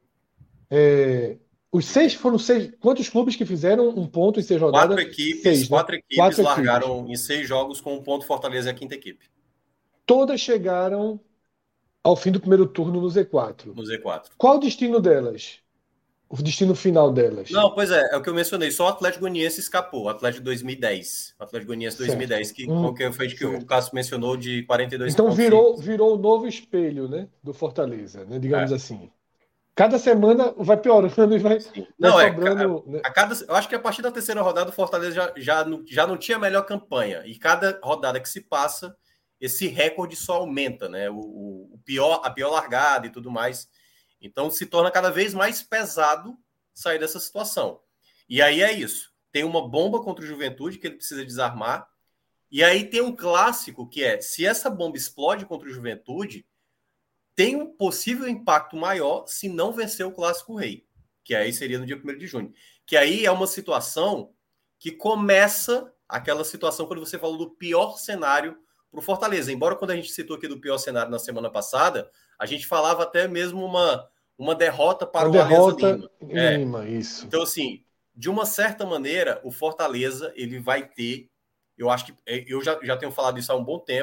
É, os seis foram seis. Quantos clubes que fizeram um ponto em seis rodadas? Quatro equipes, seis, quatro né? equipes Quatro largaram equipes. em seis jogos com um ponto. Fortaleza é a quinta equipe. Todas chegaram ao fim do primeiro turno no Z quatro. No Z quatro. Qual o destino delas? O destino final delas? Não, pois é, é o que eu mencionei. Só o Atlético Goianiense escapou. O Atlético de dois mil e dez. O Atlético Goianiense dois mil e dez, que, hum, que foi de que o Cássio mencionou de quarenta e dois então pontos. virou, virou o novo espelho, né, do Fortaleza, né, digamos é. assim. Cada semana vai piorando e vai, vai não, sobrando. É, a, né? a cada, eu acho que a partir da terceira rodada o Fortaleza já, já, não, já não tinha a melhor campanha. E cada rodada que se passa, esse recorde só aumenta, né? O, o pior, a pior largada e tudo mais. Então se torna cada vez mais pesado sair dessa situação. E aí é isso. Tem uma bomba contra o Juventude que ele precisa desarmar. E aí tem um clássico que é, se essa bomba explode contra o Juventude, tem um possível impacto maior se não vencer o Clássico Rei, que aí seria no dia primeiro de junho. Que aí é uma situação que começa aquela situação quando você falou do pior cenário para o Fortaleza. Embora quando a gente citou aqui do pior cenário na semana passada, a gente falava até mesmo uma uma derrota para uma o derrota Alianza Lima. Em Lima, é. Isso. Então, assim, de uma certa maneira, o Fortaleza, ele vai ter, eu acho que, eu já, já tenho falado isso há um bom tempo,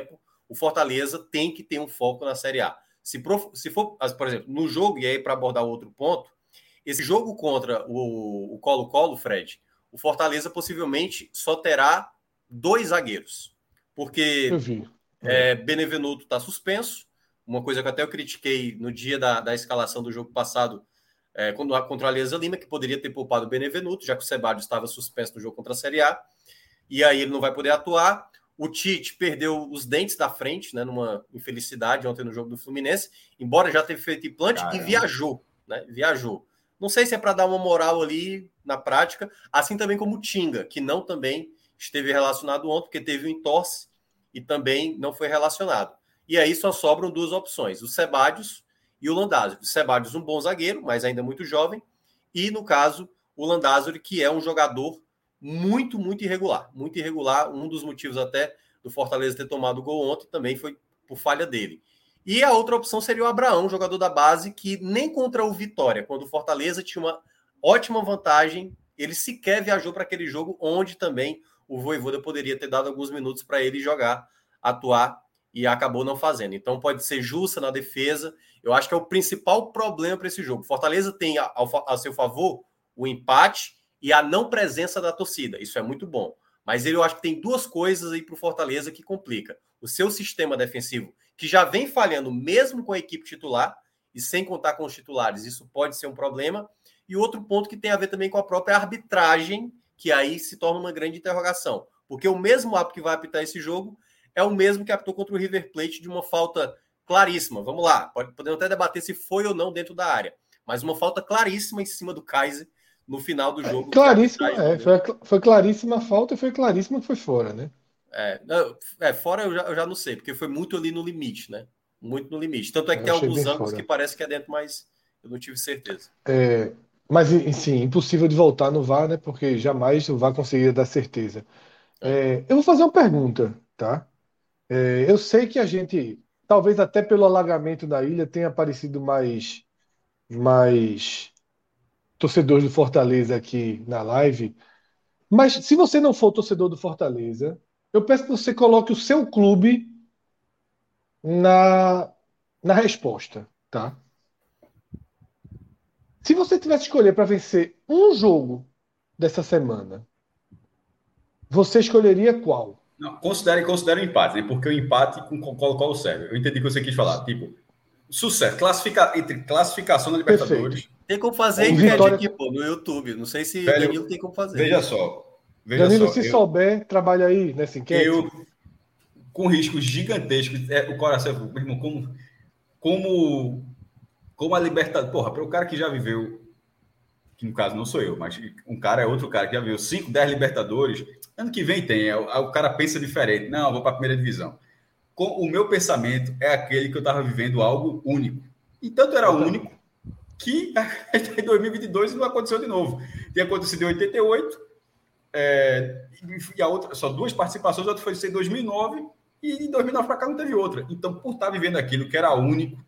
o Fortaleza tem que ter um foco na Série A. Se, prof... Se for, por exemplo, no jogo, e aí para abordar outro ponto, esse jogo contra o, o Colo-Colo, Fred, o Fortaleza possivelmente só terá dois zagueiros. Porque Eu vi. é, Benevenuto está suspenso, uma coisa que até eu critiquei no dia da, da escalação do jogo passado, é, contra a Alianza Lima, que poderia ter poupado o Benevenuto, já que o Ceballos estava suspenso no jogo contra a Série A, e aí ele não vai poder atuar. O Tite perdeu os dentes da frente, né, numa infelicidade ontem no jogo do Fluminense, embora já tenha feito implante. Caramba. E viajou, né, viajou. Não sei se é para dar uma moral ali na prática, assim também como o Tinga, que não também esteve relacionado ontem, porque teve um entorse e também não foi relacionado. E aí só sobram duas opções, o Ceballos e o Landázuri. O Ceballos, um bom zagueiro, mas ainda muito jovem, e, no caso, o Landázuri, que é um jogador muito, muito irregular. Muito irregular, um dos motivos até do Fortaleza ter tomado o gol ontem também foi por falha dele. E a outra opção seria o Abraão, jogador da base, que nem contra o Vitória, quando o Fortaleza tinha uma ótima vantagem, ele sequer viajou para aquele jogo, onde também o Vojvoda poderia ter dado alguns minutos para ele jogar, atuar, e acabou não fazendo. Então pode ser justa na defesa. Eu acho que é o principal problema para esse jogo. Fortaleza tem a, a, a seu favor o empate e a não presença da torcida. Isso é muito bom. Mas ele, eu acho que tem duas coisas aí para o Fortaleza que complica. O seu sistema defensivo, que já vem falhando mesmo com a equipe titular, e sem contar com os titulares, isso pode ser um problema. E outro ponto que tem a ver também com a própria arbitragem, que aí se torna uma grande interrogação. Porque o mesmo árbitro que vai apitar esse jogo é o mesmo que apitou contra o River Plate de uma falta claríssima. Vamos lá, pode, podemos até debater se foi ou não dentro da área, mas uma falta claríssima em cima do Kaiser no final do jogo. É, claríssima, é, foi, foi claríssima a falta e foi claríssima que foi fora, né? É, é fora eu já, eu já não sei, porque foi muito ali no limite, né? Muito no limite. Tanto é que eu tem alguns ângulos fora. que parece que é dentro, mas eu não tive certeza. É, mas, sim, impossível de voltar no V A R, né? Porque jamais o V A R conseguiria dar certeza. É. É, eu vou fazer uma pergunta, tá? É, eu sei que a gente, talvez até pelo alagamento da ilha, tenha aparecido mais, mais torcedores do Fortaleza aqui na live. Mas se você não for torcedor do Fortaleza, eu peço que você coloque o seu clube na, na resposta, tá? Se você tivesse que escolher para vencer um jogo dessa semana, você escolheria qual? Não, considere, considere o empate, né? Porque o empate com o Colo-Colo serve. Eu entendi o que você quis falar. Tipo, sucesso, classifica, entre classificação da Libertadores. Perfeito. Tem como fazer enquete Vitória... aqui, pô, no YouTube. Não sei se Velho, Danilo tem como fazer. Veja só. Veja Danilo, só, se eu, souber, trabalha aí nessa enquete. Eu, com riscos gigantescos, é, o coração, meu irmão, como, como, como a Libertadores. Porra, para o cara que já viveu, que no caso não sou eu, mas um cara é outro cara que já viveu cinco, dez Libertadores. Ano que vem tem, é, o cara pensa diferente. Não, vou para a primeira divisão. Com, o meu pensamento é aquele que eu estava vivendo algo único. E tanto era único que em dois mil e vinte e dois não aconteceu de novo. Tinha acontecido em oitenta e oito, é, e a outra, só duas participações, a outra foi em dois mil e nove, e em dois mil e nove para cá não teve outra. Então, por estar vivendo aquilo que era único,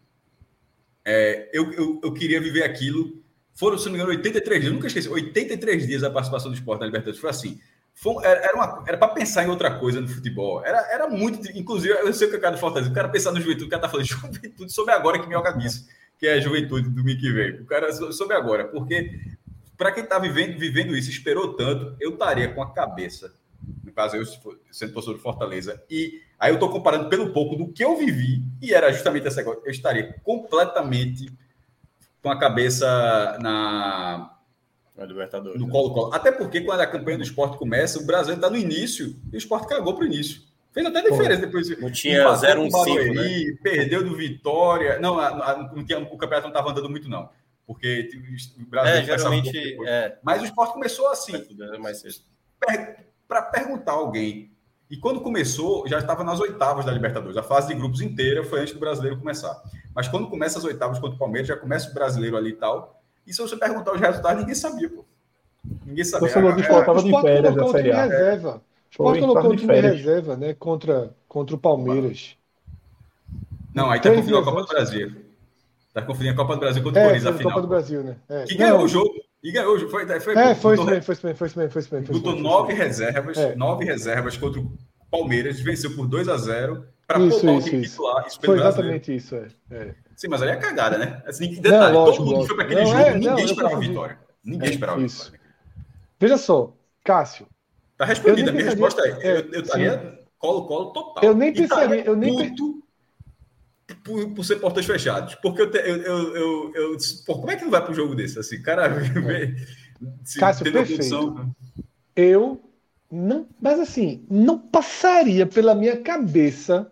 é, eu, eu, eu queria viver aquilo. Foram, se não me engano, oitenta e três dias, eu nunca esqueci, oitenta e três dias a participação do Sport na Libertadores. Foi assim. Foi, era para pensar em outra coisa no futebol. Era, era muito. Inclusive, eu sei o que o cara do Fortaleza, o cara pensar no Juventude, o cara tá falando Juventude sobre agora que me joga disso, que é a Juventude do domingo que vem. O cara sobre agora, porque para quem está vivendo, vivendo isso, esperou tanto, eu estaria com a cabeça, no caso, eu sendo torcedor do Fortaleza, e aí eu estou comparando pelo pouco do que eu vivi, e era justamente essa coisa, eu estaria completamente com a cabeça na. Na Libertadores, no Colo-Colo. Até porque quando a campanha do Sport começa, o Brasil está no início e o Sport cagou para o início. Fez até diferença Pô, depois. Não tinha zero um cinco, né? Perdeu do Vitória. Não, a, a, não tinha, o campeonato não estava andando muito, não. Porque o Brasil... É, geralmente... Um é. Mas o Sport começou assim. Mais cedo. Per, para perguntar a alguém. E quando começou, já estava nas oitavas da Libertadores. A fase de grupos inteira foi antes do brasileiro começar. Mas quando começa as oitavas contra o Palmeiras, já começa o brasileiro ali e tal. E se você perguntar os resultados, ninguém sabia, pô. Ninguém sabia. Você falou que o Sport estava de férias da Série A. Reserva. O Sport colocou o time de reserva, né? Contra, contra o Palmeiras. Não, aí tá confundindo a Copa do Brasil. Tá confundindo a Copa do Brasil contra o Corinthians, a final. Copa do Brasil, né? É. Que ganhou o jogo. E ganhou o jogo. Foi, foi, é, foi isso mesmo, foi isso mesmo, foi isso mesmo, foi isso mesmo. Botou nove reservas, é. nove reservas contra o Palmeiras, venceu por dois a zero para poupar o time titular. Isso foi exatamente brasileiro. Isso, é. é. Sim, mas ali é cagada, né? Assim, detalhe, não, lógico, todo mundo lógico. foi para aquele não, jogo, é, ninguém não, esperava a vitória. Ninguém é, esperava isso. a vitória. Veja só, Cássio. Tá respondida, a minha pensaria, resposta é, eu, eu estaria colo-colo total. Eu nem pensaria, eu nem puto por, por ser portões fechados. Porque eu, te, eu, eu, eu, eu pô, como é que não vai para um jogo desse? Assim, cara, é. se Cássio, perfeito. Condição... Eu não, mas assim, não passaria pela minha cabeça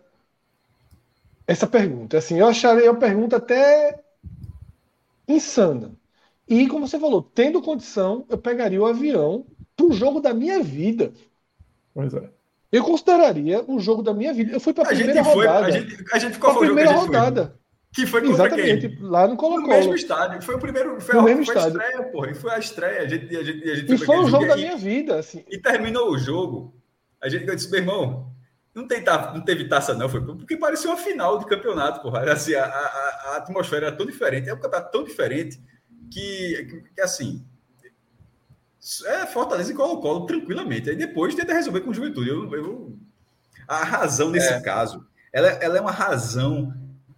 essa pergunta. Assim, eu acharia a pergunta até insana. E, como você falou, tendo condição, eu pegaria o avião para o jogo da minha vida. Pois é. Eu consideraria um jogo da minha vida. Eu fui para a primeira foi, rodada. A gente, a gente ficou a primeira jogo que rodada. Foi. Que foi contra Exatamente, quem? lá no Colo-Colo. No mesmo estádio. Foi o primeiro. Foi, no a, mesmo foi estádio. a estreia, porra. E foi a estreia. A gente, a gente, a gente e foi o jogo e, da minha vida. Assim. E terminou o jogo. A gente eu disse, meu irmão, não, tem, não teve taça, não. Foi porque parecia uma final de campeonato, porra. Assim, a, a, a atmosfera era tão diferente. É um campeonato tão diferente que, que, que assim. É Fortaleza e Colo-Colo tranquilamente. Aí depois tenta resolver com o Juventude. Eu, eu, a razão nesse é. caso, ela, ela é uma razão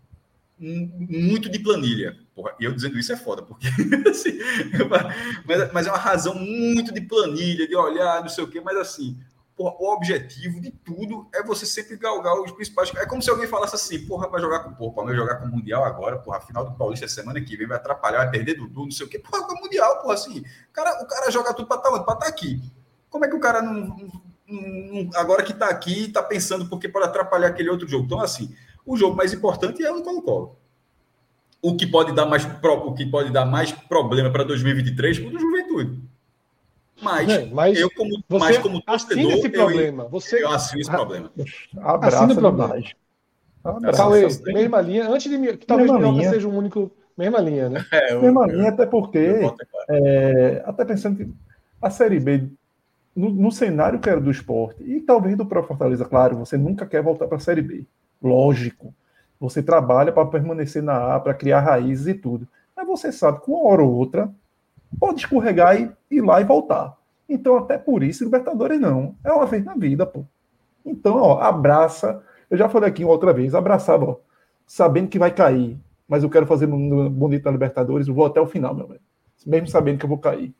muito de planilha. Porra, e eu dizendo isso é foda, porque assim, mas, mas é uma razão muito de planilha, de olhar, não sei o quê, mas assim, porra, o objetivo de tudo é você sempre galgar os principais. É como se alguém falasse assim, porra, vai jogar com o porra, vai jogar com o Mundial agora, porra, a final do Paulista semana que vem vai atrapalhar, vai perder Dudu, não sei o quê, porra, com o Mundial, porra, assim, o cara, o cara joga tudo para estar onde? Para estar aqui. Como é que o cara não, não, não agora que está aqui, está pensando porque pode atrapalhar aquele outro jogo? Então, assim, o jogo mais importante é o do Colo-Colo. O que pode dar mais, o que pode dar mais problema para dois mil e vinte e três, o do Juventude. Mas, é, mas eu, como, mas como torcedor, esse problema. Eu, você eu assino esse problema. Abraça o problema. Cauê, mesma linha. Antes de mim, que talvez o Minhoca seja o único. Mesma linha, né? É, eu, mesma eu, linha, até porque. É, até pensando que a Série B, no, no cenário que era do esporte, e talvez do próprio Fortaleza, claro, você nunca quer voltar para a Série B. Lógico. Você trabalha para permanecer na A, para criar raízes e tudo. Mas você sabe que uma hora ou outra pode escorregar e ir lá e voltar. Então, até por isso, Libertadores não. É uma vez na vida, pô. Então, ó, abraça. Eu já falei aqui outra vez, abraçar, ó, sabendo que vai cair, mas eu quero fazer um bonito na Libertadores, eu vou até o final, meu velho. Mesmo sabendo que eu vou cair.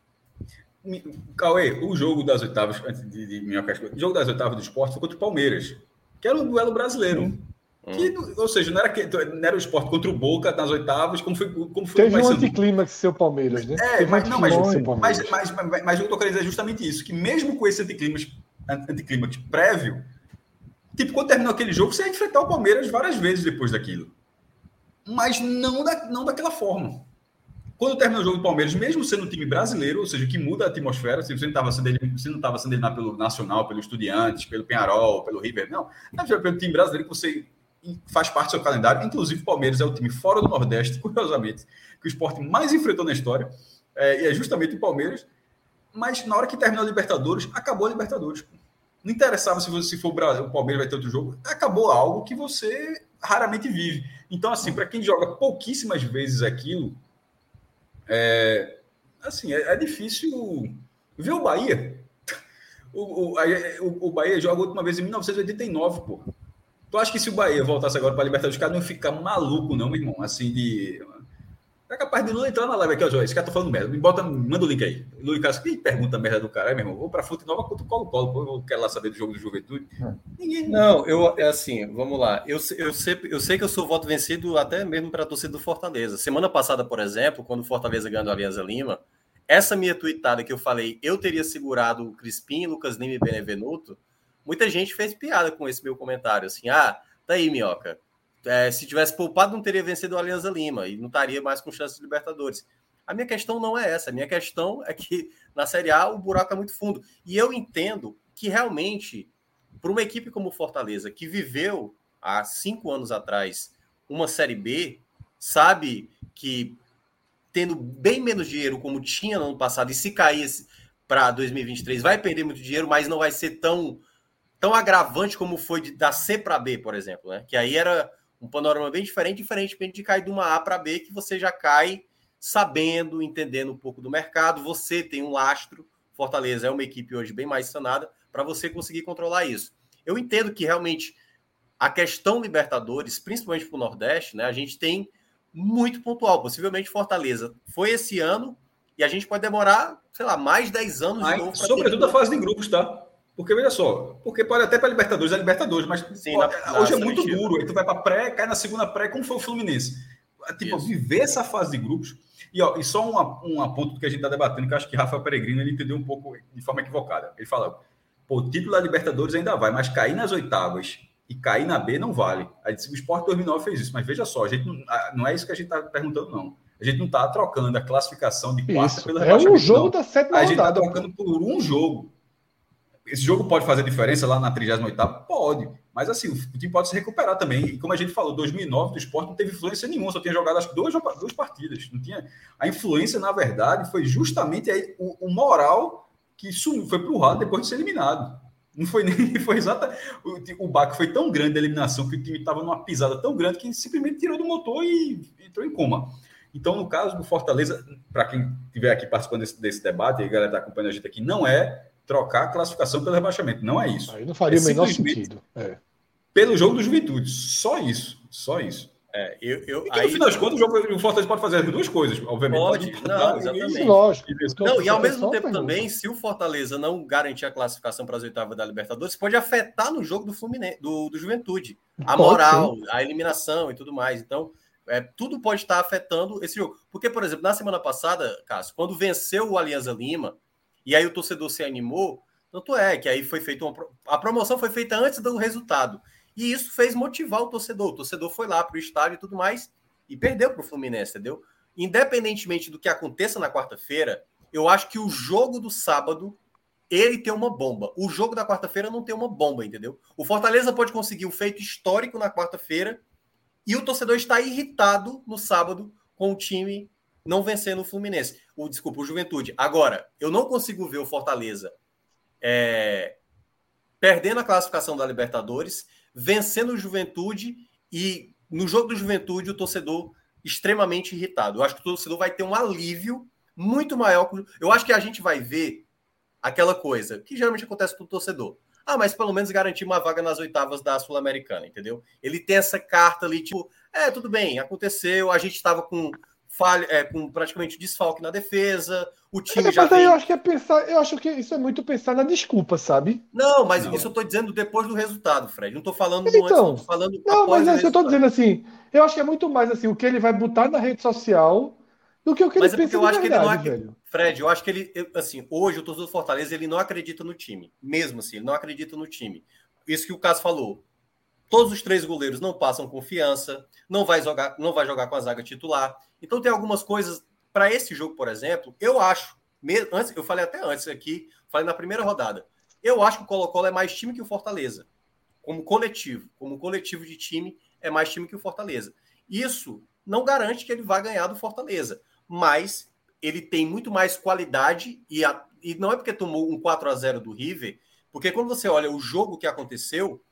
Cauê, o jogo das oitavas, antes de, de minha o jogo das oitavas do esporte foi contra o Palmeiras, que era um duelo brasileiro. Hum. Que, ou seja, não era, que, não era o esporte contra o Boca nas oitavas, como foi, como foi Teve um anticlímax seu Palmeiras, né? É, mas, não, mas, mas, mas, mas, mas eu tô querendo dizer justamente isso, que mesmo com esse anticlímax, anticlímax prévio, tipo, quando terminou aquele jogo, você ia enfrentar o Palmeiras várias vezes depois daquilo. Mas não, da, não daquela forma. Quando terminou o jogo do Palmeiras, mesmo sendo um time brasileiro, ou seja, que muda a atmosfera, se você não estava sendo, sendo eliminado pelo Nacional, pelo Estudiantes, pelo Peñarol, pelo River, não, não pelo time brasileiro que você faz parte do seu calendário. Inclusive, o Palmeiras é o time fora do Nordeste, curiosamente, que o Sport mais enfrentou na história, é, e é justamente o Palmeiras. Mas na hora que terminou a Libertadores, acabou a Libertadores. Não interessava se, você, se for o Brasil, o Palmeiras vai ter outro jogo, acabou algo que você raramente vive. Então, assim, para quem joga pouquíssimas vezes aquilo, é, assim, é, é difícil ver o Bahia. O, o, o, o Bahia joga a última vez em mil novecentos e oitenta e nove, pô. Tu acha que se o Bahia voltasse agora para a Libertadores, os caras não iam ficar maluco, não, meu irmão? Assim, de... É capaz de não entrar na live aqui, ó, João. Esse cara tá falando merda. Me bota, manda o link aí. Luiz Castro, que pergunta merda do cara, meu irmão? Vou para Fonte Nova contra o Colo-Colo. Pô, eu quero lá saber do jogo do Juventude. Ninguém... Não, eu, é assim, vamos lá. Eu, eu, sei, eu sei que eu sou voto vencido até mesmo para a torcida do Fortaleza. Semana passada, por exemplo, quando o Fortaleza ganhou a Alianza Lima, essa minha tweetada que eu falei, eu teria segurado o Crispim, Lucas Lima e Benevenuto, muita gente fez piada com esse meu comentário, assim, ah, tá aí, Minhoca, é, se tivesse poupado não teria vencido a Alianza Lima e não estaria mais com chance de Libertadores. A minha questão não é essa, a minha questão é que na Série A o buraco é muito fundo, e eu entendo que realmente, para uma equipe como o Fortaleza, que viveu há cinco anos atrás uma Série B, sabe que tendo bem menos dinheiro como tinha no ano passado, e se cair para dois mil e vinte e três vai perder muito dinheiro, mas não vai ser tão tão agravante como foi de, da C para B, por exemplo, né? Que aí era um panorama bem diferente, diferente de cair de uma A para B, que você já cai sabendo, entendendo um pouco do mercado, você tem um lastro, Fortaleza é uma equipe hoje bem mais sanada, para você conseguir controlar isso. Eu entendo que realmente a questão Libertadores, principalmente para o Nordeste, né, a gente tem muito pontual. Possivelmente Fortaleza foi esse ano e a gente pode demorar, sei lá, mais de dez anos de Aí, novo. sobretudo a fase de grupos, tá? Porque, veja só, porque pode até para Libertadores, é Libertadores, mas Sim, pô, na, na hoje é muito seletiva. duro. Aí tu vai para pré, cai na segunda pré, como foi o Fluminense. Tipo, Isso. viver essa fase de grupos. E, ó, e só uma, uma ponto que a gente está debatendo, que eu acho que Rafael Peregrino ele entendeu um pouco de forma equivocada. Ele fala, pô, o título da Libertadores ainda vai, mas cair nas oitavas e cair na B não vale. Aí disse, o Sport dois mil e nove fez isso, mas veja só, a gente não, não é isso que a gente está perguntando, não. A gente não está trocando a classificação de quarta Isso. pelo É um rebaixamento, jogo não. da sétima A gente está rodada. trocando por um jogo. Esse jogo pode fazer diferença lá na trigésima oitava? Pode. Mas assim, o time pode se recuperar também. E como a gente falou, dois mil e nove do Sport não teve influência nenhuma, só tinha jogado acho que duas, duas partidas. Não tinha... A influência, na verdade, foi justamente aí o, o moral que sumiu, foi pro ralo depois de ser eliminado. Não foi nem. Foi exata. O, o baque foi tão grande a eliminação que o time estava numa pisada tão grande que simplesmente tirou do motor e entrou em coma. Então, no caso do Fortaleza, para quem estiver aqui participando desse, desse debate, e a galera está acompanhando a gente aqui, não é trocar a classificação pelo rebaixamento. Não é isso. Aí não faria é o menor sentido. É. Pelo jogo do Juventude. Só isso. Só isso. É, eu, eu, e que, aí, no final das contas, o, jogo, o Fortaleza pode fazer as duas coisas. Obviamente. Pode, pode não, exatamente. Lógico. Não, e ao mesmo tempo também, se o Fortaleza não garantir a classificação para as oitavas da Libertadores, pode afetar no jogo do Fluminense, do, do Juventude. A pode, moral, sim. A eliminação e tudo mais. Então, é, tudo pode estar afetando esse jogo. Porque, por exemplo, na semana passada, Cássio, quando venceu o Alianza Lima, e aí o torcedor se animou, tanto é que aí foi feita uma... A promoção foi feita antes do resultado. E isso fez motivar o torcedor. O torcedor foi lá para o estádio e tudo mais e perdeu para o Fluminense, entendeu? Independentemente do que aconteça na quarta-feira, eu acho que o jogo do sábado, ele tem uma bomba. O jogo da quarta-feira não tem uma bomba, entendeu? O Fortaleza pode conseguir um feito histórico na quarta-feira e o torcedor está irritado no sábado com o time não vencendo o Fluminense. O, desculpa, o Juventude. Agora, eu não consigo ver o Fortaleza é, perdendo a classificação da Libertadores, vencendo o Juventude e no jogo do Juventude o torcedor extremamente irritado. Eu acho que o torcedor vai ter um alívio muito maior. Eu acho que a gente vai ver aquela coisa que geralmente acontece com o torcedor. Ah, mas pelo menos garantir uma vaga nas oitavas da Sul-Americana, entendeu? Ele tem essa carta ali, tipo, é, tudo bem, aconteceu, a gente estava com falha, é, com praticamente desfalque na defesa, o time é, já mas aí vem... eu acho que é pensar, eu acho que isso é muito pensar na desculpa, sabe? Não, mas Não. isso eu tô dizendo depois do resultado, Fred. Não tô falando no Então, antes, não. Tô falando não, após mas o é isso eu tô resultado. dizendo assim, eu acho que é muito mais assim, o que ele vai botar na rede social do que o que Mas ele é porque pensa eu de acho que ele não verdade, ac... velho. Fred, eu acho que ele, eu- assim, hoje o torcedor do Fortaleza, ele não acredita no time. Mesmo assim, ele não acredita no time. Isso que o Cássio falou. Todos os três goleiros não passam confiança, não vai jogar, não vai jogar com a zaga titular. Então tem algumas coisas para esse jogo, por exemplo, eu acho, me- antes, eu falei até antes aqui, falei na primeira rodada. Eu acho que o Colo-Colo é mais time que o Fortaleza. Como coletivo, como coletivo de time, é mais time que o Fortaleza. Isso não garante que ele vai ganhar do Fortaleza, mas ele tem muito mais qualidade e, a- e não é porque tomou um quatro a zero do River, porque quando você olha o jogo que aconteceu,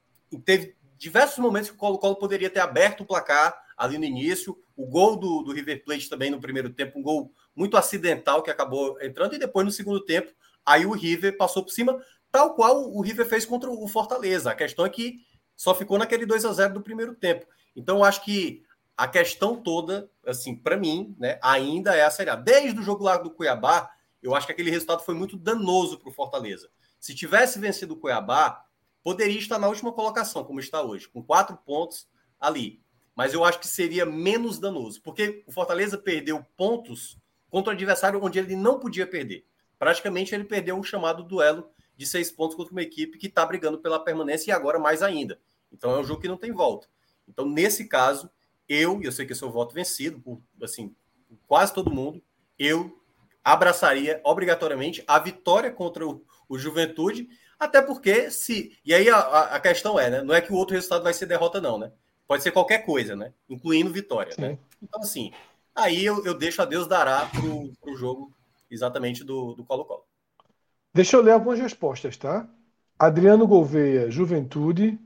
teve diversos momentos que o Colo-Colo poderia ter aberto o placar ali no início, o gol do, do River Plate também no primeiro tempo, um gol muito acidental que acabou entrando, e depois no segundo tempo, aí o River passou por cima, tal qual o River fez contra o Fortaleza. A questão é que só ficou naquele dois a zero do primeiro tempo. Então eu acho que a questão toda, assim, para mim, né, ainda é a Série A. Desde o jogo lá do Cuiabá, eu acho que aquele resultado foi muito danoso para o Fortaleza. Se tivesse vencido o Cuiabá, poderia estar na última colocação, como está hoje, com quatro pontos ali. Mas eu acho que seria menos danoso, porque o Fortaleza perdeu pontos contra o adversário onde ele não podia perder. Praticamente ele perdeu um chamado duelo de seis pontos contra uma equipe que está brigando pela permanência e agora mais ainda. Então é um jogo que não tem volta. Então, nesse caso, eu, e eu sei que eu sou voto vencido, por assim, quase todo mundo, eu abraçaria obrigatoriamente a vitória contra o, o Juventude, até porque se... E aí a, a questão é, né? Não é que o outro resultado vai ser derrota, não, né? Pode ser qualquer coisa, né? Incluindo vitória, Sim. né? Então, assim, aí eu, eu deixo a Deus dará pro, pro jogo exatamente do, do Colo-Colo. Deixa eu ler algumas respostas, tá? Adriano Gouveia, Juventude.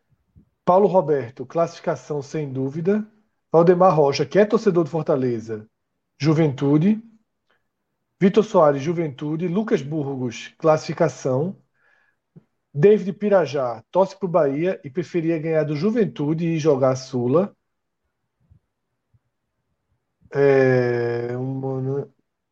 Paulo Roberto, classificação sem dúvida. Valdemar Rocha, que é torcedor do Fortaleza, Juventude. Vitor Soares, Juventude. Lucas Burgos, classificação. David Pirajá torce pro Bahia e preferia ganhar do Juventude e jogar a Sula. É, um,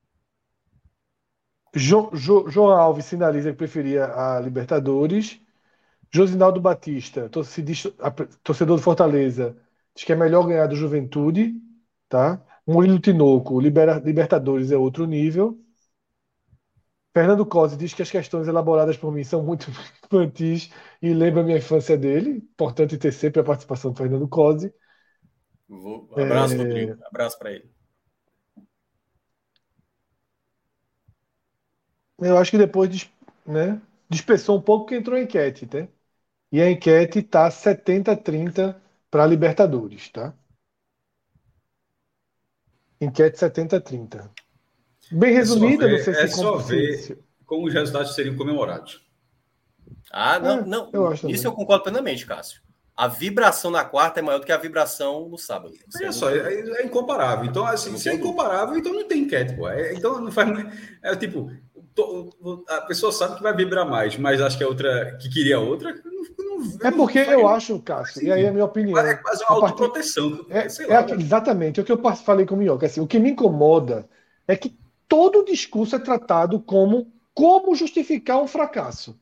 Jo, Jo- João Alves sinaliza que preferia a Libertadores. Josinaldo Batista, torcedista- a- torcedor do Fortaleza, diz que é melhor ganhar do Juventude, tá? Murilo Tinoco, libera- Libertadores é outro nível. Fernando Cosi diz que as questões elaboradas por mim são muito infantis e lembram a minha infância dele. Importante ter sempre a participação do Fernando Cosi. Vou... Abraço, É, Rodrigo. Abraço para ele. Eu acho que depois dis- né, dispersou um pouco porque entrou a enquete, né? E a enquete está setenta a trinta para Libertadores, tá? Enquete setenta a trinta. Bem É só resumida, não ver, sei é se, só como- se, se- ver como os resultados seriam comemorados. Ah, não, É, não. eu acho Nisso também. eu concordo plenamente, Cássio. A vibração na quarta é maior do que a vibração no sábado. Isso aí Olha não só, tem é, dúvida. é incomparável. Então, assim, Não se é tenho dúvida. incomparável, então não tem enquete, pô. É, então não faz. É tipo, to- a pessoa sabe que vai vibrar mais, mas acha que a outra, que queria outra, não, não, É não porque faz- eu acho, não faz Cássio, e aí é a sentido. minha É opinião. quase A uma partir, autoproteção, é, sei é lá, aqui- velho. exatamente o que eu pas- falei com o Minhoca. Assim, o que me incomoda é que todo discurso é tratado como como justificar um fracasso.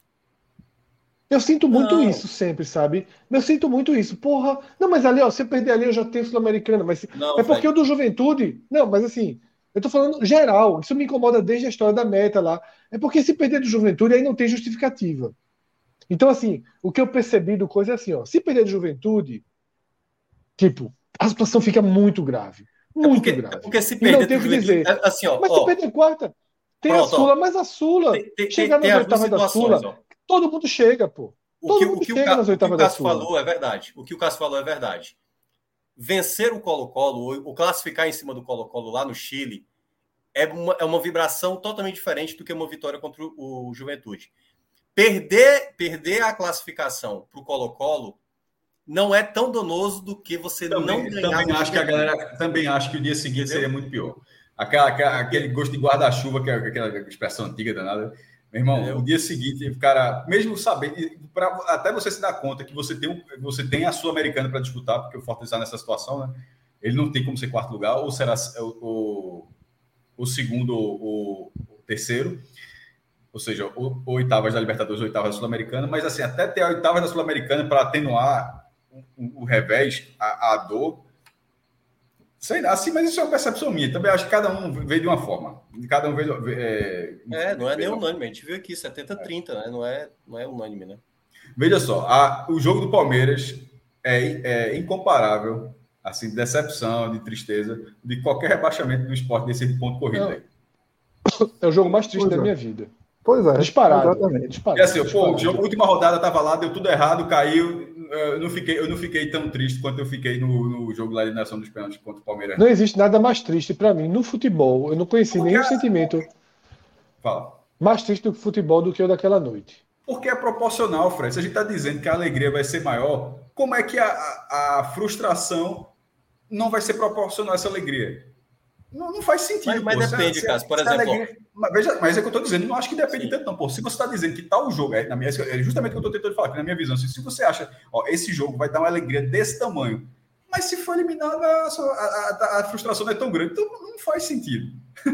Eu sinto muito Não, isso sempre, sabe? Eu sinto muito isso. Porra, não, mas ali, ó, se eu perder ali, eu já tenho Sul-Americana. Mas não, é porque Fred. o do Juventude. Não, mas assim, eu tô falando geral. Isso me incomoda desde a história da meta lá. É porque se perder do Juventude, aí não tem justificativa. Então, assim, o que eu percebi do coisa é assim, ó. Se perder do Juventude, tipo, a situação fica muito grave. É Muito porque, é grave. porque se E não perder tem pro o que Juventude. dizer. é Assim, ó, Mas se ó, perder quarta, tem a pronto, Sula, ó. mas a Sula, Tem, tem, chegar tem, tem nas as duas oitavas da situações, Sula, ó. todo mundo chega, pô. O Todo que, o, mundo que o, chega Ca- nas o que o oitavas da Cássio Sula. falou é verdade. O que o Cássio falou é verdade. Vencer o Colo-Colo, ou ou classificar em cima do Colo-Colo lá no Chile, é uma, é uma vibração totalmente diferente do que uma vitória contra o, o Juventude. Perder, perder a classificação para o Colo-Colo não é tão danoso do que você não Também, ganhar também do acho que a Juventude. galera também acho que o dia seguinte Entendeu? seria muito pior. Aquela, aquela- aquele gosto de guarda-chuva, que é aquela expressão antiga danada. Meu irmão, Entendeu? o dia seguinte, o cara, mesmo sabendo, pra, até você se dar conta que você tem, um, você tem a Sul-Americana para disputar, porque o Fortaleza está nessa situação, né? Ele não tem como ser quarto lugar, ou será o, o, o segundo ou o terceiro, ou seja, o, o oitavas da Libertadores, oitavas da Sul-Americana, mas assim, até ter a oitavas da Sul-Americana para atenuar o, o, o revés, a, a dor. Sei lá, assim, mas isso é uma percepção minha. Também acho que cada um veio de uma forma. Cada um veio. É, É, não é nem veio- unânime. A gente viu aqui setenta a trinta, né? Não é, não é unânime, né? Veja só, a, o jogo do Palmeiras é, é incomparável, assim, de decepção, de tristeza, de qualquer rebaixamento do esporte desse ponto corrido Não. aí. É o jogo mais triste Pois da é. minha vida. Pois é, Disparado. exatamente. E Disparado. assim, pô, disparado. o jogo, a última rodada tava lá, deu tudo errado, caiu. Eu não fiquei, eu não fiquei tão triste quanto eu fiquei no, no jogo lá de eliminação dos pênaltis contra o Palmeiras. Não existe nada mais triste pra mim no futebol. Eu não conheci Porque nenhum a- sentimento Fala. mais triste do futebol do que o daquela noite. Porque é proporcional, Fred. Se a gente está dizendo que a alegria vai ser maior, como é que a, a, a frustração não vai ser proporcional a essa alegria? Não, não faz sentido. Mas, mas pô. Se a- depende, se a- Cássio. Por se a exemplo, ó, alegria- Mas, veja, mas é que eu estou dizendo, não acho que depende Sim. tanto, não. Pô. Se você está dizendo que tal jogo, é, na minha, é justamente o que eu estou tentando falar, que na minha visão, se, se você acha, ó, esse jogo vai dar uma alegria desse tamanho, mas se for eliminado, a, a, a, a frustração não é tão grande, então não faz sentido.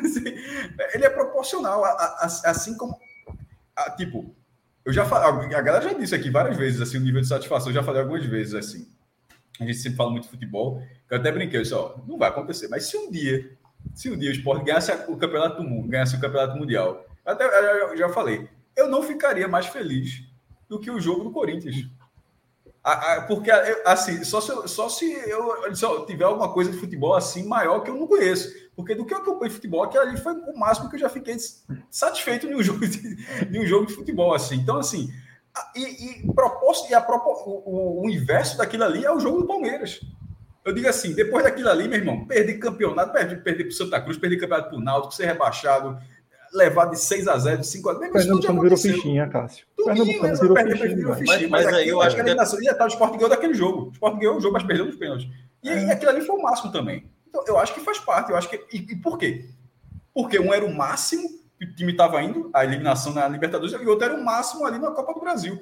Ele é proporcional, a, a, a, assim como. A, tipo, eu já falei, a galera já disse aqui várias vezes, assim, o nível de satisfação, eu já falei algumas vezes, assim. A gente sempre fala muito de futebol, que eu até brinquei, eu disse, ó, não vai acontecer, mas se um dia, se um dia o Sport ganhasse o Campeonato do Mundo, ganhasse o Campeonato Mundial, até eu já falei, eu não ficaria mais feliz do que o jogo do Corinthians. A, a, porque, assim, só se, eu, só se eu só tiver alguma coisa de futebol assim maior que eu não conheço. Porque do que eu acompanho de futebol, aquilo ali foi o máximo que eu já fiquei satisfeito em um jogo de, em um jogo de futebol, assim. Então, assim, e, e, proposto, e a, o, o inverso daquilo ali é o jogo do Palmeiras. Eu digo assim, depois daquilo ali, meu irmão, perder campeonato, perder, perder para o Santa Cruz, perder campeonato para o Náutico, ser rebaixado, levar de seis a zero, de cinco a zero. Pernambucano virou fichinha, Cássio. Pernambucano virou fichinha. Mas, mas aí eu acho que... Ia estar o Sport ganhou daquele jogo. O Sport ganhou o jogo, mas perdeu nos pênaltis. E aí, aquilo ali foi o máximo também. Então, eu acho que faz parte. Eu acho que... E, e por quê? Porque um era o máximo que o time estava indo, a eliminação na Libertadores, e o outro era o máximo ali na Copa do Brasil.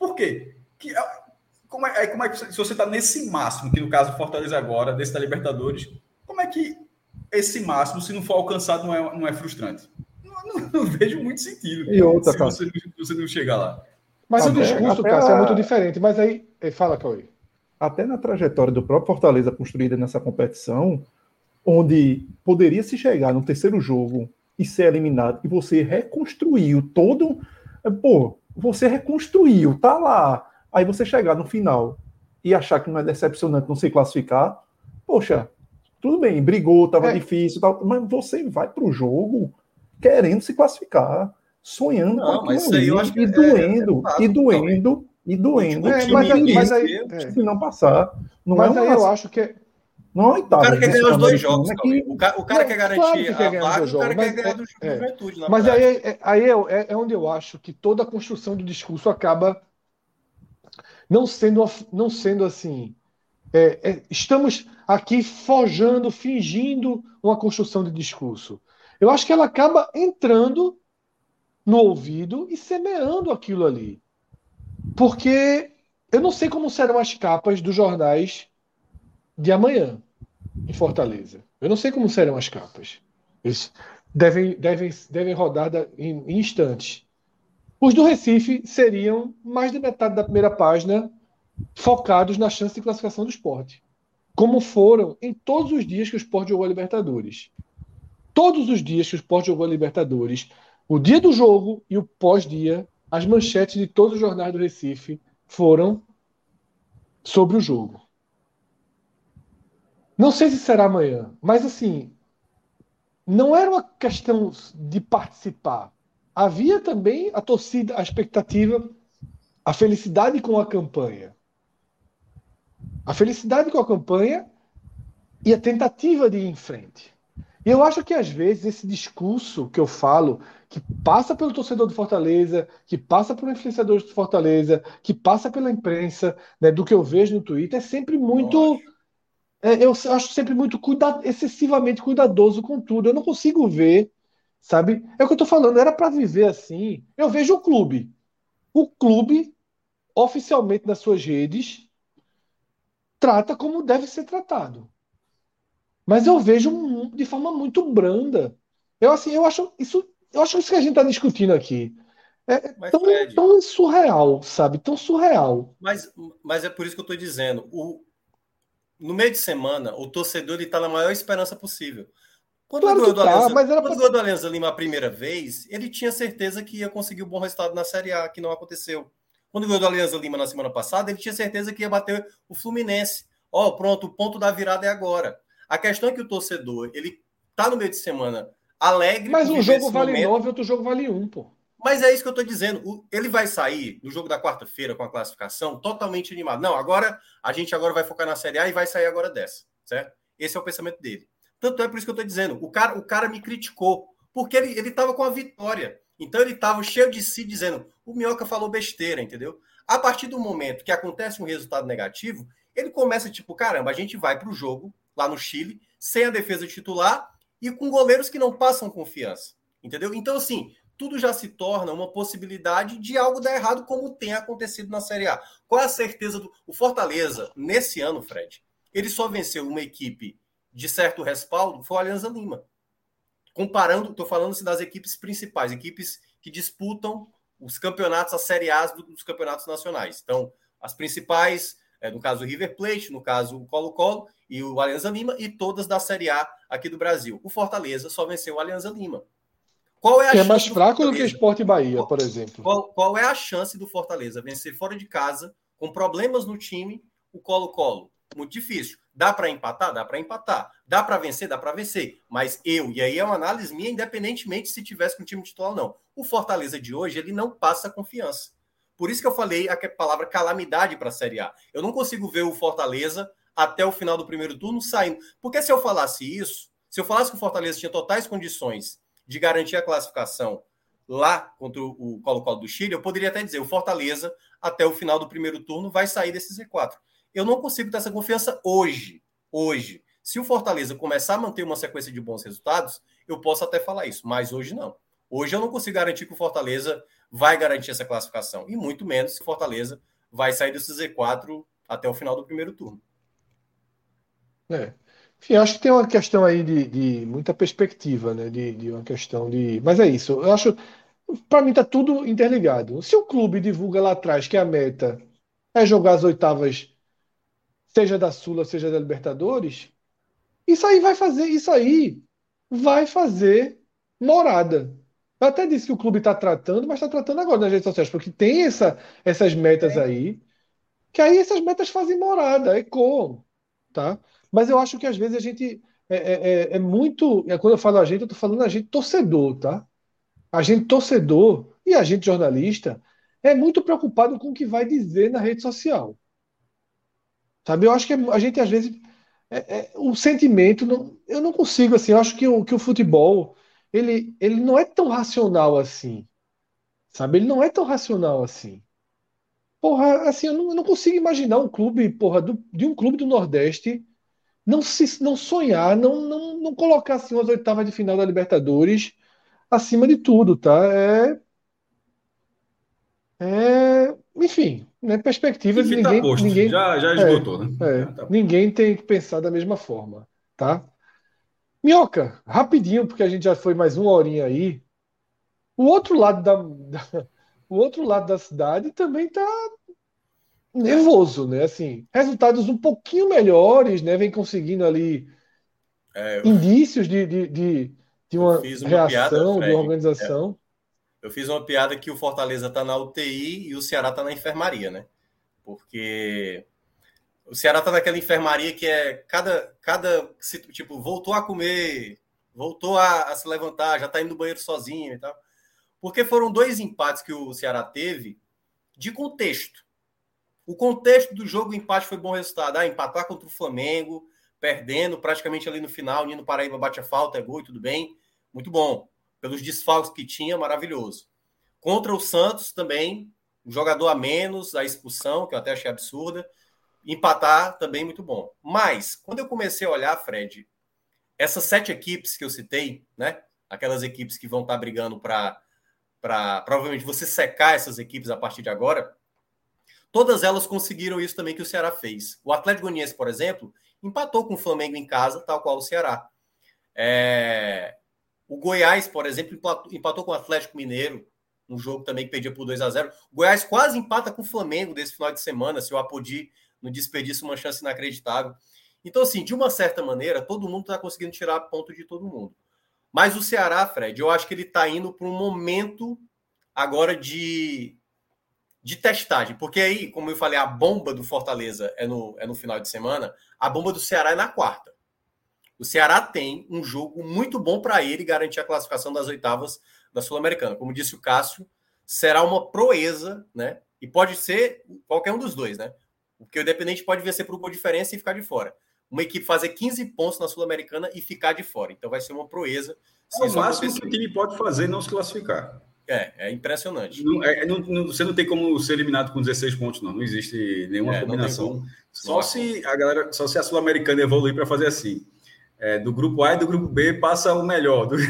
Por quê? Que, como é, como é que se você está nesse máximo, que no caso Fortaleza agora, desse da Libertadores, como é que esse máximo, se não for alcançado, não é, não é frustrante? Não, não, não vejo muito sentido E outra, se cara. você, você não chegar lá. Mas Até- o discurso, até Cássio, a- é muito diferente. Mas aí, eh, fala, Cauê. Até na trajetória do próprio Fortaleza construída nessa competição, onde poderia se chegar no terceiro jogo e ser eliminado, e você reconstruiu todo. Pô, você reconstruiu, tá lá. Aí você chegar no final e achar que não é decepcionante não se classificar, poxa, tudo bem, brigou, tava É. difícil, tal, mas você vai pro jogo querendo se classificar, sonhando Não, com aquilo mas isso aí eu ali, acho que e é- doendo, é fato, e doendo, e doendo, O É, time mas, aí- ninguém mas aí, vê. é. se não passar. Não Mas é aí uma, eu acho que é. não é uma O oitava cara de quer ganhar os dois Sul-Americana, jogos, é Cauê. que O cara, o cara Não, quer claro garantir que quer a ganhar os vaga dois e o cara jogos, mas quer ganhar é- do é. Juventude na Mas aí, prática. é, aí é, é- é onde eu acho que toda a construção do discurso acaba não sendo, não sendo assim. é, é, estamos aqui forjando, fingindo uma construção de discurso. Eu acho que ela acaba entrando no ouvido e semeando aquilo ali. Porque eu não sei como serão as capas dos jornais de amanhã em Fortaleza. Eu não sei como serão as capas. Eles devem, devem, devem rodar da- em, em instantes. Os do Recife seriam mais de metade da primeira página focados na chance de classificação do Sport. Como foram em todos os dias que o Sport jogou a Libertadores. Todos os dias que o Sport jogou a Libertadores, o dia do jogo e o pós-dia, as manchetes de todos os jornais do Recife foram sobre o jogo. Não sei se será amanhã, mas assim, não era uma questão de participar. Havia também a torcida, a expectativa, a felicidade com a campanha. A felicidade com a campanha e a tentativa de ir em frente. E eu acho que às vezes esse discurso que eu falo, que passa pelo torcedor do Fortaleza, que passa por influenciadores do Fortaleza, que passa pela imprensa, né, do que eu vejo no Twitter, é sempre muito. É, eu acho sempre muito cuida, excessivamente cuidadoso com tudo. Eu não consigo ver, sabe? É o que eu tô falando, era para viver assim. Eu vejo o clube. O clube, oficialmente nas suas redes, trata como deve ser tratado. Mas eu vejo um- de forma muito branda. Eu assim, eu acho isso, eu acho isso que a gente está discutindo aqui é é Mas, tão, Fred, tão surreal, sabe? Tão surreal. mas, mas é por isso que eu estou dizendo. O, no meio de semana, o torcedor está na maior esperança possível. Quando Claro ganhou que do tá, Alianza, mas era quando para ganhou do Alianza Lima a primeira vez, ele tinha certeza que ia conseguir um bom resultado na Série A, que não aconteceu. Quando ganhou do Alianza Lima na semana passada, ele tinha certeza que ia bater o Fluminense. Ó, oh, pronto, o ponto da virada é agora. A questão é que o torcedor, ele tá no meio de semana alegre Mas por um viver jogo esse vale momento. nove, outro jogo vale um, pô. Mas é isso que eu estou dizendo. O, ele vai sair no jogo da quarta-feira com a classificação totalmente animado. Não, agora a gente agora vai focar na Série A e vai sair agora dessa, certo? Esse é o pensamento dele. Tanto é por isso que eu estou dizendo. O cara, o cara me criticou, porque ele ele estava com a vitória. Então ele estava cheio de si dizendo, o Minhoca falou besteira, entendeu? A partir do momento que acontece um resultado negativo, ele começa tipo, caramba, a gente vai para o jogo lá no Chile, sem a defesa titular e com goleiros que não passam confiança, entendeu? Então, assim, tudo já se torna uma possibilidade de algo dar errado, como tem acontecido na Série A. Qual é a certeza do... O Fortaleza, nesse ano, Fred, ele só venceu uma equipe de certo respaldo, foi o Alianza Lima. Comparando, estou falando assim, das equipes principais, equipes que disputam os campeonatos, as Série A dos campeonatos nacionais. Então, as principais, é, no caso o River Plate, no caso o Colo-Colo e o Alianza Lima, e todas da Série A aqui do Brasil. O Fortaleza só venceu o Alianza Lima. Qual é a Que é chance mais do fraco do que Fortaleza? Sport e Bahia, Qual, por exemplo. qual, qual é a chance do Fortaleza vencer fora de casa, com problemas no time, o Colo-Colo? Muito difícil. Dá para empatar? Dá para empatar. Dá para vencer? Dá para vencer. Mas eu, e aí é uma análise minha, independentemente se tivesse com o time titular ou não. O Fortaleza de hoje, ele não passa confiança. Por isso que eu falei a palavra calamidade para a Série A. Eu não consigo ver o Fortaleza até o final do primeiro turno saindo. Porque se eu falasse isso, se eu falasse que o Fortaleza tinha totais condições de garantir a classificação lá contra o Colo-Colo do Chile, eu poderia até dizer, o Fortaleza, até o final do primeiro turno, vai sair desse Z quatro. Eu não consigo ter essa confiança hoje. Hoje. Se o Fortaleza começar a manter uma sequência de bons resultados, eu posso até falar isso, mas hoje não. Hoje eu não consigo garantir que o Fortaleza vai garantir essa classificação, e muito menos que o Fortaleza vai sair desse Z quatro até o final do primeiro turno. É. Enfim, acho que tem uma questão aí de, de muita perspectiva, né? De, de uma questão de. Mas é isso. Eu acho, para mim, tá tudo interligado. Se o clube divulga lá atrás que a meta é jogar as oitavas, seja da Sula, seja da Libertadores, isso aí vai fazer, isso aí vai fazer morada. Eu até disse que o clube está tratando, mas está tratando agora nas redes sociais, porque tem essa, essas metas aí, que aí essas metas fazem morada, ecoam, tá? Mas eu acho que às vezes a gente é, é, é é muito. É, quando eu falo a gente, eu estou falando a gente torcedor, tá? A gente torcedor e a gente jornalista é muito preocupado com o que vai dizer na rede social. Sabe? Eu acho que a gente às vezes é, é, o sentimento não, eu não consigo assim. Eu acho que o, que o futebol ele, ele não é tão racional assim, sabe? Ele não é tão racional assim. Porra, assim, eu não, eu não consigo imaginar um clube, porra, do- de um clube do Nordeste não se não sonhar, não, não, não colocar assim as oitavas de final da Libertadores acima de tudo, tá? É, é, enfim, né? Perspectivas Enfim, tá ninguém, posto. ninguém, Já, já é, esgotou, né? Já é, tá. ninguém tem que pensar da mesma forma, tá? Minhoca, rapidinho, porque a gente já foi mais uma horinha aí. O outro lado da, da- o outro lado da cidade também tá nervoso, né? Assim, resultados um pouquinho melhores, né? Vem conseguindo ali É, eu, indícios de, de, de, de eu uma fiz uma piada, reação, de uma Fred. É, organização. eu fiz uma piada que o Fortaleza está na U T I e o Ceará está na enfermaria, né? Porque o Ceará está naquela enfermaria que é cada, cada tipo, voltou a comer, voltou a, a se levantar, já está indo no banheiro sozinho e tal. Porque foram dois empates que o Ceará teve de contexto. O contexto do jogo, o empate foi bom resultado. Ah, empatar contra o Flamengo, perdendo praticamente ali no final, Nino Paraíba bate a falta, é gol e tudo bem. Muito bom. Pelos desfalques que tinha, maravilhoso. Contra o Santos também, um jogador a menos, a expulsão, que eu até achei absurda. Empatar também muito bom. Mas, quando eu comecei a olhar, Fred, essas sete equipes que eu citei, né? Aquelas equipes que vão estar brigando para provavelmente você secar essas equipes a partir de agora, todas elas conseguiram isso também que o Ceará fez. O Atlético Goianiense, por exemplo, empatou com o Flamengo em casa, tal qual o Ceará. É... O Goiás, por exemplo, empatou com o Atlético Mineiro, um jogo também que perdia por dois a zero. O Goiás quase empata com o Flamengo desse final de semana, se o Apodi não desperdiça uma chance inacreditável. Então, assim, de uma certa maneira, todo mundo está conseguindo tirar ponto de todo mundo. Mas o Ceará, Fred, eu acho que ele está indo para um momento agora de, de testagem. Porque aí, como eu falei, a bomba do Fortaleza é no, é no final de semana, a bomba do Ceará é na quarta. O Ceará tem um jogo muito bom para ele garantir a classificação das oitavas da Sul-Americana. Como disse o Cássio, será uma proeza, né? E pode ser qualquer um dos dois, né? Porque o Independente pode vencer por um gol de diferença e ficar de fora. Uma equipe fazer quinze pontos na Sul-Americana e ficar de fora. Então vai ser uma proeza. É o máximo que o time pode fazer não se classificar. É, é impressionante. Não, é, não, não, você não tem como ser eliminado com dezesseis pontos, não. Não existe nenhuma é, combinação. Só não se a galera, só se a Sul-Americana evoluir para fazer assim. É, do grupo A e do grupo B passa o melhor. Do...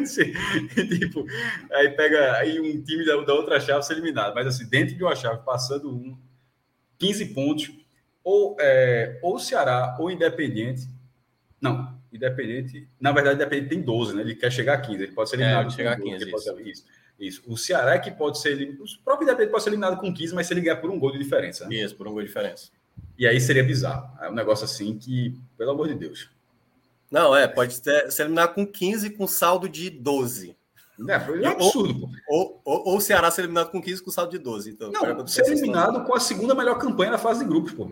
tipo, aí pega aí um time da, da outra chave ser eliminado. Mas assim, dentro de uma chave, passando um, quinze pontos, ou, é, ou Ceará ou Independente. Não, Independente. Na verdade, Independente tem doze, né? Ele quer chegar a quinze. Ele pode ser eliminado é, chegar com a quinze. Pode ser, isso, isso. O Ceará é que pode ser eliminado. O próprio Independente pode ser eliminado com quinze, mas se ele ganhar por um gol de diferença. Né? Isso, por um gol de diferença. E aí seria bizarro. É um negócio assim que, pelo amor de Deus. Não, é, pode ser, se eliminar com quinze com saldo de doze. É, foi um absurdo. Ou, ou, ou o Ceará ser eliminado com quinze com saldo de doze. Então, não, ser eliminado com a segunda melhor campanha na fase de grupos, pô.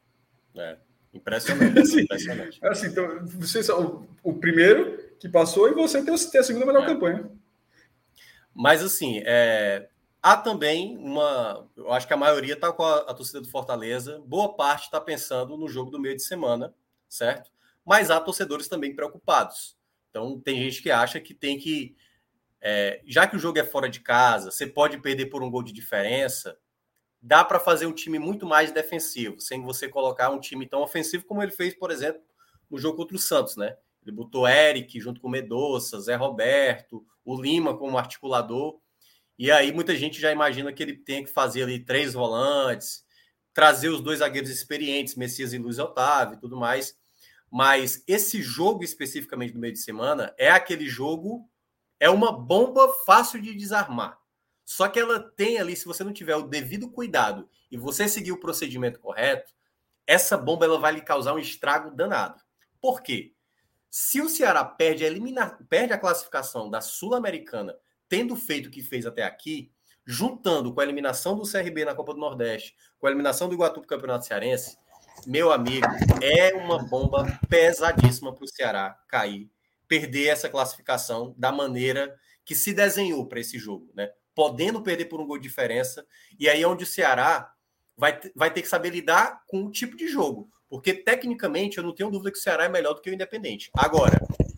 É, impressionante. assim, impressionante. Assim, então, você, o, o primeiro que passou e você tem, tem a segunda melhor é. campanha. Mas, assim, é, há também uma... Eu acho que a maioria está com a, a torcida do Fortaleza. Boa parte está pensando no jogo do meio de semana, certo? Mas há torcedores também preocupados. Então, tem gente que acha que tem que... É, já que o jogo é fora de casa, você pode perder por um gol de diferença, dá para fazer um time muito mais defensivo, sem você colocar um time tão ofensivo como ele fez, por exemplo, no jogo contra o Santos, né? Ele botou Eric junto com o Medoça, Zé Roberto, o Lima como articulador. E aí muita gente já imagina que ele tem que fazer ali três volantes, trazer os dois zagueiros experientes, Messias e Luiz Otávio e tudo mais. Mas esse jogo especificamente do meio de semana é aquele jogo, é uma bomba fácil de desarmar. Só que ela tem ali, se você não tiver o devido cuidado e você seguir o procedimento correto, essa bomba ela vai lhe causar um estrago danado. Por quê? Se o Ceará perde a, elimina... perde a classificação da Sul-Americana, tendo feito o que fez até aqui, juntando com a eliminação do C R B na Copa do Nordeste, com a eliminação do Iguatu para o Campeonato Cearense, meu amigo, é uma bomba pesadíssima para o Ceará cair, perder essa classificação da maneira que se desenhou para esse jogo, né? Podendo perder por um gol de diferença, e aí é onde o Ceará vai, vai ter que saber lidar com o tipo de jogo, porque tecnicamente eu não tenho dúvida que o Ceará é melhor do que o Independente. Agora,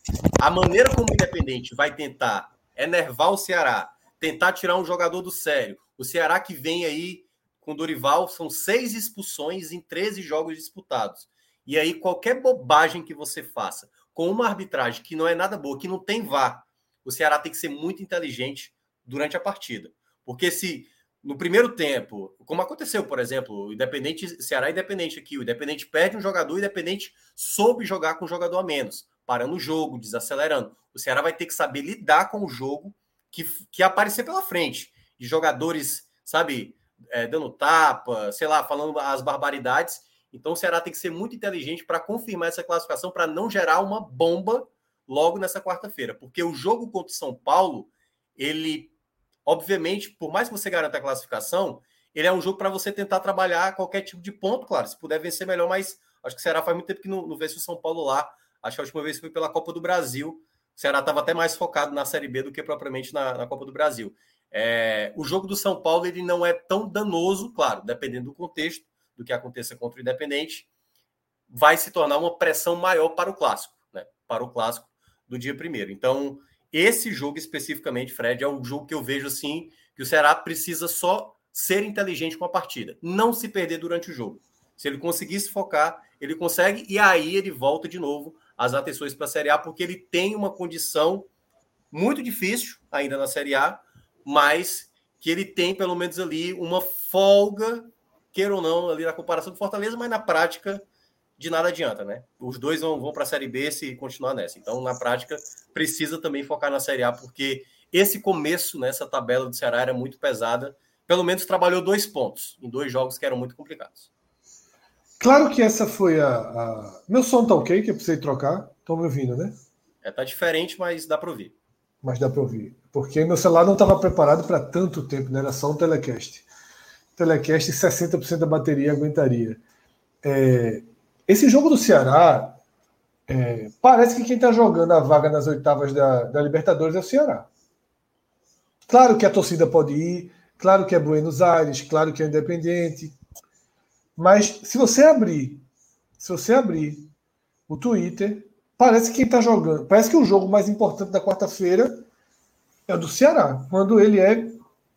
a maneira como o Independente vai tentar enervar o Ceará, tentar tirar um jogador do sério, o Ceará que vem aí com o Dorival, são seis expulsões em treze jogos disputados, e aí qualquer bobagem que você faça com uma arbitragem que não é nada boa, que não tem V A R, o Ceará tem que ser muito inteligente durante a partida. Porque se no primeiro tempo, como aconteceu, por exemplo, o Independente, Ceará Independente aqui, o Independente perde um jogador, o Independente soube jogar com um jogador a menos, parando o jogo, desacelerando. O Ceará vai ter que saber lidar com o jogo que, que aparecer pela frente, de jogadores, sabe, é, dando tapa, sei lá, falando as barbaridades. Então o Ceará tem que ser muito inteligente para confirmar essa classificação, para não gerar uma bomba logo nessa quarta-feira. Porque o jogo contra o São Paulo, ele, obviamente, por mais que você garanta a classificação, ele é um jogo para você tentar trabalhar qualquer tipo de ponto, claro, se puder vencer melhor, mas acho que o Ceará faz muito tempo que não, não vence o São Paulo lá. Acho que a última vez foi pela Copa do Brasil. O Ceará estava até mais focado na Série B do que propriamente na, na Copa do Brasil. É, o jogo do São Paulo ele não é tão danoso, claro, dependendo do contexto, do que aconteça contra o Independente, vai se tornar uma pressão maior para o Clássico, né? Para o Clássico do dia primeiro. Então, esse jogo especificamente, Fred, é um jogo que eu vejo assim, que o Ceará precisa só ser inteligente com a partida, não se perder durante o jogo. Se ele conseguir se focar, ele consegue, e aí ele volta de novo às atenções para a Série A, porque ele tem uma condição muito difícil ainda na Série A, mas que ele tem pelo menos ali uma folga, queira ou não, ali na comparação do Fortaleza, mas na prática de nada adianta, né? Os dois vão, vão para a Série B se continuar nessa. Então, na prática, precisa também focar na Série A, porque esse começo, nessa tabela do Ceará era muito pesada. Pelo menos trabalhou dois pontos em dois jogos que eram muito complicados. Claro que essa foi a... a... Meu som tá ok, que eu precisei trocar. Estão me ouvindo, né? É, tá diferente, mas dá para ouvir. Mas dá para ouvir. Porque meu celular não estava preparado para tanto tempo, né? Era só um telecast. Telecast, sessenta por cento da bateria aguentaria. É... Esse jogo do Ceará, é... parece que quem está jogando a vaga nas oitavas da, da Libertadores é o Ceará. Claro que a torcida pode ir, claro que é Buenos Aires, claro que é Independente, mas se você abrir, se você abrir o Twitter, parece que quem está jogando, parece que o jogo mais importante da quarta-feira é o do Ceará, quando ele é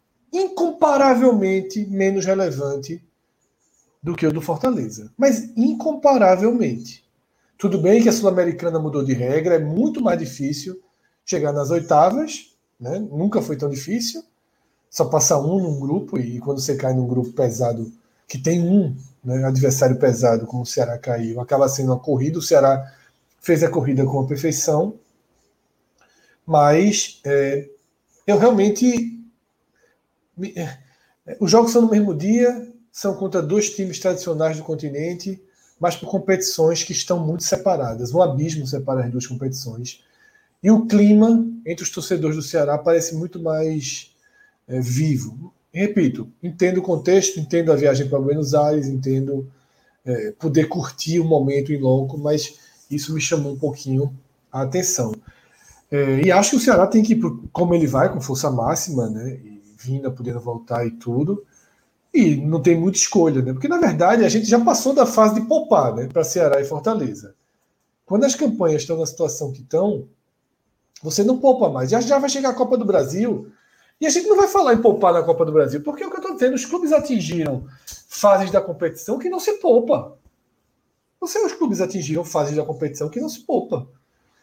incomparavelmente menos relevante do que o do Fortaleza. Mas incomparavelmente. Tudo bem que a Sul-Americana mudou de regra, é muito mais difícil chegar nas oitavas, né? Nunca foi tão difícil. Só passa um num grupo, e quando você cai num grupo pesado, que tem um, né, adversário pesado, como o Ceará caiu, acaba sendo uma corrida. O Ceará fez a corrida com a perfeição, mas é, eu realmente... Me, é, os jogos são no mesmo dia, são contra dois times tradicionais do continente, mas por competições que estão muito separadas. Um abismo separa as duas competições. E o clima entre os torcedores do Ceará parece muito mais é, vivo. E, repito, entendo o contexto, entendo a viagem para Buenos Aires, entendo é, poder curtir o momento em loco, mas isso me chamou um pouquinho a atenção. É, e acho que o Ceará tem que ir, como ele vai, com força máxima, né, e vinda, podendo voltar e tudo, e não tem muita escolha, né, porque na verdade a gente já passou da fase de poupar, né, para Ceará e Fortaleza. Quando as campanhas estão na situação que estão, você não poupa mais. Já, já vai chegar a Copa do Brasil, e a gente não vai falar em poupar na Copa do Brasil, porque é o que eu estou dizendo, os clubes atingiram fases da competição que não se poupa. Você, os clubes atingiram fases da competição que não se poupa.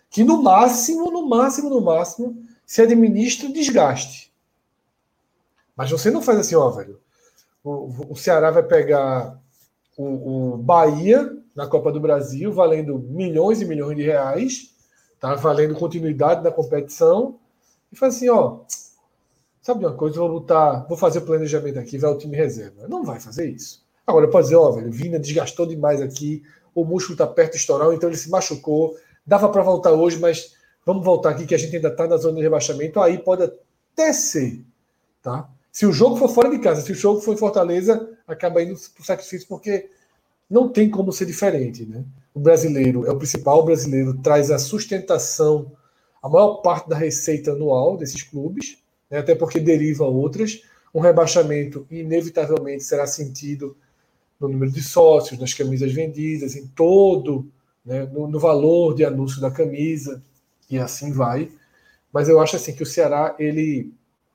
que no máximo, no máximo, no máximo, se administra desgaste. Mas você não faz assim, ó, velho. O, o Ceará vai pegar o, o Bahia na Copa do Brasil, valendo milhões e milhões de reais, tá? Valendo continuidade da competição, e faz assim, ó, sabe uma coisa, vou botar, vou fazer o planejamento aqui, vai o time reserva. Não vai fazer isso. Agora, pode dizer, ó, velho, Vina desgastou demais aqui, o músculo tá perto de estourar, então ele se machucou, dava para voltar hoje, mas vamos voltar aqui que a gente ainda tá na zona de rebaixamento, aí pode até ser, tá? Se o jogo for fora de casa, se o jogo for em Fortaleza, acaba indo pro sacrifício, porque não tem como ser diferente, né? O brasileiro é o principal, o brasileiro traz a sustentação, a maior parte da receita anual desses clubes, né? Até porque deriva outras. Um rebaixamento inevitavelmente será sentido no número de sócios, nas camisas vendidas, em todo, né? no, no valor de anúncio da camisa, e assim vai. Mas eu acho assim que o Ceará, ele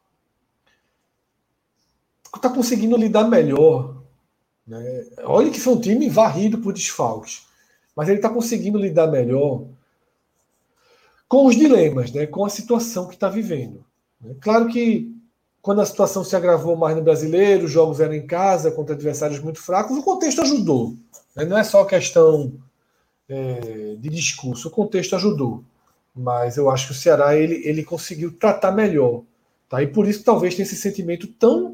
está conseguindo lidar melhor, né? Olha que foi um time varrido por desfalques, mas ele está conseguindo lidar melhor com os dilemas, né? Com a situação que está vivendo. Né? Claro que quando a situação se agravou mais no brasileiro, os jogos eram em casa, contra adversários muito fracos, o contexto ajudou. Né? Não é só questão é, de discurso, o contexto ajudou. Mas eu acho que o Ceará ele, ele conseguiu tratar melhor. Tá? E por isso talvez tenha esse sentimento tão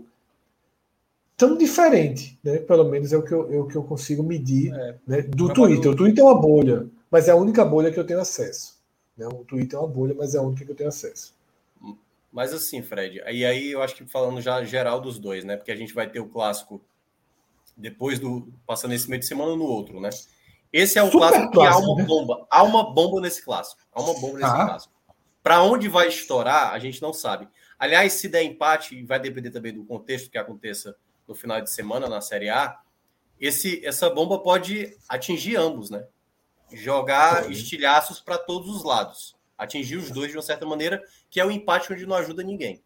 tão diferente, né? Pelo menos é o que eu, é o que eu consigo medir, é, né? Do Twitter. O Twitter é uma bolha, mas é a única bolha que eu tenho acesso. Né? O Twitter é uma bolha, mas é a única que eu tenho acesso. Mas assim, Fred, e aí eu acho que falando já geral dos dois, né? Porque a gente vai ter o clássico depois do passando esse meio de semana no outro, né? Esse é o clássico, clássico que há uma bomba, né? Há uma bomba nesse clássico, há uma bomba nesse ah. clássico. Para onde vai estourar, a gente não sabe. Aliás, se der empate, vai depender também do contexto que aconteça no final de semana na Série A, esse, essa bomba pode atingir ambos, né? Jogar estilhaços para todos os lados. Atingir os dois de uma certa maneira, que é o empate onde não ajuda ninguém.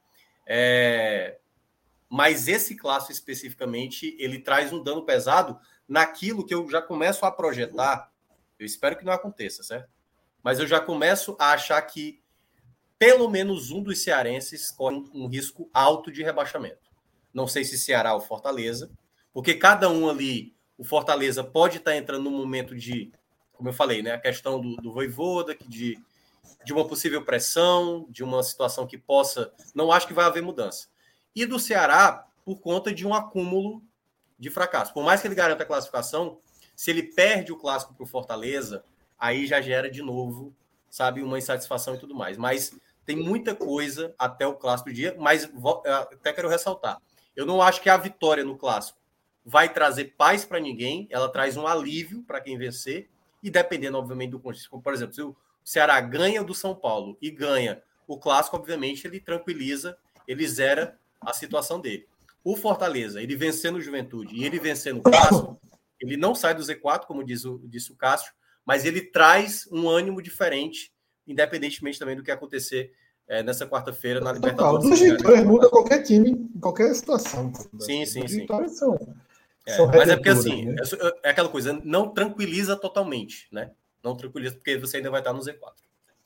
É... Mas esse clássico especificamente, ele traz um dano pesado naquilo que eu já começo a projetar. Eu espero que não aconteça, certo? Mas eu já começo a achar que pelo menos um dos cearenses corre um risco alto de rebaixamento. Não sei se Ceará ou Fortaleza, porque cada um ali, o Fortaleza pode estar entrando num momento de, como eu falei, né, a questão do, do Vojvoda, de, de uma possível pressão, de uma situação que possa... Não acho que vai haver mudança. E do Ceará, por conta de um acúmulo de fracasso. Por mais que ele garanta a classificação, se ele perde o clássico para o Fortaleza, aí já gera de novo, sabe, uma insatisfação e tudo mais. Mas tem muita coisa até o clássico do dia, mas até quero ressaltar. Eu não acho que a vitória no clássico vai trazer paz para ninguém, ela traz um alívio para quem vencer, e dependendo, obviamente, do contexto. Como, por exemplo, se o Ceará ganha do São Paulo e ganha o clássico, obviamente, ele tranquiliza, ele zera a situação dele. O Fortaleza, ele vencendo o Juventude e ele vencendo o clássico, ele não sai do Z quatro, como diz o, disse o Cássio, mas ele traz um ânimo diferente, independentemente também do que acontecer É, nessa quarta-feira na Libertadores. Duas vitórias muda qualquer time, em qualquer situação. Sim, sim, As sim. vitórias são, é, são mas é porque assim, né? é, é aquela coisa, não tranquiliza totalmente, né? Não tranquiliza, porque você ainda vai estar no Z quatro.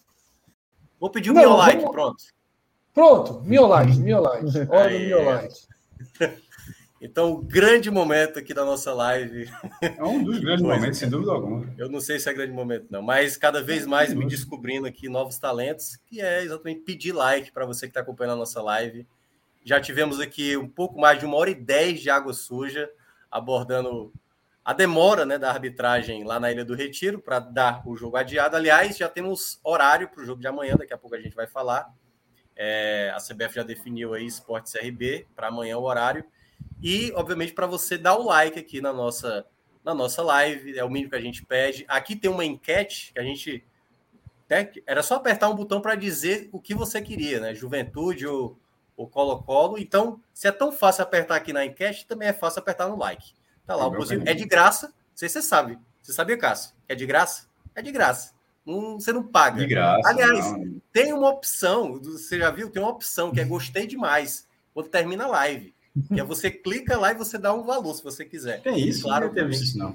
Vou pedir o meu like, vamos... pronto. Pronto, meu like, meu like. Hora do meu like. Então, o grande momento aqui da nossa live. É um dos grandes coisa, momentos, sem dúvida alguma. Eu não sei se é grande momento, não, mas cada vez mais me descobrindo aqui novos talentos, que é exatamente pedir like para você que está acompanhando a nossa live. Já tivemos aqui um pouco mais de uma hora e dez de água suja, abordando a demora, né, da arbitragem lá na Ilha do Retiro para dar o jogo adiado. Aliás, já temos horário para o jogo de amanhã, daqui a pouco a gente vai falar. É, a C B F já definiu aí Sport C R B para amanhã o horário. E, obviamente, para você dar o like aqui na nossa, na nossa live, é o mínimo que a gente pede. Aqui tem uma enquete que a gente... Né, era só apertar um botão para dizer o que você queria, né? Juventude ou, ou Colo-Colo. Então, se é tão fácil apertar aqui na enquete, também é fácil apertar no like. Tá lá, o positivo. É de graça. Não sei se você sabe. Você sabia, Cássio? É de graça? É de graça. Não, você não paga. De graça. Aliás, não. Tem uma opção, você já viu? Tem uma opção que é gostei demais. Quando termina a live. Que é você clica lá e você dá um valor, se você quiser. Tem isso? Claro, não teve isso, não.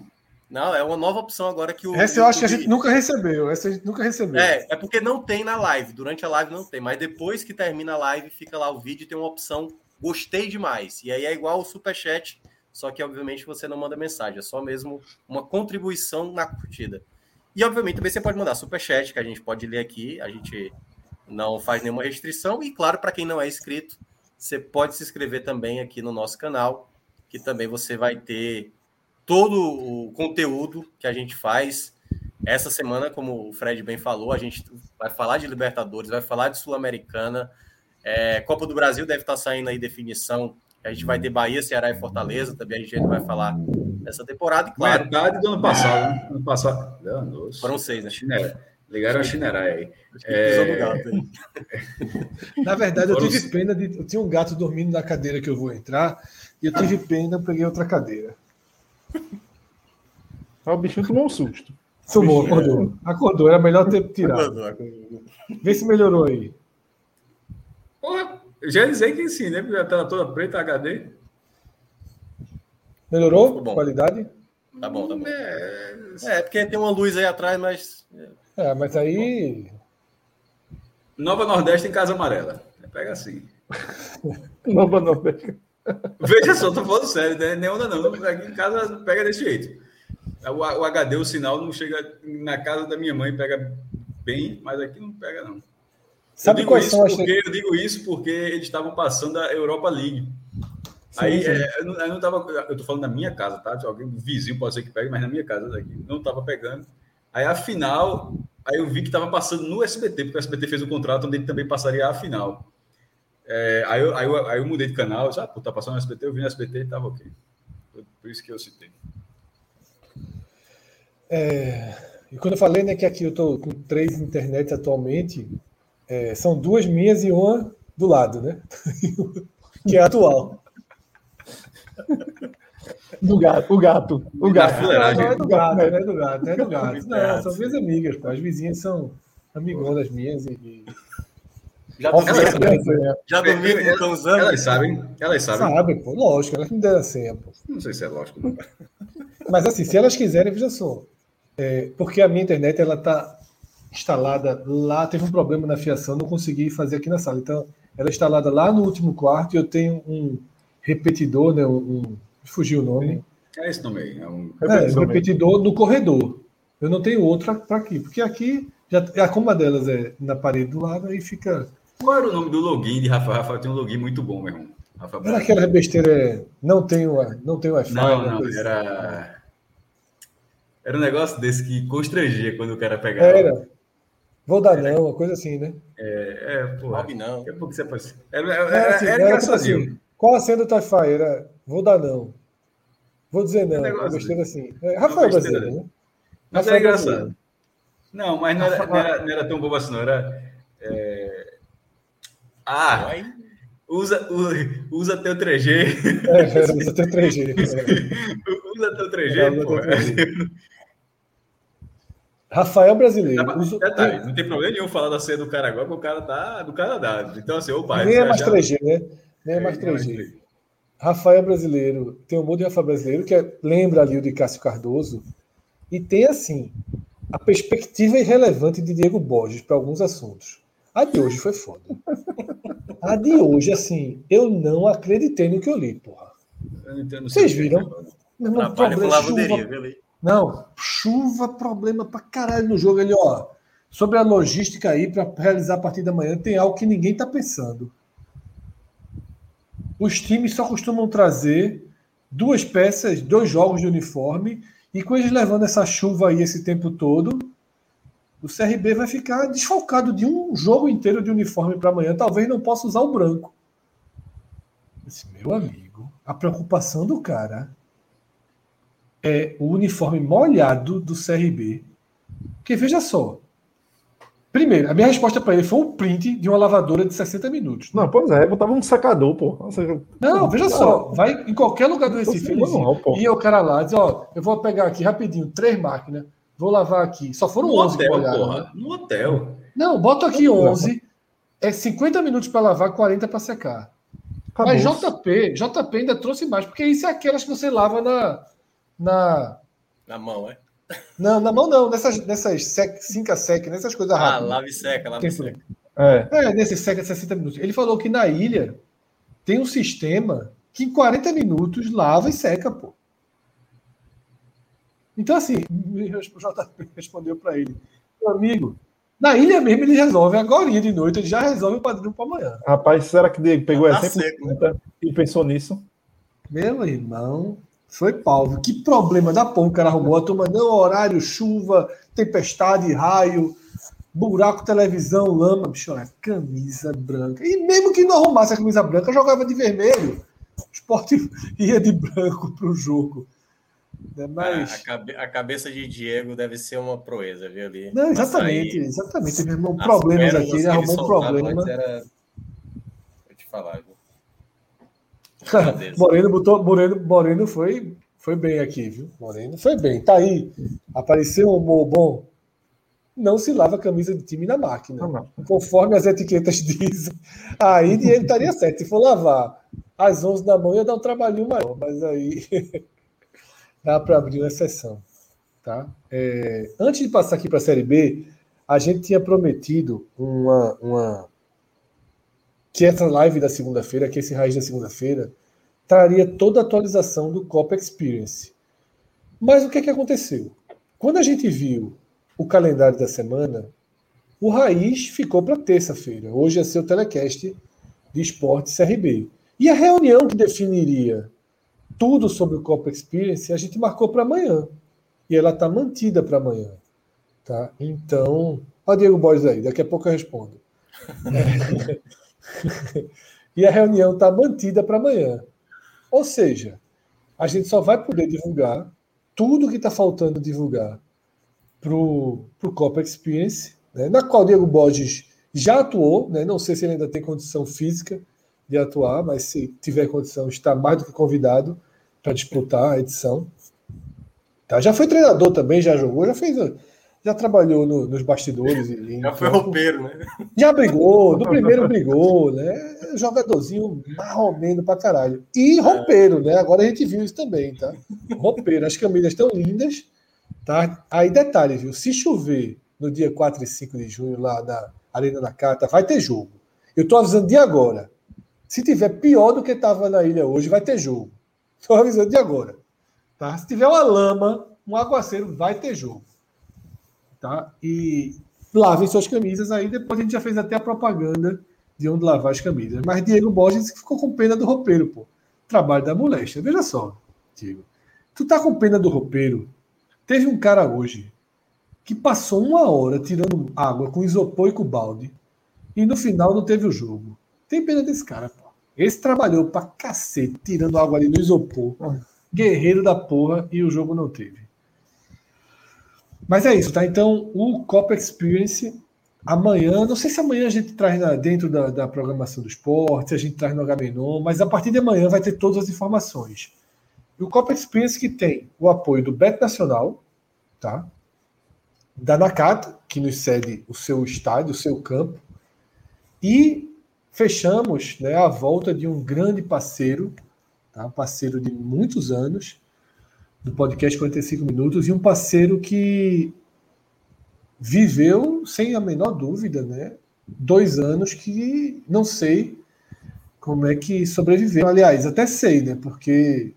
Não, é uma nova opção agora que o. Essa eu acho que a gente nunca recebeu. Essa a gente nunca recebeu. É, é porque não tem na live. Durante a live não tem. Mas depois que termina a live, fica lá o vídeo e tem uma opção gostei demais. E aí é igual o Superchat, só que obviamente você não manda mensagem. É só mesmo uma contribuição na curtida. E obviamente também você pode mandar Superchat, que a gente pode ler aqui. A gente não faz nenhuma restrição. E claro, para quem não é inscrito, você pode se inscrever também aqui no nosso canal, que também você vai ter todo o conteúdo que a gente faz. Essa semana, como o Fred bem falou, a gente vai falar de Libertadores, vai falar de Sul-Americana, é, Copa do Brasil deve estar saindo aí definição, a gente vai ter Bahia, Ceará e Fortaleza, também a gente vai falar dessa temporada, e claro... Metade do ano passado, né? Ano passado... Não, foram seis, né? Chinera. Ligaram a Chinerai aí. É... Gato, aí. Na verdade, eu tive pena de... Eu tinha um gato dormindo na cadeira que eu vou entrar, e eu tive pena, eu peguei outra cadeira. O bichinho tomou um susto. Tomou, acordou. Acordou, era melhor ter tirado. Vê se melhorou aí. Porra, eu já dizia que sim, né? Porque a tela toda preta, H D. Melhorou? Qualidade? Tá bom, tá bom. É... é, porque tem uma luz aí atrás, mas... É, mas aí... Nova Nordeste em Casa Amarela. Pega assim. Nova Nordeste. Veja só, tô falando sério, né? Nem onda não. Aqui em casa pega desse jeito. O, o H D, o sinal não chega na casa da minha mãe, pega bem, mas aqui não pega, não. Sabe eu digo isso porque eu digo isso porque eles estavam passando a Europa League. Sim, aí sim. É, eu, não, eu não tava. Eu tô falando na minha casa, tá? Alguém vizinho pode ser que pegue, mas na minha casa daqui. Não tava pegando. Aí a final, aí eu vi que tava passando no S B T, porque o S B T fez um contrato onde ele também passaria a final. É, aí, eu, aí, eu, aí eu mudei de canal, eu disse, ah, pô, tá passando no S B T, eu vi no S B T e tava ok. Por, por isso que eu citei. É, e quando eu falei, né, que aqui eu tô com três internets atualmente, é, são duas minhas e uma do lado, né? Que é a atual. Do gato, o gato. O gato. Não, não é do gato, não é do gato, não é do gato. Não, são minhas amigas, pô. As vizinhas são amigonas minhas e... Já dormiram? Já dormiram? Estão usando? Elas sabem, elas sabem. Sabem, pô, lógico, elas me deram a senha, pô. Não sei se é lógico, não. Mas assim, se elas quiserem, veja só. É, porque a minha internet, ela tá instalada lá, teve um problema na fiação, não consegui fazer aqui na sala. Então, ela é instalada lá no último quarto e eu tenho um repetidor, né, um, um fugiu o nome. É esse nome aí. É um, é, um repetidor no corredor. Eu não tenho outro para aqui, porque aqui, já, a coma delas é na parede do lado, aí fica... Qual era o nome do login de Rafael? Rafael tem um login muito bom, meu irmão. Rafael era aquela besteira, é, não tem não tem Wi-Fi. Não, não, era... Era um negócio desse que constrangia quando o cara pegava. Era. Vou dar era... não, uma coisa assim, né? É, é porra. Bob não. Daqui a pouco você apareceu. Era, era, era, assim, era, era tipo assim, qual a senha do Wi-Fi? Era, vou dar não. Vou dizer não, é uma besteira assim. É, Rafael brasileiro, né? Mas era engraçado. Brasileiro. Não, mas não era, não, era, não era tão bobo assim, não. Era... É... Ah... Usa, usa teu três G. É, usa teu três G. Usa teu três G, pô. Rafael brasileiro. Tá, usa... detalhe, não tem problema nenhum falar da senha do cara agora, porque o cara tá do Canadá. Então, assim, opa. Nem é mais já... três G, né? Nem é mais três G. É mais três G. Rafael brasileiro. Tem o mundo de Rafael brasileiro, que é, lembra ali o de Cássio Cardoso. E tem, assim, a perspectiva irrelevante de Diego Borges para alguns assuntos. A de hoje foi foda. A de hoje, assim, eu não acreditei no que eu li, porra. Eu entendo. Vocês viram? Meu irmão, problema, chuva... Não, chuva, problema pra caralho no jogo. Ele, ó, sobre a logística aí para realizar a partir da manhã, tem algo que ninguém tá pensando. Os times só costumam trazer duas peças, dois jogos de uniforme, e com eles levando essa chuva aí esse tempo todo, o C R B vai ficar desfalcado de um jogo inteiro de uniforme para amanhã. Talvez não possa usar o branco. Esse meu amigo, a preocupação do cara é o uniforme molhado do C R B. Porque veja só. Primeiro, a minha resposta para ele foi um print de uma lavadora de sessenta minutos. Não, pois é, botava um secador, pô. Nossa, não, veja só. Vai em qualquer lugar do Recife. Eles ia o cara lá, diz, ó, eu vou pegar aqui rapidinho três máquinas. Vou lavar aqui. Só foram no onze hotel, que olharam, porra. né? No hotel. Não, bota aqui onze. É cinquenta minutos para lavar, quarenta para secar. Acabou. Mas J P, J P ainda trouxe mais, porque isso é aquelas que você lava na, na, Na mão, é? Não, na mão não, nessas, nessas sec, cinco a sec, nessas coisas Ah, rápidas. lave e seca, lave e seca. É. É, nesses seca sessenta minutos. Ele falou que na ilha tem um sistema que em quarenta minutos lava e seca, pô. Então, assim, o J P respondeu para ele, meu amigo, na ilha mesmo ele resolve agora de noite, ele já resolve o padrão para amanhã. Rapaz, será que Diego pegou Tá exemplo seco, né? e pensou nisso? Meu irmão, foi pau. Que problema da porra o cara arrumou. A turma, não, horário, chuva, tempestade, raio, buraco, televisão, lama. Bicho, olha, camisa branca. E mesmo que não arrumasse a camisa branca, jogava de vermelho. O Sport ia de branco pro jogo. Né? Mas... Ah, a, cabe a cabeça de Diego deve ser uma proeza, viu ali? Não, exatamente, Açaí, exatamente. Meu irmão, problemas aqui, ele arrumou um problema. Era... Vou te falar, viu? Moreno botou. Moreno, Moreno foi, foi bem aqui, viu? Moreno foi bem. Tá aí. Apareceu um humor bom. Não se lava a camisa de time na máquina. Não, não. Conforme as etiquetas dizem. Aí Diego estaria certo. Se for lavar às onze da manhã, ia dar um trabalhinho maior. Mas aí dá para abrir uma exceção. Tá? É, antes de passar aqui para a Série B, a gente tinha prometido uma. uma que essa live da segunda-feira, que esse Raiz da segunda-feira, traria toda a atualização do Copa Experience. Mas o que é que aconteceu? Quando a gente viu o calendário da semana, o Raiz ficou para terça-feira. Hoje ia ser o telecast de Esporte C R B. E a reunião que definiria tudo sobre o Copa Experience, a gente marcou para amanhã. E ela está mantida para amanhã. Tá? Então, olha o Diego Borges aí, daqui a pouco eu respondo. É... E a reunião está mantida para amanhã. Ou seja, a gente só vai poder divulgar tudo que está faltando divulgar para o Copa Experience, né, na qual o Diego Borges já atuou, né, não sei se ele ainda tem condição física de atuar, mas se tiver condição, está mais do que convidado para disputar a edição. Tá? Já foi treinador também, já jogou, já fez... Já trabalhou no, nos bastidores. E, já foi roupeiro, né? Já brigou, no primeiro brigou, né? Jogadorzinho marromeno pra caralho. E roupeiro, né? Agora a gente viu isso também, tá? Roupeiro. As camisas estão lindas, tá? Aí detalhe, viu? Se chover no dia quatro e cinco de junho lá na Arena da Carta, vai ter jogo. Eu tô avisando de agora. Se tiver pior do que tava na ilha hoje, vai ter jogo. Tô avisando de agora. Tá? Se tiver uma lama, um aguaceiro, vai ter jogo. Tá? E lavem suas camisas, aí depois a gente já fez até a propaganda de onde lavar as camisas. Mas Diego Borges ficou com pena do roupeiro, pô. Trabalho da moléstia. Veja só, Diego. Tu tá com pena do roupeiro. Teve um cara hoje que passou uma hora tirando água com isopor e com balde e no final não teve o jogo. Tem pena desse cara, pô. Esse trabalhou pra cacete, tirando água ali no isopor. Guerreiro da porra, e o jogo não teve. Mas é isso, tá? Então, o Copa Experience, amanhã, não sei se amanhã a gente traz na, dentro da, da programação do esporte, se a gente traz no Agamenon, mas a partir de amanhã vai ter todas as informações. E o Copa Experience que tem o apoio do Bet Nacional, tá? Da Nakata, que nos cede o seu estádio, o seu campo, e fechamos, né, a volta de um grande parceiro, tá? Um parceiro de muitos anos, do podcast quarenta e cinco minutos, e um parceiro que viveu, sem a menor dúvida, né, dois anos que não sei como é que sobreviveu. Aliás, até sei, né, porque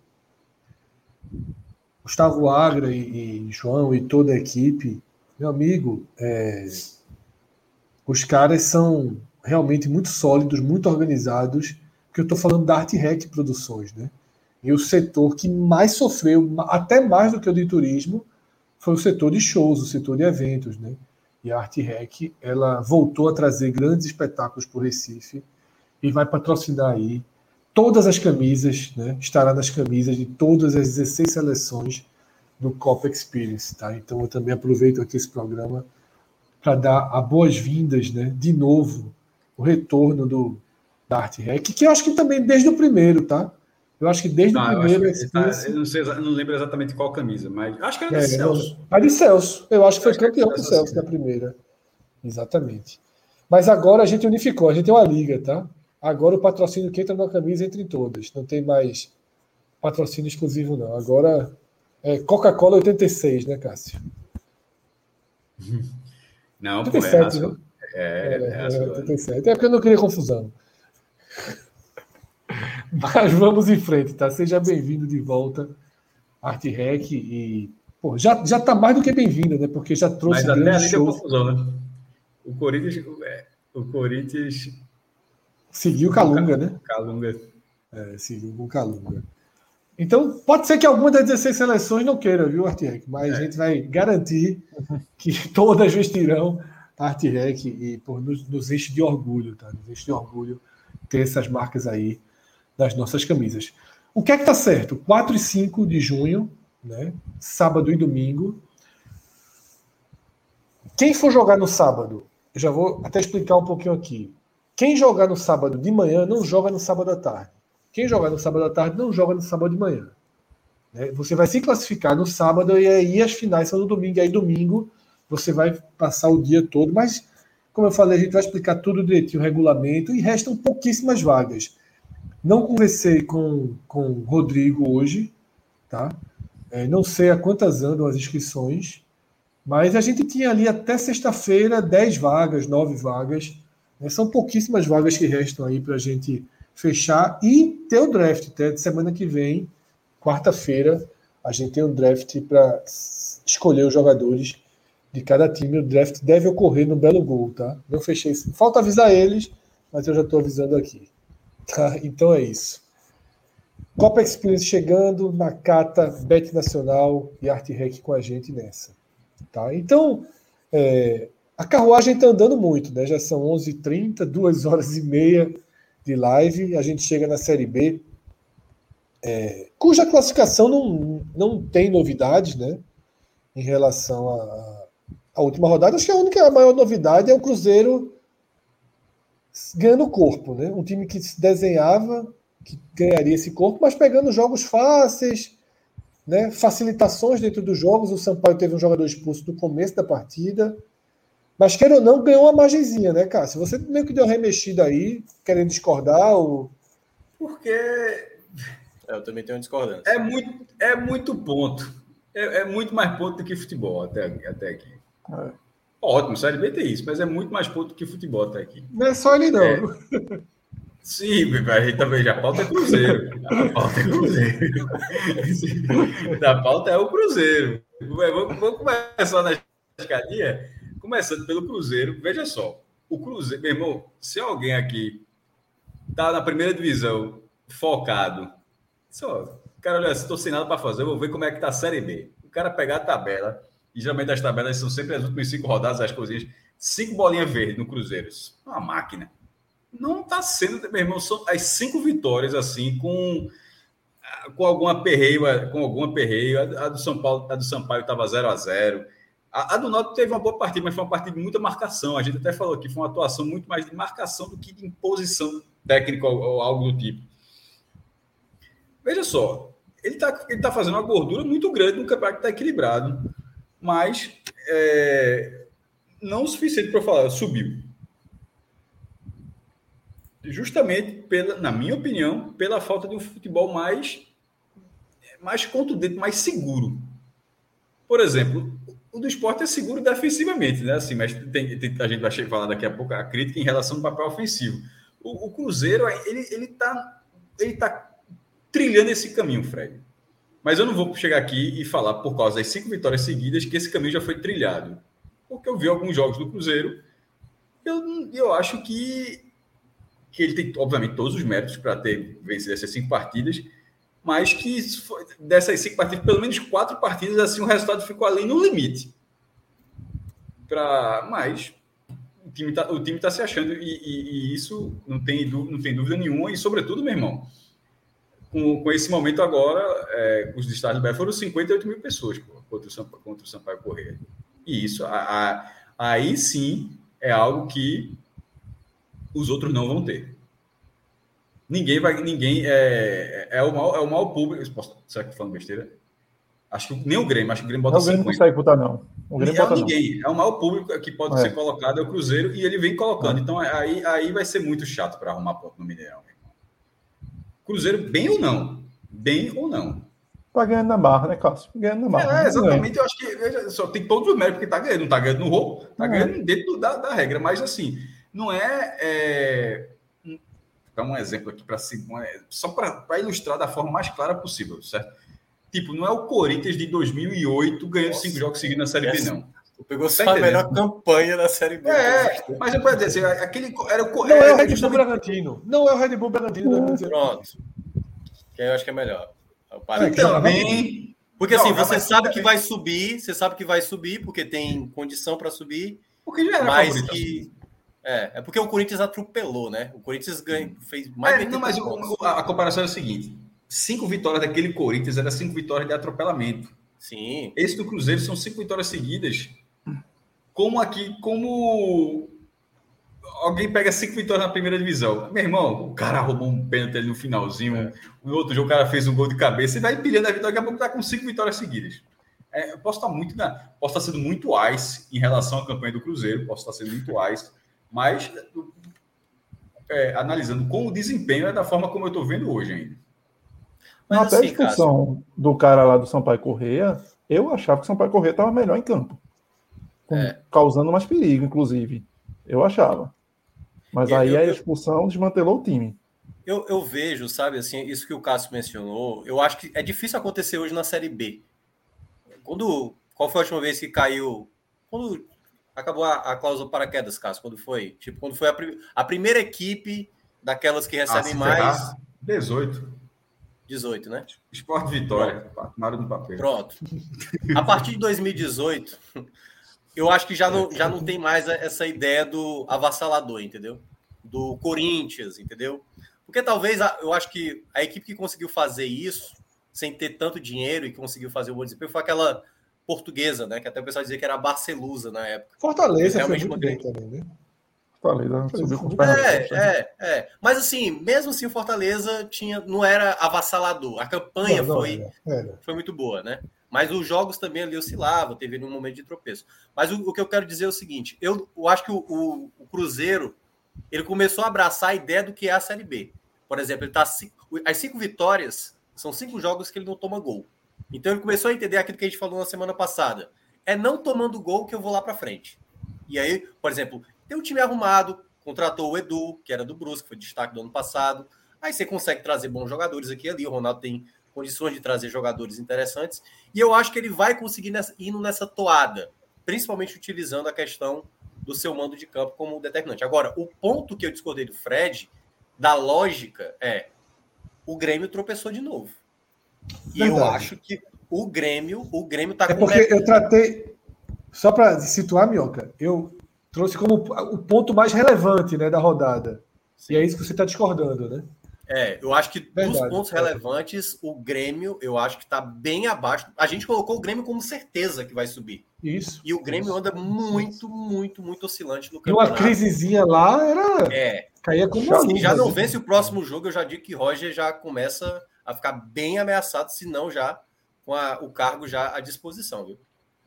Gustavo Agra e, e João e toda a equipe, meu amigo, é, os caras são realmente muito sólidos, muito organizados, porque eu estou falando da Arte Rec Produções, né? E o setor que mais sofreu, até mais do que o de turismo, foi o setor de shows, o setor de eventos, né? E a Arte Rec, ela voltou a trazer grandes espetáculos para o Recife e vai patrocinar aí todas as camisas, né? Estará nas camisas de todas as dezesseis seleções do Copa Experience, tá? Então eu também aproveito aqui esse programa para dar as boas-vindas, né? De novo, o retorno do, da Arte Rec, que eu acho que também desde o primeiro, tá? Eu acho que desde não, o primeiro... Eu, tá, eu não, sei, não lembro exatamente qual camisa, mas acho que era de é, Celso. A de Celso. Eu acho que foi acho campeão com o Celso assim, na primeira. Exatamente. Mas agora a gente unificou, a gente tem uma liga, tá? Agora o patrocínio que entra na camisa entra em todas. Não tem mais patrocínio exclusivo, não. Agora É Coca-Cola oitenta e seis, né, Cássio? Não, oitenta e pô, é sete, aço. né? É, É, é, é, aço. oitenta e sete. É porque eu não queria confusão. Mas vamos em frente, tá? Seja bem-vindo de volta, Arte Rec. E, pô, já, já tá mais do que bem-vindo, né? Porque já trouxe Mas até grandes ali deu shows. confusão, né? O Corinthians, é, o Corinthians Seguiu o Calunga, né? Calunga. É, seguiu com o Calunga. Então, pode ser que alguma das dezesseis seleções não queira, viu, Arte Rec? Mas É. a gente vai garantir que todas vestirão a Arte Rec e pô, nos, nos enche de orgulho, tá? Nos enche de orgulho ter essas marcas aí nas nossas camisas. O que é que tá certo? quatro e cinco de junho, né? Sábado e domingo. Quem for jogar no sábado, eu já vou até explicar um pouquinho aqui. Quem jogar no sábado de manhã não joga no sábado à tarde. Quem jogar no sábado à tarde não joga no sábado de manhã. Né? Você vai se classificar no sábado e aí as finais são no domingo. E aí domingo você vai passar o dia todo. Mas, como eu falei, a gente vai explicar tudo direitinho, o regulamento, e restam pouquíssimas vagas. Não conversei com, com o Rodrigo hoje, tá? É, não sei a quantas andam as inscrições, mas a gente tinha ali até sexta-feira dez vagas, nove vagas. Né? São pouquíssimas vagas que restam aí para a gente fechar e ter o draft. Até semana que vem, quarta-feira, a gente tem um draft para escolher os jogadores de cada time. O draft deve ocorrer no Belo Gol, tá? Não fechei isso. Falta avisar eles, mas eu já estou avisando aqui. Tá? Então é isso. Copa Experience chegando, Nakata, Bet Nacional e Arte Rec com a gente nessa. Tá? Então, é, a carruagem está andando muito, né? Já são onze e trinta, duas horas e meia de live. A gente chega na Série B, é, cuja classificação não, não tem novidades, né? Em relação à, à última rodada. Acho que a única a maior novidade é o Cruzeiro ganhando corpo, né? Um time que se desenhava, que ganharia esse corpo, mas pegando jogos fáceis, né? Facilitações dentro dos jogos. O Sampaio teve um jogador expulso no começo da partida, mas queira ou não, ganhou uma margenzinha, né, Cássio? Você meio que deu uma remexida aí, querendo discordar? Ou... Porque eu também tenho uma discordância. É muito, é muito ponto. É, é muito mais ponto do que futebol até, até aqui. É. Ótimo, Série B tem isso, mas é muito mais ponto do que futebol até aqui. Não é só ele, não. É. Sim, a gente também já. A pauta é Cruzeiro. A pauta é Cruzeiro. A pauta é o Cruzeiro. Vamos, vamos começar na escadinha, começando pelo Cruzeiro. Veja só, o Cruzeiro, meu irmão, se alguém aqui tá na primeira divisão focado, só, cara, olha, se estou sem nada para fazer, eu vou ver como é que tá a Série B. O cara pegar a tabela, e geralmente as tabelas são sempre as últimas cinco rodadas, as coisinhas, cinco bolinhas verdes no Cruzeiro. Isso é uma máquina. Não está sendo, meu irmão, são as cinco vitórias, assim, com, com alguma perreio, com alguma perreio. A, a do São Paulo, a do Sampaio estava zero a zero. A, a do Náutico teve uma boa partida, mas foi uma partida de muita marcação. A gente até falou que foi uma atuação muito mais de marcação do que de imposição técnica ou, ou algo do tipo. Veja só, ele está ele tá fazendo uma gordura muito grande no campeonato que está equilibrado, mas é, não o suficiente para falar, subiu. Justamente, pela, na minha opinião, pela falta de um futebol mais, mais contundente, mais seguro. Por exemplo, o do Sport é seguro defensivamente, né? Assim, mas tem, tem, a gente vai falar daqui a pouco a crítica em relação ao papel ofensivo. O, o Cruzeiro, ele está ele tá trilhando esse caminho, Fred. Mas eu não vou chegar aqui e falar, por causa das cinco vitórias seguidas, que esse caminho já foi trilhado. Porque eu vi alguns jogos do Cruzeiro, eu, eu acho que que ele tem, obviamente, todos os méritos para ter vencido essas cinco partidas, mas que dessas cinco partidas, pelo menos quatro partidas, assim, o resultado ficou ali no limite. Pra, mas o time está o time tá se achando, e, e, e isso não tem, não tem dúvida nenhuma, e sobretudo, meu irmão, com, com esse momento agora, é, os estádios do foram cinquenta e oito mil pessoas pô, contra, o Sampaio, contra o Sampaio Corrêa. E isso, a, a, aí sim, é algo que os outros não vão ter. Ninguém vai... Ninguém é, é, o, mal, é o mal público... Posso, será que estou falando besteira? Acho que nem o Grêmio. Acho que o Grêmio bota não, o Grêmio não consegue botar, não. O Grêmio é bota, ninguém. Não. É o mal público que pode é. ser colocado, é o Cruzeiro, e ele vem colocando. É. Então, aí, aí vai ser muito chato para arrumar ponto no Mineirão. Cruzeiro, bem ou não? Bem ou não? Tá ganhando na barra, né, Cássio? Ganhando na barra. É, exatamente. Eu acho que veja, só tem todos os méritos, porque tá ganhando. Não tá ganhando no roubo, tá é. ganhando dentro da, da regra. Mas, assim, não é... é... Vou dar um exemplo aqui, pra, só para ilustrar da forma mais clara possível, certo? Tipo, não é o Corinthians de dois mil e oito ganhando Nossa, cinco jogos seguidos na Série B, não. Tu pegou só a melhor campanha da Série B. É, mas eu posso dizer, aquele era o... Não é o Red Bull Bragantino. Não é o Red Bull Bragantino. Pronto. Que eu acho que é melhor. É, também... Porque assim, você sabe que vai subir, você sabe que vai subir, porque tem condição para subir. Porque já era mas que é, é porque o Corinthians atropelou, né? O Corinthians ganha, fez mais é, não, mas o, a, a comparação é a seguinte: cinco vitórias daquele Corinthians era cinco vitórias de atropelamento. Sim. Esse do Cruzeiro são cinco vitórias seguidas. Como aqui, como alguém pega cinco vitórias na primeira divisão. Meu irmão, o cara roubou um pênalti ali no finalzinho. É. No outro jogo, o cara fez um gol de cabeça. E vai empilhando a vitória. Daqui a pouco tá com cinco vitórias seguidas. É, eu posso estar muito na, posso estar sendo muito ice em relação à campanha do Cruzeiro. Posso estar sendo muito ice. Mas, é, analisando com o desempenho, é da forma como eu estou vendo hoje ainda. Mas até assim, a expulsão cara... do cara lá do Sampaio Corrêa, eu achava que o Sampaio Corrêa estava melhor em campo. Com, é. Causando mais perigo, inclusive. Eu achava. Mas eu, aí eu, a expulsão desmantelou o time. Eu, eu vejo, sabe, assim, isso que o Cássio mencionou, eu acho que é difícil acontecer hoje na Série B. Quando, qual foi a última vez que caiu? Quando acabou a, a cláusula paraquedas, Cássio? Quando foi? Tipo, quando foi a, a primeira equipe daquelas que recebem ah, mais... dezoito. dezoito, né? Sport Vitória. Tomaram no papel. Pronto. A partir de dois mil e dezoito... eu acho que já não, já não tem mais essa ideia do avassalador, entendeu? Do Corinthians, entendeu? Porque talvez, eu acho que a equipe que conseguiu fazer isso, sem ter tanto dinheiro e conseguiu fazer o bom desempenho, foi aquela portuguesa, né? Que até o pessoal dizia que era a Barcelusa na época. Fortaleza realmente foi muito bem também, né? Fortaleza subiu com é, é, é. Mas assim, mesmo assim o Fortaleza tinha, não era avassalador. A campanha não, não, foi, era, era. foi muito boa, né? Mas os jogos também ali oscilavam, teve um momento de tropeço. Mas o, o que eu quero dizer é o seguinte, eu, eu acho que o, o, o Cruzeiro, ele começou a abraçar a ideia do que é a Série B. Por exemplo, ele tá, as cinco vitórias são cinco jogos que ele não toma gol. Então ele começou a entender aquilo que a gente falou na semana passada. É não tomando gol que eu vou lá para frente. E aí, por exemplo, tem um time arrumado, contratou o Edu, que era do Brusque, foi destaque do ano passado. Aí você consegue trazer bons jogadores aqui e ali. O Ronaldo tem condições de trazer jogadores interessantes, e eu acho que ele vai conseguir nessa, indo nessa toada, principalmente utilizando a questão do seu mando de campo como determinante. Agora, o ponto que eu discordei do Fred, da lógica, é o Grêmio tropeçou de novo. E Verdade. eu acho que o Grêmio, o Grêmio tá é com... É porque eu tratei, só para situar, Minhoca, eu trouxe como o ponto mais relevante, né, da rodada. Sim. E é isso que você está discordando, né? É, eu acho que Verdade, dos pontos é. relevantes, o Grêmio, eu acho que está bem abaixo. A gente colocou o Grêmio como certeza que vai subir. Isso. E o Grêmio isso, anda muito, isso. muito, muito oscilante no campeonato. E uma crisezinha lá era... É. Caía como uma Se já não vence o próximo jogo, eu já digo que Roger já começa a ficar bem ameaçado, se não já com a, o cargo já à disposição, viu?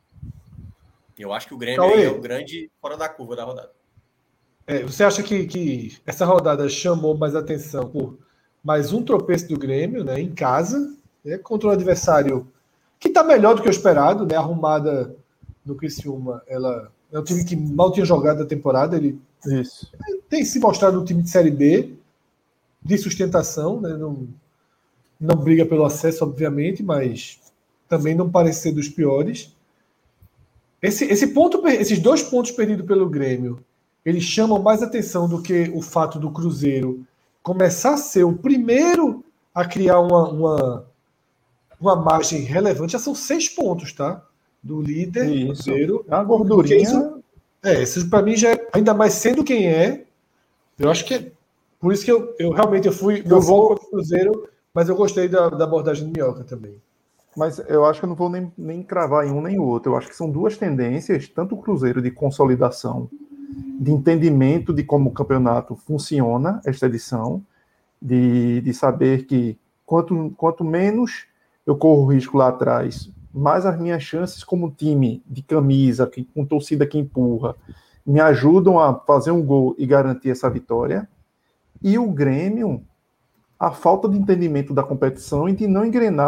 Eu acho que o Grêmio é o grande fora da curva da rodada. É, você acha que, que essa rodada chamou mais atenção por mais um tropeço do Grêmio, né, em casa, né, contra um adversário que está melhor do que o esperado, né, arrumada no Criciúma, ela é um time que mal tinha jogado a temporada, ele Isso. tem se mostrado um time de Série B, de sustentação, né, não, não briga pelo acesso, obviamente, mas também não parece ser dos piores. Esse, esse ponto, esses dois pontos perdidos pelo Grêmio, eles chamam mais atenção do que o fato do Cruzeiro começar a ser o primeiro a criar uma, uma, uma margem relevante. Já são seis pontos, tá? Do líder, isso. Cruzeiro. A gordurinha... Isso, é, isso para mim já é, ainda mais sendo quem é, eu acho que é por isso que eu, eu realmente eu fui eu vou contra o Cruzeiro, mas eu gostei da, da abordagem do Minhoca também. Mas eu acho que eu não vou nem, nem cravar em um nem outro. Eu acho que são duas tendências, tanto o Cruzeiro de consolidação, de entendimento de como o campeonato funciona, esta edição, de, de saber que quanto, quanto menos eu corro risco lá atrás, mais as minhas chances como time de camisa, que, com torcida que empurra, me ajudam a fazer um gol e garantir essa vitória. E o Grêmio, a falta de entendimento da competição e de não engrenar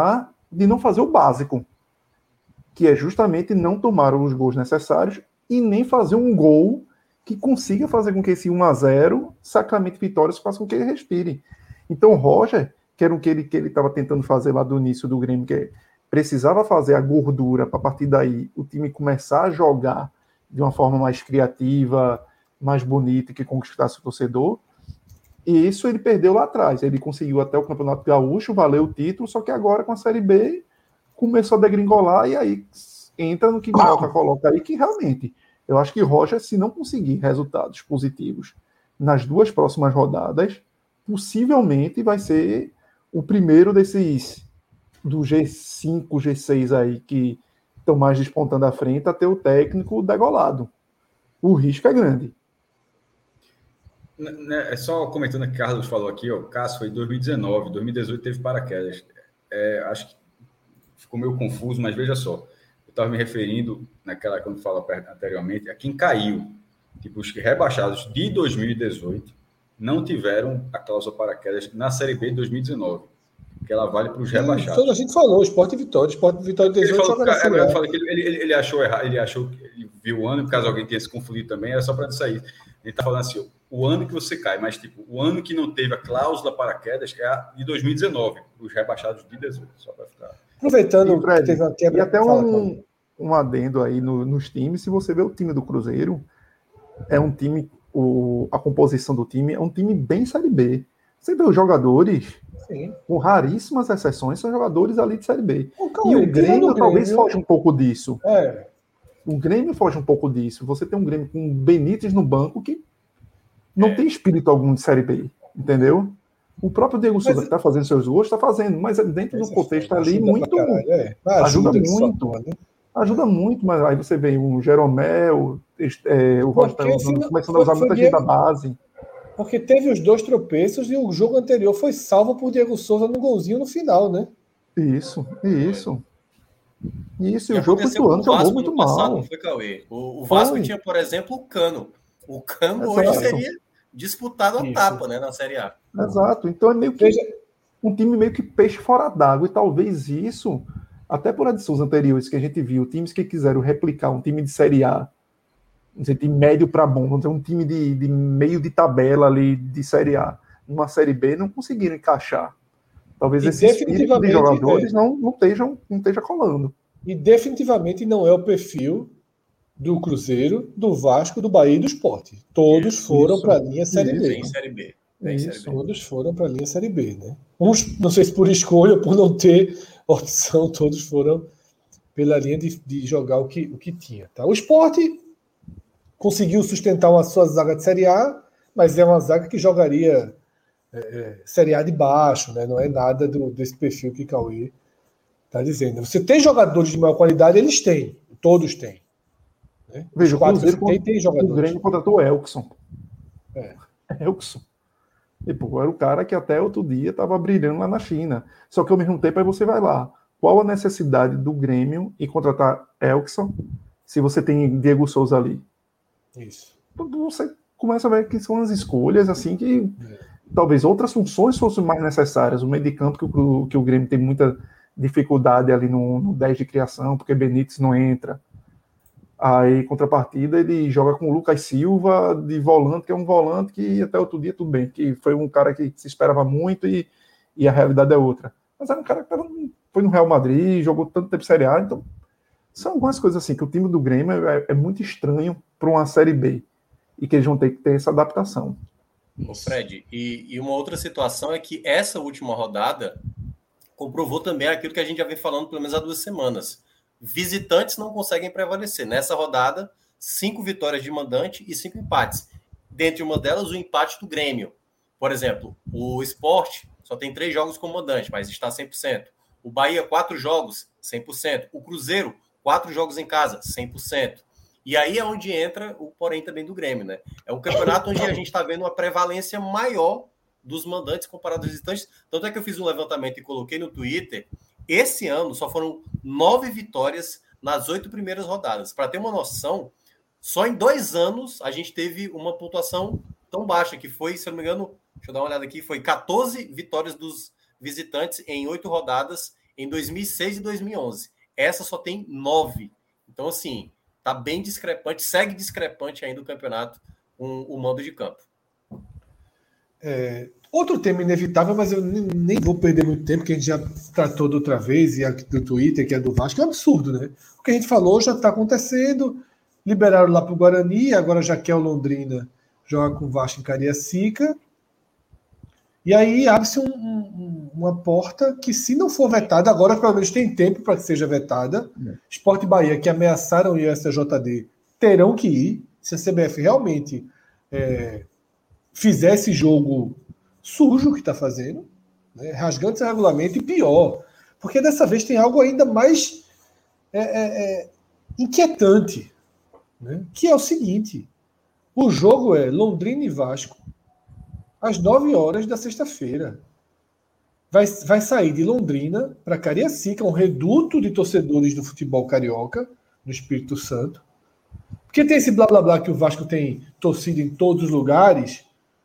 de não fazer o básico, que é justamente não tomar os gols necessários e nem fazer um gol que consiga fazer com que esse um a zero sacramente vitórias faça com que ele respire. Então o Roger, que era o que ele que ele estava tentando fazer lá do início do Grêmio, que precisava fazer a gordura para a partir daí o time começar a jogar de uma forma mais criativa, mais bonita, que conquistasse o torcedor. E isso ele perdeu lá atrás. Ele conseguiu até o Campeonato Gaúcho, valeu o título, só que agora com a Série B começou a degringolar e aí entra no que Minhoca coloca aí, que realmente eu acho que Roger, se não conseguir resultados positivos nas duas próximas rodadas, possivelmente vai ser o primeiro desses do G cinco, G seis aí que estão mais despontando à frente a ter o técnico degolado. O risco é grande. É só comentando o que o Carlos falou aqui, ó, Cássio foi em dois mil e dezenove, dois mil e dezoito teve paraquedas. É, acho que ficou meio confuso, mas veja só, eu estava me referindo, naquela quando fala anteriormente, a quem caiu, tipo os rebaixados de dois mil e dezoito não tiveram a cláusula paraquedas na Série B de dois mil e dezenove, que ela vale para os rebaixados. Então a gente falou, Sport e Vitória, Sport e Vitória de dezoito joga na Série A. Ele, ele, ele achou errado, ele achou que ele viu o ano, caso alguém tenha se confundido também, era só para isso aí. Ele está falando assim, o ano que você cai, mas tipo, o ano que não teve a cláusula paraquedas é a de dois mil e dezenove, os rebaixados de dezoito, só para ficar. Aproveitando e, Fred, que teve uma quebra. E até um, um adendo aí no, nos times, se você vê o time do Cruzeiro, é um time, o, a composição do time é um time bem Série B. Você vê os jogadores, sim, com raríssimas exceções, são jogadores ali de Série B. O e o Grêmio talvez foge um pouco disso. É. O Grêmio foge um pouco disso. Você tem um Grêmio com Benítez no banco que não é. tem espírito algum de Série B, entendeu? O próprio Diego Souza, que está fazendo seus gols, está fazendo, mas dentro do contexto ali, ajuda muito. Caralho, é. Ajuda, ajuda muito. Só, né? Ajuda muito, mas aí você vê o Jeromel, é, o Vasco começando a usar muita gente da base. Porque teve os dois tropeços e o jogo anterior foi salvo por Diego Souza no golzinho no final, né? Isso, isso. Isso, e o jogo foi ano jogou muito mal. Passado, não foi, Cauê? O, o Vasco foi. tinha, por exemplo, o Cano. O Cano Exato. hoje seria disputado a Isso. tapa, né, na Série A. Exato. Então é meio que Veja... um time meio que peixe fora d'água. E talvez isso, até por edições anteriores que a gente viu, times que quiseram replicar um time de Série A, um time médio para bom, vamos dizer, um time de, de meio de tabela ali de Série A, numa Série B, não conseguiram encaixar. Talvez e esse espírito de jogadores é. não, não, estejam, não esteja colando. E definitivamente não é o perfil do Cruzeiro, do Vasco, do Bahia e do Sport. Todos isso, foram para a linha Série isso, B. Bem Série B. Bem série B. Todos foram para a linha Série B. Né? Uns, não sei se por escolha ou por não ter opção, todos foram pela linha de, de jogar o que, o que tinha. Tá? O Sport conseguiu sustentar uma sua zaga de Série A, mas é uma zaga que jogaria é, é, Série A de baixo, né? Não é nada do, desse perfil que Cauê está dizendo. Você tem jogadores de maior qualidade, eles têm, todos têm. Né? Veja, o Cruzeiro tem, tem jogadores. O Grêmio contratou o Elkson. É. Elkson. Tipo, era o cara que até outro dia estava brilhando lá na China. Só que ao mesmo tempo aí você vai lá. Qual a necessidade do Grêmio em contratar Elkson se você tem Diego Souza ali? Isso. Você começa a ver que são as escolhas assim que é. talvez outras funções fossem mais necessárias. O meio de campo que o, que o Grêmio tem muita dificuldade ali no, no dez de criação, porque Benítez não entra. Aí, contrapartida, ele joga com o Lucas Silva de volante, que é um volante que até outro dia tudo bem, que foi um cara que se esperava muito e, e a realidade é outra. Mas era um cara que tava, foi no Real Madrid, jogou tanto tempo Série A, então são algumas coisas assim, que o time do Grêmio é, é muito estranho para uma Série B e que eles vão ter que ter essa adaptação. Ô Fred, e, e uma outra situação é que essa última rodada comprovou também aquilo que a gente já vem falando pelo menos há duas semanas. Visitantes não conseguem prevalecer. Nessa rodada, cinco vitórias de mandante e cinco empates. Dentre uma delas, o empate do Grêmio. Por exemplo, o Sport só tem três jogos como mandante, mas está cem por cento. O Bahia, quatro jogos, cem por cento. O Cruzeiro, quatro jogos em casa, cem por cento. E aí é onde entra o porém também do Grêmio, né? É um campeonato onde a gente está vendo uma prevalência maior dos mandantes comparado aos visitantes. Tanto é que eu fiz um levantamento e coloquei no Twitter. Esse ano só foram nove vitórias nas oito primeiras rodadas. Para ter uma noção, só em dois anos a gente teve uma pontuação tão baixa, que foi, se eu não me engano, deixa eu dar uma olhada aqui, foi quatorze vitórias dos visitantes em oito rodadas em dois mil e seis e dois mil e onze. Essa só tem nove. Então, assim, tá bem discrepante, segue discrepante ainda o campeonato com o mando de campo. É, outro tema inevitável, mas eu nem, nem vou perder muito tempo, que a gente já tratou da outra vez, e aqui do Twitter, que é do Vasco, é um absurdo, né? O que a gente falou já está acontecendo, liberaram lá para o Guarani, agora já quer o Londrina joga com o Vasco em Cariacica, e aí abre-se um, um, uma porta que, se não for vetada, agora pelo menos tem tempo para que seja vetada. É. Sport e Bahia, que ameaçaram o S T J D, terão que ir, se a C B F realmente é, fizer esse jogo sujo que está fazendo, né, rasgando esse regulamento, e pior, porque dessa vez tem algo ainda mais é, é, é, inquietante, né, que é o seguinte: o jogo é Londrina e Vasco às nove horas da sexta-feira. Vai, vai sair de Londrina para Cariacica, um reduto de torcedores do futebol carioca, no Espírito Santo. Porque tem esse blá blá blá que o Vasco tem torcida em todos os lugares.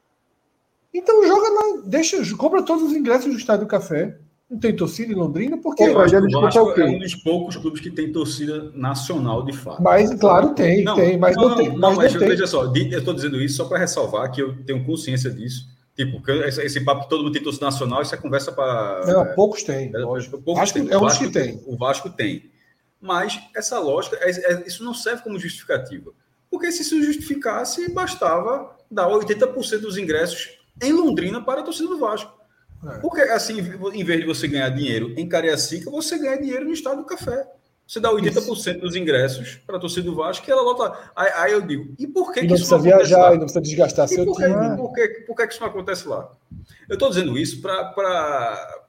Então joga lá, deixa, compra todos os ingressos do Estádio do Café. Não tem torcida em Londrina, porque o Vasco, o Vasco é um dos poucos clubes que tem torcida nacional, de fato. Mas, claro, tem, não, tem, mas não, não tem. Não, mas mas não veja tem. só, eu estou dizendo isso só para ressalvar que eu tenho consciência disso. Tipo, esse, esse papo que todo mundo tem torcida nacional, isso é conversa para... Não, é, poucos tem, é, lógico. Poucos Vasco, tem. É o um Vasco que tem. O Vasco tem. Mas essa lógica, é, é, isso não serve como justificativa. Porque se isso justificasse, bastava dar oitenta por cento dos ingressos em Londrina para a torcida do Vasco. É. Porque, assim, em vez de você ganhar dinheiro em Cariacica, você ganha dinheiro no Estádio do Café. Você dá oitenta por cento dos ingressos para a torcida do Vasco, que ela lota. Aí, aí eu digo, e por que, e que não isso não precisa acontece viajar, lá? e não precisa desgastar e seu por que, time. Por que, por que, que isso não acontece lá? Eu estou dizendo isso para...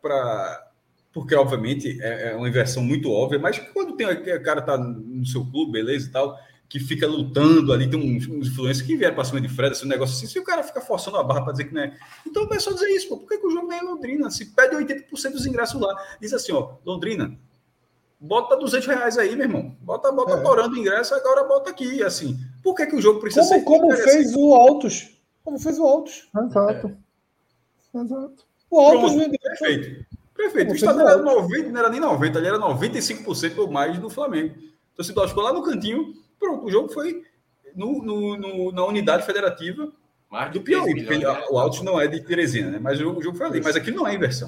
Porque, obviamente, é, é uma inversão muito óbvia, mas quando tem, o cara tá no seu clube, beleza e tal, que fica lutando ali, tem uns, uns influencers que vieram para cima de Fred, esse negócio assim, se o cara fica forçando a barra para dizer que não é... Então é só dizer isso, pô, por que, que o jogo não é em Londrina? Se pede oitenta por cento dos ingressos lá, diz assim, ó, Londrina, bota duzentos reais aí, meu irmão, bota, bota é. torando o ingresso, agora bota aqui, assim. Por que, que o jogo precisa como, ser... Como fez assim? o Altos, como fez o Altos. Exato. É. Exato. O Altos Pronto, vendeu. Perfeito. Perfeito. O estado era noventa, não era nem noventa, ali era noventa e cinco por cento ou mais do Flamengo. Então, se tu ficou lá no cantinho, pronto, o jogo foi no, no, no, na unidade federativa do Piauí. Milhões, né? O Altos não é de Teresina, né? Mas o, o jogo foi ali. Mas aqui não é inversão.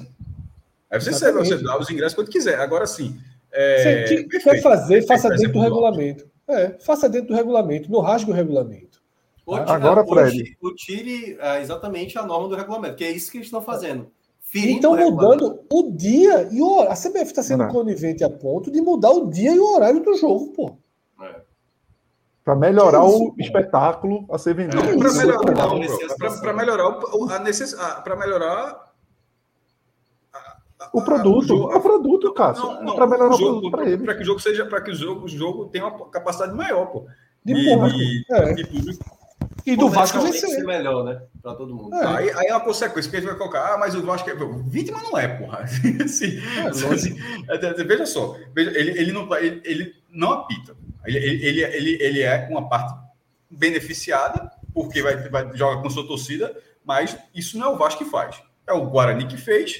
Aí você serve, você dá os ingressos quando quiser. Agora sim. É, você que quer fazer, faça dentro do regulamento. É, faça dentro do regulamento, não rasgue o regulamento. Tá? Agora, Fred. O tire é, exatamente a norma do regulamento, que é isso que eles estão fazendo. Então, mudando o dia e o horário. A C B F está sendo não. conivente a ponto de mudar o dia e o horário do jogo, pô. É. Para melhorar isso, o pô? espetáculo a ser vendido. Não, para melhorar, para melhorar a necessidade, para melhorar a, a, o produto, o, jogo, o produto, Cássio. Não, não, para melhorar o produto para ele. Para que o jogo seja, para que o jogo, o jogo tenha uma capacidade maior, pô. De, de público. De, é. de público. E do Vasco vencer. melhor, né? Para todo mundo. É. Aí, aí é uma consequência que a gente vai colocar. Ah, mas o Vasco é. Vítima não é, porra. assim, é, assim, veja só. Veja, ele, ele, não, ele, ele não apita. Ele, ele, ele, ele é uma parte beneficiada, porque vai, vai jogar com sua torcida, mas isso não é o Vasco que faz. É o Guarani que fez,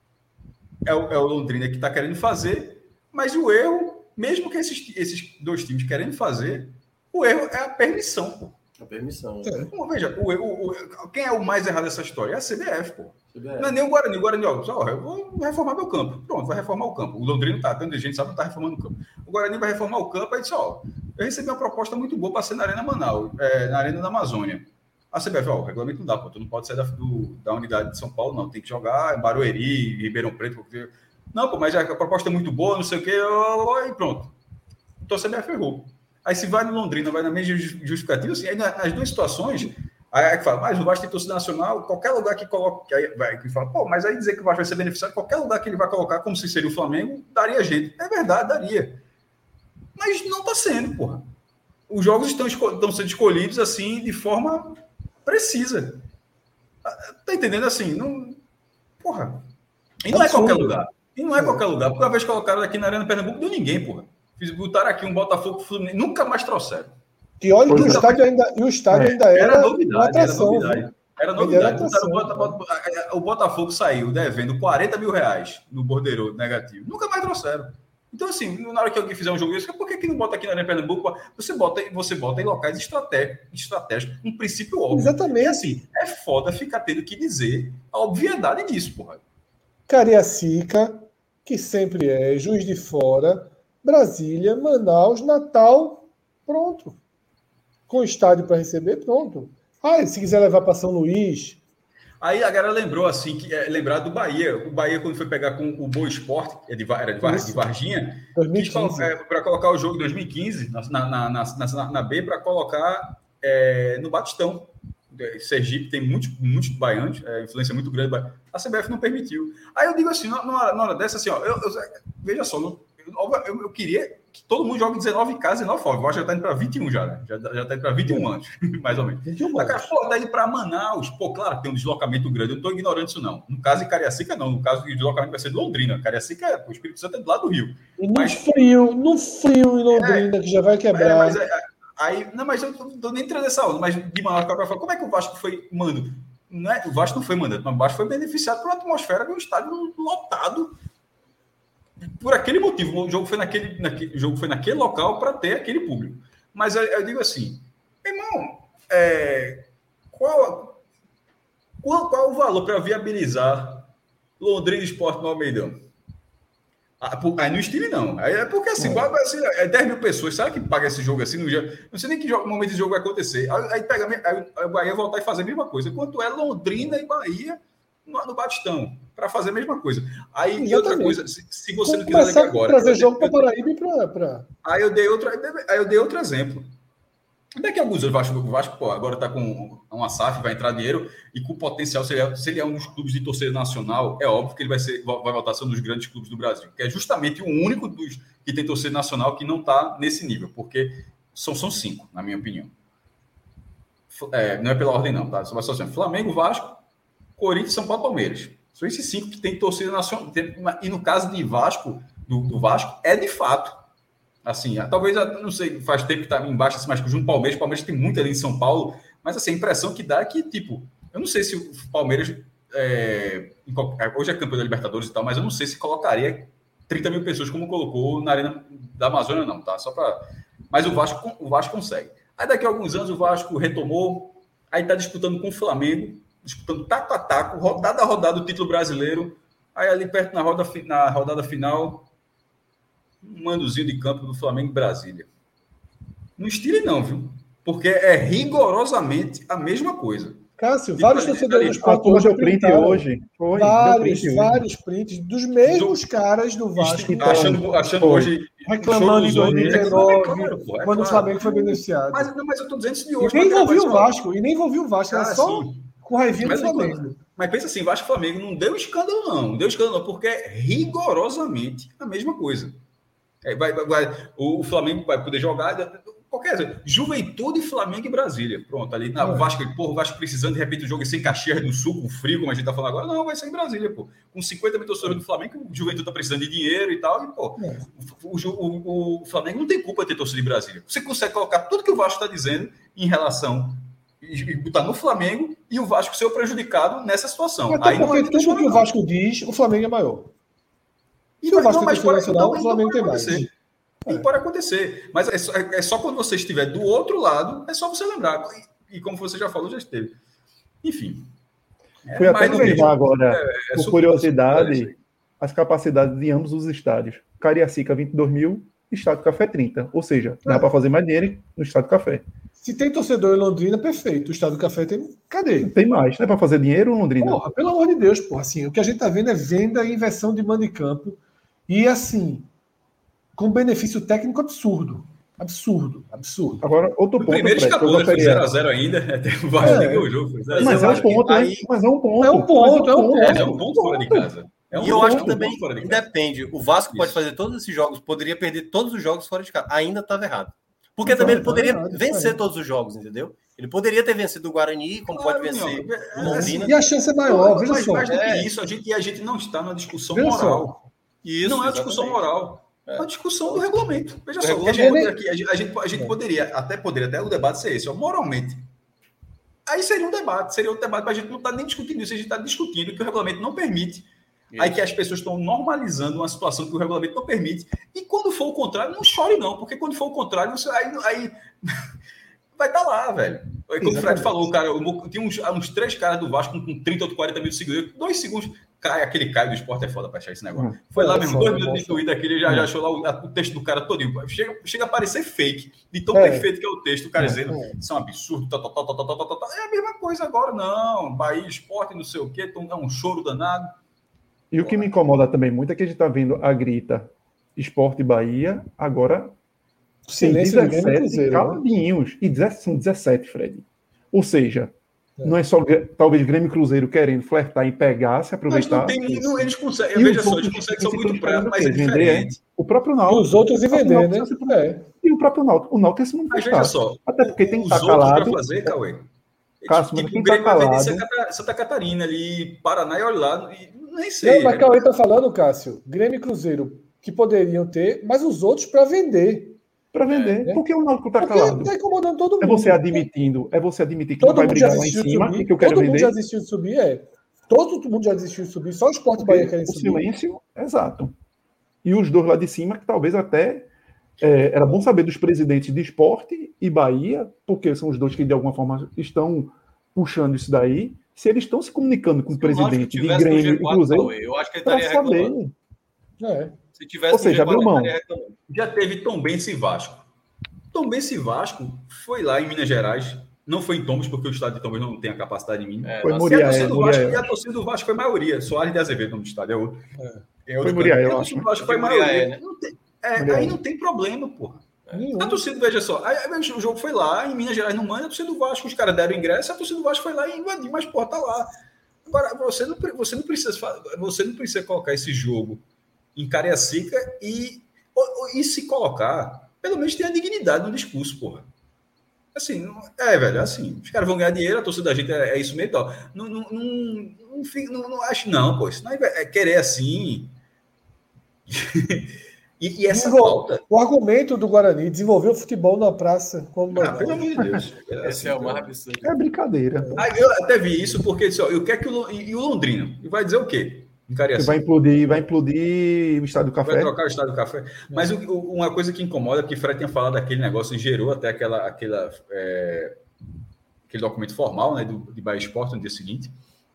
é o, é o Londrina que está querendo fazer, mas o erro, mesmo que esses, esses dois times querendo fazer, o erro é a permissão, pô. A permissão. É. Pô, veja, o, o, o, quem é o mais errado dessa história? É a C B F, pô. C B F. Não é nem o Guarani. O Guarani, ó, ó, eu vou reformar meu campo. Pronto, vai reformar o campo. O Londrina tá, tanta gente sabe que tá reformando o campo. O Guarani vai reformar o campo, aí disse, ó, eu recebi uma proposta muito boa para ser na Arena Manaus, é, na Arena da Amazônia. A C B F, ó, o regulamento não dá, pô, tu não pode sair da, do, da unidade de São Paulo, não. Tem que jogar em Barueri, Ribeirão Preto. Porque... Não, pô, mas a proposta é muito boa, não sei o quê, e pronto. Então a C B F errou. Aí se vai no Londrina, vai na mesma justificativa, assim, aí nas duas situações, aí é que fala, mas o Vasco tem torcida nacional, qualquer lugar que coloque, aí vai que fala, pô, mas aí dizer que o Vasco vai ser beneficiado, qualquer lugar que ele vai colocar, como se seria o Flamengo, daria jeito. É verdade, daria. Mas não está sendo, porra. Os jogos estão, estão sendo escolhidos assim, de forma precisa. Tá entendendo assim? Não... Porra. E não é qualquer lugar. E não é qualquer lugar. Porque uma vez colocaram aqui na Arena Pernambuco, deu ninguém, porra. Botaram aqui um Botafogo Fluminense, nunca mais trouxeram. E olha que o estádio ainda, e o estádio é, ainda era, era novidade, uma atração. Era novidade. Era novidade. O Botafogo saiu devendo quarenta mil reais no bordeiro negativo. Nunca mais trouxeram. Então, assim, na hora que alguém fizer um jogo desse, por que, que não bota aqui na Arena Pernambuco? Você bota, você bota em locais estratégicos, estratégicos, um princípio óbvio. Exatamente. E, assim, é foda ficar tendo que dizer a obviedade disso, porra. Cariacica, que sempre é, Juiz de Fora, Brasília, Manaus, Natal, pronto. Com estádio para receber, pronto. Ah, se quiser levar para São Luís... Aí a galera lembrou assim, que é, lembrar do Bahia. O Bahia, quando foi pegar com o Boa Esporte, é de, era de, Var, de Varginha, para colocar o jogo em dois mil e quinze, na, na, na, na, na B, para colocar é, no Batistão. Sergipe tem muitos, muitos baianos, é, influência muito grande. A C B F não permitiu. Aí eu digo assim, na, na, hora, na hora dessa, assim, ó, eu, eu, veja só, eu, eu, eu queria que todo mundo jogue dezenove em casa e dezenove fora. Eu acho que já está indo para vinte e um já, né? Já, já está indo para vinte e um anos, mais ou menos. vinte e um anos. Pô, tá indo para Manaus. Pô, claro, tem um deslocamento grande. Eu não estou ignorando isso, não. No caso de Cariacica, não. No caso de deslocamento vai ser de Londrina. Cariacica, o Espírito Santo é do lado do Rio. E no mas, frio, no frio em Londrina, é, que já vai quebrar. É, mas, é, aí, não, mas eu não estou nem entrando nessa onda. Mas de Manaus para falar, como é que o Vasco foi mando? Não é, o Vasco não foi mandado, mas o Vasco foi beneficiado por uma atmosfera de um estádio lotado. Por aquele motivo, o jogo foi naquele, naquele, o jogo foi naquele local para ter aquele público. Mas eu, eu digo assim, irmão, é, qual, qual, qual o valor para viabilizar Londrina Esporte no Almeidão? Ah, aí no estilo não. Aí é porque assim, é. assim, é dez mil pessoas, será que paga esse jogo assim no dia? Não sei nem que jogo, momento de jogo vai acontecer. Aí, aí pega aí, o Bahia voltar e fazer a mesma coisa. Quanto é Londrina e Bahia no, no Batistão? Para fazer a mesma coisa. Aí, e outra coisa, se, se você não quiser daqui agora... trazer jogo para Paraíba e para... Aí eu dei outro, aí eu dei outro exemplo. Daqui a alguns anos, o Vasco, o Vasco pô, agora está com uma S A F, vai entrar dinheiro, e com potencial, se ele, é, se ele é um dos clubes de torcida nacional, é óbvio que ele vai, ser, vai voltar a ser um dos grandes clubes do Brasil, que é justamente o único dos que tem torcida nacional que não está nesse nível, porque são, são cinco, na minha opinião. É, não é pela ordem, não, tá? Só só assim, Flamengo, Vasco, Corinthians, São Paulo, Palmeiras. São esses cinco que tem torcida nacional. E no caso de Vasco, do, do Vasco, é de fato. Assim, talvez, não sei, faz tempo que está embaixo, assim, mas junto ao Palmeiras, o Palmeiras tem muito ali em São Paulo, mas assim, a impressão que dá é que, tipo, eu não sei se o Palmeiras, é, hoje é campeão da Libertadores e tal, mas eu não sei se colocaria trinta mil pessoas como colocou na Arena da Amazônia, não, tá? Só para. Mas o Vasco, o Vasco consegue. Aí daqui a alguns anos o Vasco retomou, aí está disputando com o Flamengo, disputando taco a taco, rodada a rodada do título brasileiro, aí ali perto na, roda, na rodada final, um mandozinho de campo do Flamengo em Brasília. Não estire não, viu? Porque é rigorosamente a mesma coisa. Cássio, tipo, vários torcedores do Sport hoje, print hoje. Foi, vários, print vários hoje. prints dos mesmos do... caras do Vasco. Achando, achando hoje... Reclamando em dois mil e dezenove, é quando o Flamengo foi beneficiado. Mas, não, mas eu estou dizendo isso de hoje. E nem envolveu o Vasco, e nem envolveu o Vasco, era ah, só... Sim. Com raivinha mas, do Flamengo. Mas pensa assim, Vasco e Flamengo não deu escândalo, não. Não deu escândalo, não, porque é rigorosamente a mesma coisa. É, vai, vai, vai, o Flamengo vai poder jogar qualquer Juventude, Flamengo e Brasília. Pronto, ali na é. Vasco, porra, o Vasco precisando, de repente, o jogo sem Caxias do Sul, com frio, como a gente tá falando agora. Não, vai ser em Brasília, pô. Com cinquenta mil torcedores do Flamengo, o Juventude tá precisando de dinheiro e tal. E, pô, é. o, o, o Flamengo não tem culpa de ter torcida em Brasília. Você consegue colocar tudo que o Vasco está dizendo em relação e botar no Flamengo e o Vasco ser o prejudicado nessa situação. Até aí porque não tudo que o Vasco diz, o Flamengo é maior. E o Vasco não, mas pode, nacional, então, o Flamengo tem mais. É. E pode acontecer. Mas é só, é só quando você estiver do outro lado, é só você lembrar. E, e como você já falou, já esteve. Enfim. Fui é, até lembrar agora, é, é por curiosidade, as capacidades de ambos os estádios. Cariacica, vinte e dois mil, Estádio Café, trinta. Ou seja, dá é. para fazer mais dinheiro no Estádio Café. Se tem torcedor em Londrina, perfeito. O Estádio do Café tem... Cadê? Tem mais. Não é para fazer dinheiro em Londrina? Porra, pelo amor de Deus, porra. Assim, o que a gente tá vendo é venda e inversão de mando de campo. E, assim, com benefício técnico absurdo. Absurdo, absurdo. Agora, outro ponto... O primeiro escapou, né? Foi zero a zero ainda. Até o Vasco ligou o jogo. Mas é um ponto, aí... Mas é um ponto. É um ponto, é um ponto. É um ponto fora de casa. É um e eu acho que também depende. O Vasco pode fazer todos esses jogos, poderia perder todos os jogos fora de casa. Ainda estava errado. Porque então, também ele poderia é vencer é. todos os jogos, entendeu? Ele poderia ter vencido o Guarani, como claro, pode vencer não. o Londrina. E a chance é maior, veja só. Mais do que é. isso, a gente, a gente não está numa discussão veja moral. Isso, não é uma discussão moral. É uma discussão do regulamento. Veja do só, regulamento. A, gente aqui, a, gente, a, gente, a gente poderia, até poderia, até o debate ser esse, ó, moralmente. Aí seria um debate, seria outro debate, mas a gente não está nem discutindo isso, a gente está discutindo que o regulamento não permite. Isso. Aí que as pessoas estão normalizando uma situação que o regulamento não permite. E quando for o contrário, não chore não, porque quando for o contrário, você, aí, aí vai estar tá lá, velho. Aí, como o Fred falou, cara, tinha uns, uns três caras do Vasco com, com trinta ou quarenta mil seguidores, dois segundos, cai, aquele Caio do Esporte é foda pra achar esse negócio. Hum. Foi lá é mesmo, foda, dois minutos de Twitter, aquele já, hum. já achou lá o, o texto do cara todinho. Chega, chega a parecer fake, de tão é. perfeito que é o texto, o cara é. dizendo, é. isso é um absurdo, tá, tá, tá, tá, tá, tá, tá. É a mesma coisa agora, não, Bahia, Esporte, não sei o quê, é um choro danado. E o que me incomoda também muito é que a gente está vendo a grita Esporte Bahia, agora silêncio dezessete caladinhos. E são dezessete, Fred. Ou seja, é. não é só talvez Grêmio e Cruzeiro querendo flertar e pegar, se aproveitar. Mas não tem, não, eles conseguem, veja só, eles conseguem, são muito pratos, mas é diferente. O próprio Náutico. E os outros e vender, né? É. E o próprio Náutico. O Náutico é esse mundo. Mas veja só, até porque tem que estar calado. Para fazer, Cauê. Cássio, tipo, quem o Grêmio tá vai calado... vender Santa, Santa Catarina ali, Paraná e olha lá, nem sei. Não, mas o Cauê tá falando, Cássio, Grêmio e Cruzeiro que poderiam ter, mas os outros para vender. Para vender. É, porque o Náutico tá calado. Porque tá incomodando todo mundo. É você admitindo, é você admitir que todo não vai brigar lá em cima subir, que eu quero todo vender. Todo mundo já desistiu de subir, é. Todo mundo já desistiu de subir, só o Sport Bahia querem subir. O silêncio, exato. E os dois lá de cima, que talvez até é, era bom saber dos presidentes de Esporte e Bahia, porque são os dois que de alguma forma estão puxando isso daí, se eles estão se comunicando com o presidente de Grêmio e Cruzeiro, eu acho que ele estaria reclamando. É. Se tivesse Ou seja, abriu mão. Já teve Tombense e Vasco. Tombense e Vasco foi lá em Minas Gerais. Não foi em Tombos, porque o estado de Tombos não tem a capacidade mínima. É, foi Muriel. E a torcida do Vasco foi maioria. Soares de Azevedo no estádio é outro. É. É outro foi Muriel, eu acho. O Vasco foi maioria. Né? Não tem, é, aí não tem problema, porra. É. A torcida, veja só, aí, aí, o jogo foi lá, em Minas Gerais não manda, a torcida do Vasco, os caras deram ingresso, a torcida do Vasco foi lá e invadiu, mas porra, tá lá. Agora, você não, você não, precisa, você não precisa colocar esse jogo em Cariacica e, e se colocar, pelo menos tem a dignidade no discurso, porra. Assim, é, velho, assim, os caras vão ganhar dinheiro, a torcida da gente é, é isso mesmo e tal. Não, não, não, não, não, não acho, não, pô, isso não é, é querer assim. E, e essa pauta... O argumento do Guarani desenvolveu o futebol na praça. Como ah, pelo amor de Deus. É, Esse é o mais absurdo. É brincadeira. Ah, eu até vi isso porque só, eu quero que o, e o Londrino vai dizer o quê? Você vai implodir, vai implodir o Estádio do Café? Vai trocar o Estádio do Café. Mas o, o, uma coisa que incomoda é que o Fred tinha falado daquele negócio e gerou até aquela, aquela, é, aquele documento formal, né, do, de Bahia Esporte no dia seguinte.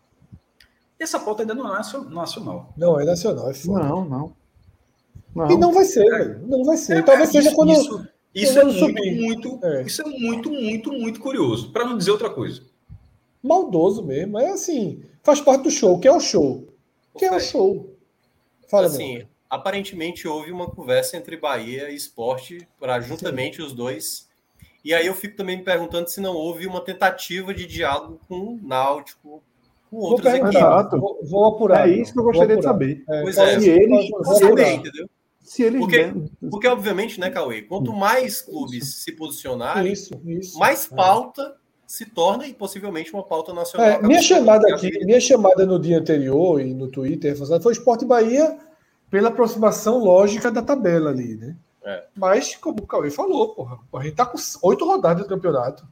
E essa pauta ainda não é nacional. Não, é nacional. É foda. Não, não. Não. E não vai ser, é. velho. Não vai ser. É, Talvez seja isso, quando. Isso, isso, é muito, muito, é. isso é muito, muito, muito curioso. Para não dizer outra coisa. Maldoso mesmo. É assim. Faz parte do show. O que é o show? O que é o show? Fala, assim, meu. Aparentemente houve uma conversa entre Bahia e Sport para juntamente Sim. os dois. E aí eu fico também me perguntando se não houve uma tentativa de diálogo com o Náutico, com outras equipes. Vou, vou apurar. É isso que eu gostaria de saber. É, pois é. Se eles, se eles, entendeu? Se eles porque, porque, obviamente, né, Cauê? Quanto mais clubes isso. se posicionarem, isso, isso. mais pauta é. se torna e possivelmente uma pauta nacional. É, minha chamada aqui, vida. minha chamada no dia anterior e no Twitter foi Sport Bahia pela aproximação lógica da tabela ali, né? É. Mas, como o Cauê falou, porra, a gente tá com oito rodadas do campeonato.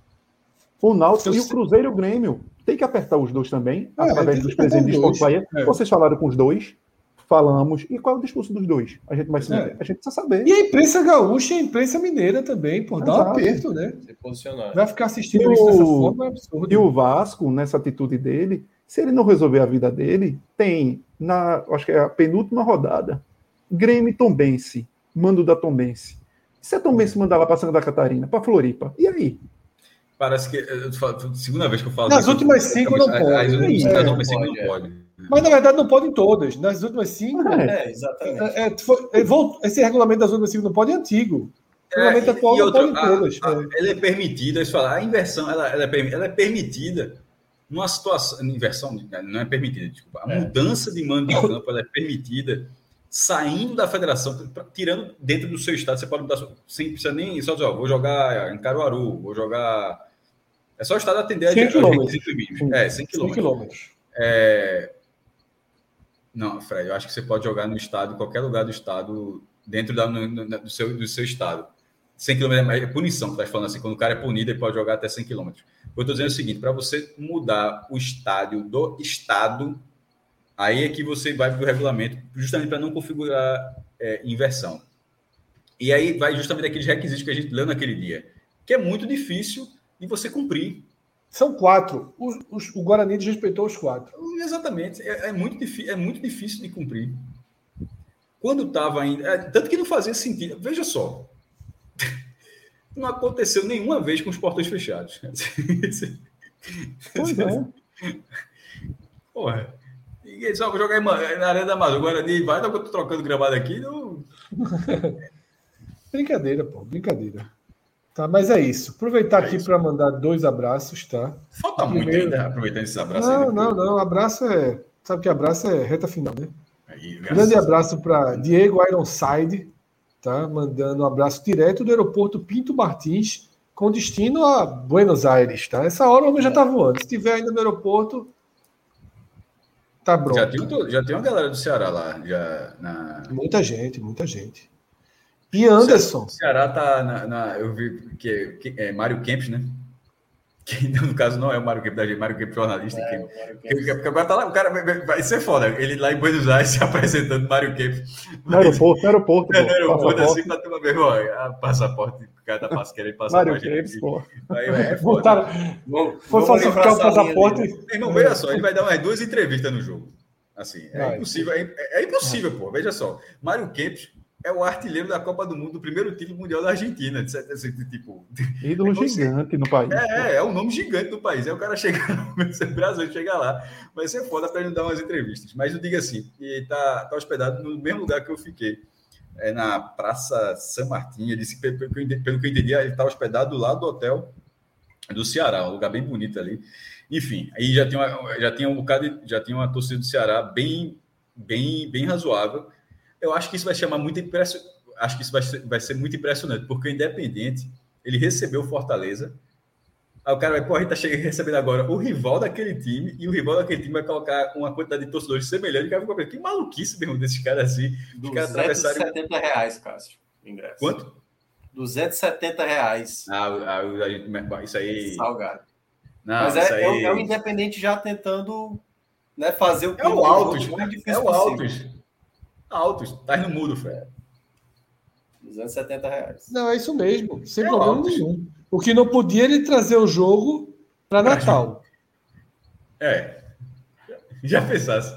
O Náutico e o Cruzeiro e o Grêmio. Tem que apertar os dois também, é, através dos presidentes do Sport Bahia. É. Vocês falaram com os dois. Falamos. E qual é o discurso dos dois? A gente vai se é. A gente precisa saber. E a imprensa gaúcha e a imprensa mineira também, por dar um aperto, né? Se posicionar. Vai ficar assistindo isso dessa forma, é absurdo. E o Vasco, nessa atitude dele, se ele não resolver a vida dele, tem, na, acho que é a penúltima rodada, Grêmio e Tombense, mando da Tombense. Se a Tombense mandar lá para Santa Catarina, para Floripa, e aí? Parece que, eu falo, segunda vez que eu falo... Nas últimas cinco não pode. As últimas cinco não pode. Mas, na verdade, não podem todas. Nas últimas cinco... É, é exatamente. É, é, foi, esse regulamento das últimas cinco não pode é antigo. O regulamento é, atual não pode todas. A, a, ela é permitida, eles falam, a inversão ela, ela, é, ela é permitida numa situação... Inversão não é permitida, desculpa. A é. mudança de mando de campo ela é permitida saindo da federação, tirando dentro do seu estado. Você pode mudar sem precisar nem... Só dizer, ó, vou jogar em Caruaru, vou jogar... É só o estado atender a requisitos mínimos. É, cem quilômetros. É... Não, Fred, eu acho que você pode jogar no estado, em qualquer lugar do estado, dentro da, no, no, do, seu, do seu estado. cem quilômetros é punição, que tá falando assim, quando o cara é punido, ele pode jogar até cem quilômetros. Eu estou dizendo o seguinte, para você mudar o estádio do estado, aí é que você vai para o regulamento, justamente para não configurar é, inversão. E aí vai justamente aqueles requisitos que a gente leu naquele dia, que é muito difícil de você cumprir. São quatro. O, o, o Guarani desrespeitou os quatro. Exatamente. É, é, muito, é muito difícil de cumprir. Quando estava ainda... É, tanto que não fazia sentido. Veja só. Não aconteceu nenhuma vez com os portões fechados. Pois é. Porra. E só jogar na Arena da Amazônia. Guarani vai, eu tô trocando gramado aqui. Não... Brincadeira, pô. Brincadeira. Tá, mas é isso. Aproveitar é aqui para mandar dois abraços, tá? Falta muito Primeiro... ainda, aproveitando esses abraços. Não, aí, não, não. Abraço é... Sabe que abraço é reta final, né? Aí, grande abraço para Diego Ironside, tá? Mandando um abraço direto do aeroporto Pinto Martins, com destino a Buenos Aires, tá? Essa hora o homem já tá voando. Se estiver ainda no aeroporto, tá pronto. Já tem, já tem uma galera do Ceará lá. Já na... Muita gente, muita gente. E Anderson. O Ceará tá na, na eu vi que, que é Mário Kempis, né? Que no caso não é o Mário Kempis, da gente, Mário Kempis jornalista. É, que, que, que agora tá lá, o cara vai, vai ser foda. Ele lá em Buenos Aires se apresentando Mário Kempis. No aeroporto, no aeroporto. É, no aeroporto, assim, pra ter uma vez, ó, passaporte, o cara tá passando, querendo passar Mário Kempis, pô. Aí é foda. Botaram, foi falsificar o passaporte. Meu irmão, veja só, ele vai dar umas duas entrevistas no jogo. Assim, é Vai, impossível, é, é impossível, pô. Veja só, Mário Kempis é o artilheiro da Copa do Mundo, do primeiro título mundial da Argentina. Assim, tipo, ídolo é gigante no país. É, é um nome gigante no país. É o cara chegar no Brasil, chegar lá. Vai ser foda para ele dar umas entrevistas. Mas eu digo assim, e tá, tá hospedado no mesmo lugar que eu fiquei. É na Praça San Martín. Ele disse, pelo que eu entendi, ele tá hospedado do lado do hotel do Ceará, um lugar bem bonito ali. Enfim, aí já tem uma, já tem um bocado, de, já tem uma torcida do Ceará bem, bem, bem razoável. Eu acho que isso vai chamar muito impressão. Acho que isso vai ser, vai ser muito impressionante, porque o Independente, ele recebeu o Fortaleza. Aí o cara vai, pô, a gente tá chegando, recebendo agora o rival daquele time, e o rival daquele time vai colocar uma quantidade de torcedores semelhante. O cara, que maluquice mesmo desses caras assim. duzentos e setenta reais, Cássio. Ingresso. Quanto? duzentos e setenta reais. Ah, a, a gente, isso aí. Salgado. Não, Mas é, aí... é, o, é o Independente já tentando, né, fazer o que é o Altos. É o Altos. Altos, tá no mudo, Fred. duzentos e setenta reais. Não, é isso mesmo, sem é problema Altos. nenhum. O que não podia ele trazer o jogo para Natal. É. Já pensasse.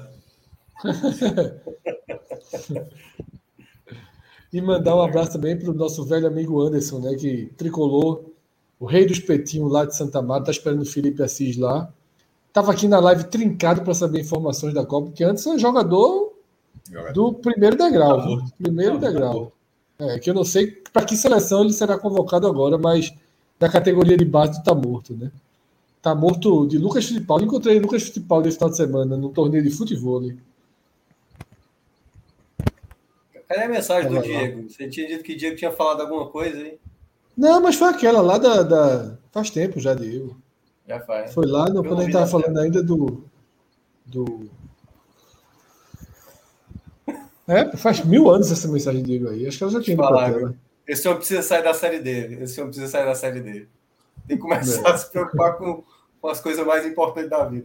E mandar um abraço também para o nosso velho amigo Anderson, né, que tricolor, o rei do espetinho lá de Santa Marta, tá esperando o Felipe Assis lá. Tava aqui na live trincado para saber informações da Copa, porque antes é jogador do primeiro degrau. Tá morto. Primeiro Não, degrau. Tá é, que eu não sei para que seleção ele será convocado agora, mas da categoria de base tá morto, né? Tá morto de Lucas Fittipaldi. Encontrei Lucas Fittipaldi esse final de semana num torneio de futebol. Cadê a mensagem do Diego? Você tinha dito que o Diego tinha falado alguma coisa aí? Não, mas foi aquela lá da. da... Faz tempo já, Diego. Já faz. Foi lá no, quando a gente tava falando ainda do. do... É, faz mil anos essa mensagem, Diego aí. Acho que ela já tinha ido pra tela. Esse homem precisa sair da série D. Esse homem precisa sair da série D. Tem que começar é. a se preocupar com, com as coisas mais importantes da vida.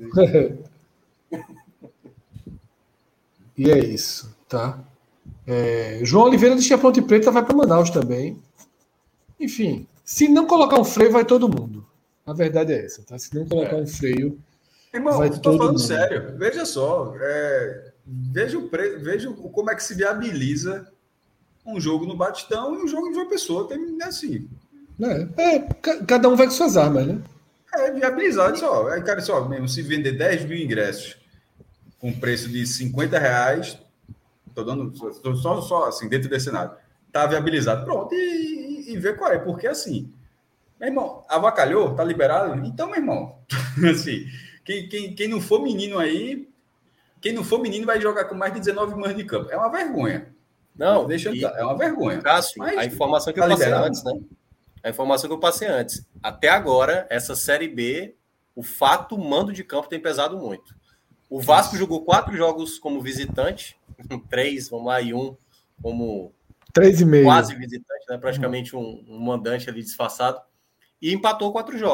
E é isso, tá? É, João Oliveira diz que a Ponte Preta vai para Manaus também. Enfim, se não colocar um freio, vai todo mundo. A verdade é essa, tá? Se não colocar é. um freio, irmão, vai estou todo falando mundo. sério. Veja só, é, veja, o pre... veja como é que se viabiliza um jogo no Batistão e um jogo de uma pessoa. Tem assim. É, é, cada um vai com suas armas, né? É viabilizar, só. É, cara, só mesmo, se vender dez mil ingressos com preço de cinquenta reais, tô dando tô só, só assim, dentro desse cenário, tá viabilizado. Pronto, e, e, e ver qual é, porque assim, meu irmão, avacalhou, tá liberado? Então, meu irmão, assim, quem, quem, quem não for menino aí, quem não for menino vai jogar com mais de dezenove manos de campo. É uma vergonha. Não, deixa eu é uma vergonha. Cássio, a informação que tá eu passei liberado. antes, né? A informação que eu passei antes. Até agora, essa Série B, o fato, o mando de campo tem pesado muito. O Vasco Isso. jogou quatro jogos como visitante, três, vamos lá, e um como três e meio. quase visitante, né? Praticamente um, um mandante ali disfarçado, e empatou quatro jogos.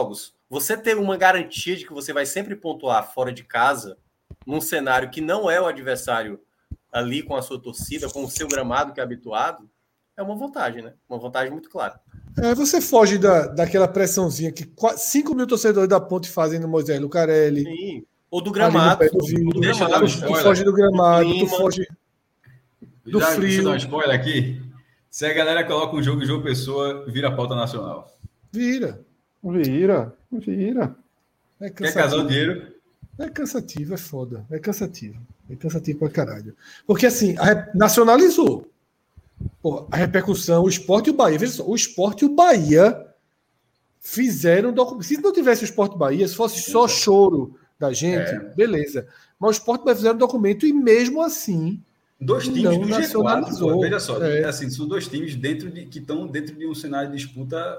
Você ter uma garantia de que você vai sempre pontuar fora de casa, num cenário que não é o adversário ali com a sua torcida, com o seu gramado que é habituado, é uma vantagem, né? Uma vantagem muito clara. É, você foge da, daquela pressãozinha que cinco mil torcedores da Ponte fazem no Moisés Lucarelli. Sim. Ou do gramado. Do do deixa gramado, eu dar um tu foge do gramado, do tu foge do Já, frio. Deixa eu dar um spoiler aqui. Se a galera coloca um jogo em João Pessoa, vira pauta nacional. Vira. Vira, vira. É Quer casar o dinheiro? É cansativo, é foda. É cansativo. É cansativo pra caralho. Porque assim, a, nacionalizou. Pô, a repercussão, o Sport e o Bahia. Veja só, o Sport e o Bahia fizeram documento. Se não tivesse o Sport e o Bahia, se fosse só choro da gente, É. beleza. Mas o Sport e o Bahia fizeram documento e mesmo assim. Dois times Não do G quatro, nacionalizou. pô, veja só, É. assim, são dois times dentro de, que estão dentro de um cenário de disputa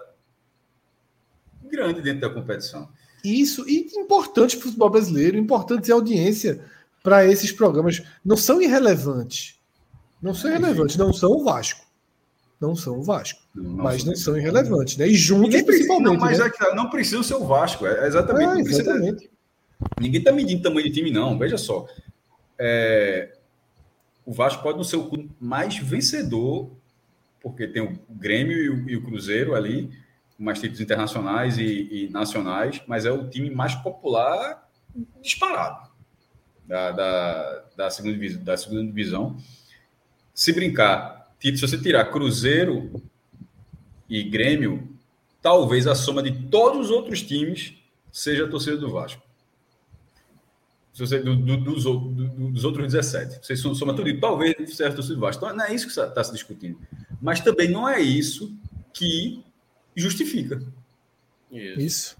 grande dentro da competição. Isso, e importante para o futebol brasileiro, importante a audiência para esses programas. Não são irrelevantes. Não são irrelevantes, não são o Vasco. Não são o Vasco. Não, não mas são não são irrelevantes, né? E juntos, principalmente. Não, mas né? é que não precisam ser o Vasco. É exatamente. É, não precisa- exatamente. Ninguém está medindo tamanho de time, não. Veja só. É, o Vasco pode não ser o clube mais vencedor, porque tem o Grêmio e o, e o Cruzeiro ali, com mais títulos internacionais e, e nacionais, mas é o time mais popular disparado da, da, da, segunda, divisão, da segunda divisão. Se brincar, se você tirar Cruzeiro e Grêmio, talvez a soma de todos os outros times seja a torcida do Vasco. Se você, do, do, dos, do, dos outros dezessete. Você soma tudo, e talvez seja a torcida do Vasco. Então, não é isso que está se discutindo. Mas também não é isso que justifica. Isso. isso.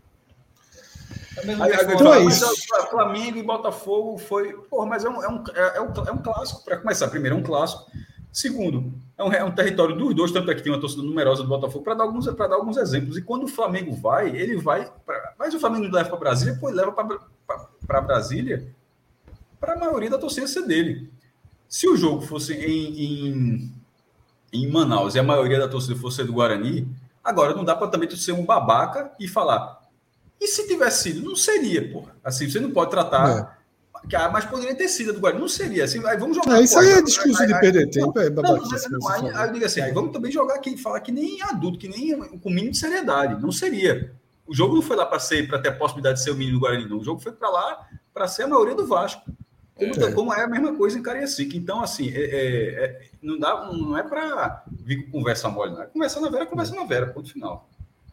Aí, então fala, é mas isso. A, a Flamengo e Botafogo foi... Porra, mas é um, é um, é um, é um clássico. Para começar, primeiro, é um clássico. Segundo, é um, é um território dos dois, tanto é que tem uma torcida numerosa do Botafogo, para dar, alguns, dar alguns exemplos. E quando o Flamengo vai, ele vai... Pra, mas o Flamengo leva para Brasília, pô, ele leva para Brasília para a maioria da torcida ser dele. Se o jogo fosse em, em, em Manaus e a maioria da torcida fosse do Guarani, agora não dá para também tu ser um babaca e falar... E se tivesse sido? Não seria, porra. Assim, você não pode tratar... É. Que, ah, mas poderia ter sido do Guarani. Não seria assim. Aí vamos jogar. É, isso aí é discurso aí, de aí, perder aí, tempo. Não, é babaquice. Não, não, aí, aí eu digo assim, aí vamos também jogar aqui, falar que nem adulto, que nem com mínimo de seriedade. Não seria. O jogo não foi lá para ser, para ter a possibilidade de ser o menino do Guarani, não. O jogo foi para lá para ser a maioria do Vasco. Como é. como é a mesma coisa em Cariacica. Então, assim, é, é, é, não, dá, não é para vir com conversa mole, não. É conversa na vera, conversa na vera, ponto final.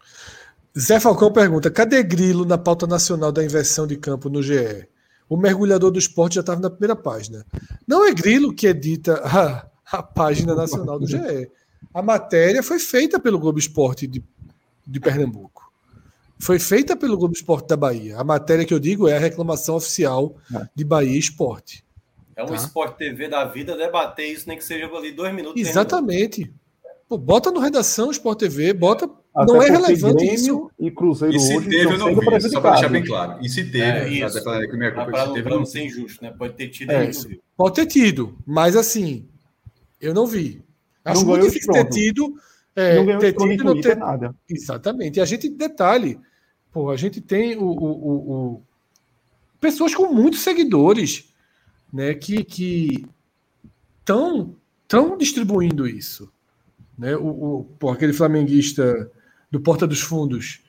Zé Falcão pergunta: cadê Grilo na pauta nacional da inversão de campo no G E? O mergulhador do esporte já estava na primeira página. Não é Grilo que edita a, a página nacional do G E. A matéria foi feita pelo Globo Esporte de, de Pernambuco. Foi feita pelo Globo Esporte da Bahia. A matéria que eu digo é a reclamação oficial de Bahia Esporte. É um tá? Sport T V da vida debater isso, nem que seja ali dois minutos. Exatamente. Pô, bota no Redação Sport T V, bota... Até não é relevante Grêmio isso. E Cruzeiro e se hoje teve, eu não vi, só para deixar bem claro. E se teve, é, isso. Pra, que minha culpa, pra, se teve, pra não não ser injusto, né? Pode ter tido é, isso. Pode ter tido, mas assim, eu não vi. Acho não muito difícil ter tido. É, não ganhou ter tido não ter nada. Exatamente. E a gente, detalhe, pô, a gente tem o, o, o, o... pessoas com muitos seguidores, né, que que estão tão distribuindo isso. Né? O, o, pô, aquele flamenguista do Porta dos Fundos.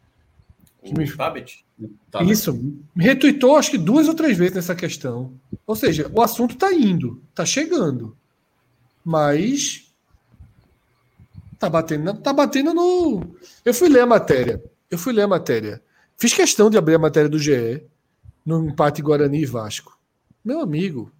O me... Tabet? Isso, me retuitou acho que duas ou três vezes nessa questão. Ou seja, o assunto está indo, está chegando. Mas tá batendo, tá batendo no... Eu fui ler a matéria. Eu fui ler a matéria. Fiz questão de abrir a matéria do G E no empate Guarani e Vasco. Meu amigo.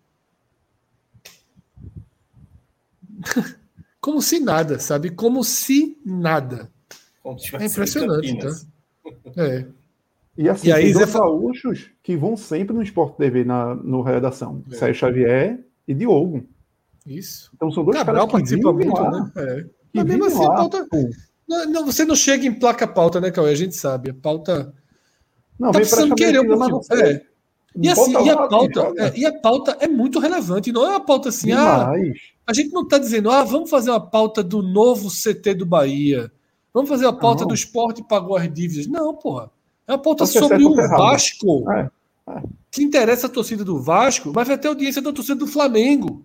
Como se nada, sabe? Como se nada. Como se é impressionante, tá? É. E assim, e aí, tem dois Zé... gaúchos que vão sempre no Sport T V na no redação. É. Sérgio Xavier e Diogo. Isso. Então são dois Cabral caras que participa muito, lá, né? É. Que Mas mesmo assim, lá, a pauta... não, não, você não chega em placa pauta, né, Cauê? A gente sabe. A pauta... Não, tá vem precisando querer um pouquinho. É. E, assim, e, a pauta, é, e a pauta é muito relevante. Não é uma pauta assim... Ah, a gente não está dizendo, ah, vamos fazer uma pauta do novo C T do Bahia. Vamos fazer a pauta não. do esporte pagou as dívidas. Não, porra. É É uma pauta Acho que é sobre certo o ou errado. Vasco, É, é. que interessa a torcida do Vasco, mas vai ter audiência da torcida do Flamengo.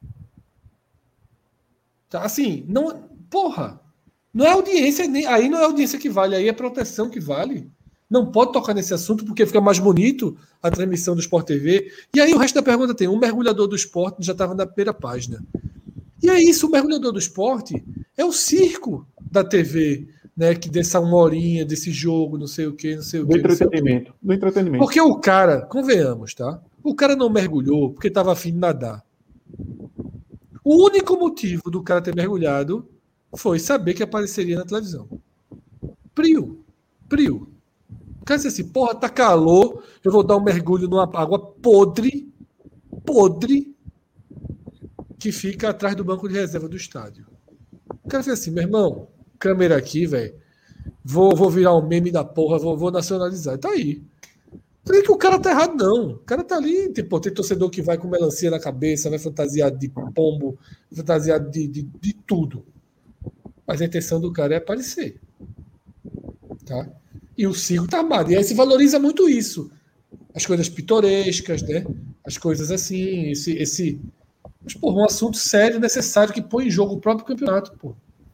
Tá? Assim, não. Porra! Não é audiência, nem, aí não é audiência que vale, aí é proteção que vale. Não pode tocar nesse assunto porque fica mais bonito a transmissão do Sport T V. E aí o resto da pergunta tem: um mergulhador do esporte já estava na primeira página. E é isso, o mergulhador do esporte é o circo da T V, né? Que dessa uma horinha desse jogo, não sei o que, não sei o Do que. entretenimento. Do entretenimento. Porque o cara, convenhamos, tá? O cara não mergulhou porque estava afim de nadar. O único motivo do cara ter mergulhado foi saber que apareceria na televisão. Prio. Prio. O cara disse assim, porra, tá calor, eu vou dar um mergulho numa água podre, podre, que fica atrás do banco de reserva do estádio. O cara fez assim, meu irmão, câmera aqui, velho, vou, vou virar um meme da porra, vou, vou nacionalizar. Tá aí. Não é que o cara tá errado, não. O cara tá ali, tipo, tem torcedor que vai com melancia na cabeça, vai fantasiado de pombo, fantasiado de, de, de tudo. Mas a intenção do cara é aparecer. Tá? E o circo tá armado. E aí se valoriza muito isso. As coisas pitorescas, né? As coisas assim, esse... esse... Mas, porra, um assunto sério, necessário, que põe em jogo o próprio campeonato, pô.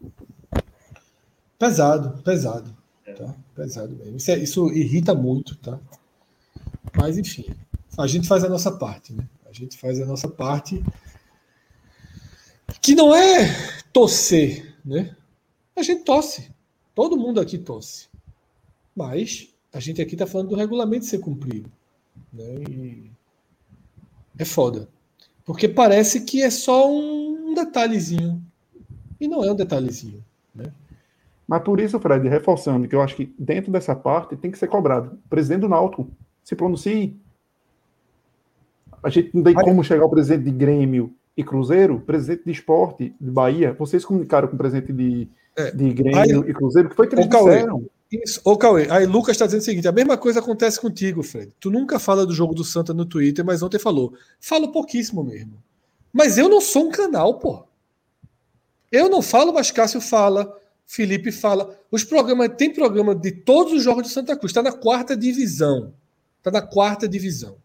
Pesado, pesado. Tá? Pesado mesmo. Isso, é, isso irrita muito, tá? Mas, enfim, a gente faz a nossa parte, né? A gente faz a nossa parte, que não é torcer, né? A gente torce. Todo mundo aqui torce. Mas a gente aqui está falando do regulamento ser cumprido. Né? E é foda. Porque parece que é só um detalhezinho. E não é um detalhezinho. Né? Mas por isso, Fred, reforçando, que eu acho que dentro dessa parte tem que ser cobrado. O presidente do Náutico se pronuncie. A gente não tem como chegar ao presidente de Grêmio e Cruzeiro, presidente de Esporte de Bahia. Vocês comunicaram com o presidente de, é. de Grêmio aí, e Cruzeiro, que foi que eles disseram. Isso. Ô, Cauê, aí Lucas está dizendo o seguinte: a mesma coisa acontece contigo, Fred. Tu nunca fala do jogo do Santa no Twitter, mas ontem falou. Falo pouquíssimo mesmo. Mas eu não sou um canal, pô. Eu não falo, mas Cássio fala, Felipe fala. Os programas, tem programa de todos os jogos do Santa Cruz. Está na quarta divisão. Está na quarta divisão.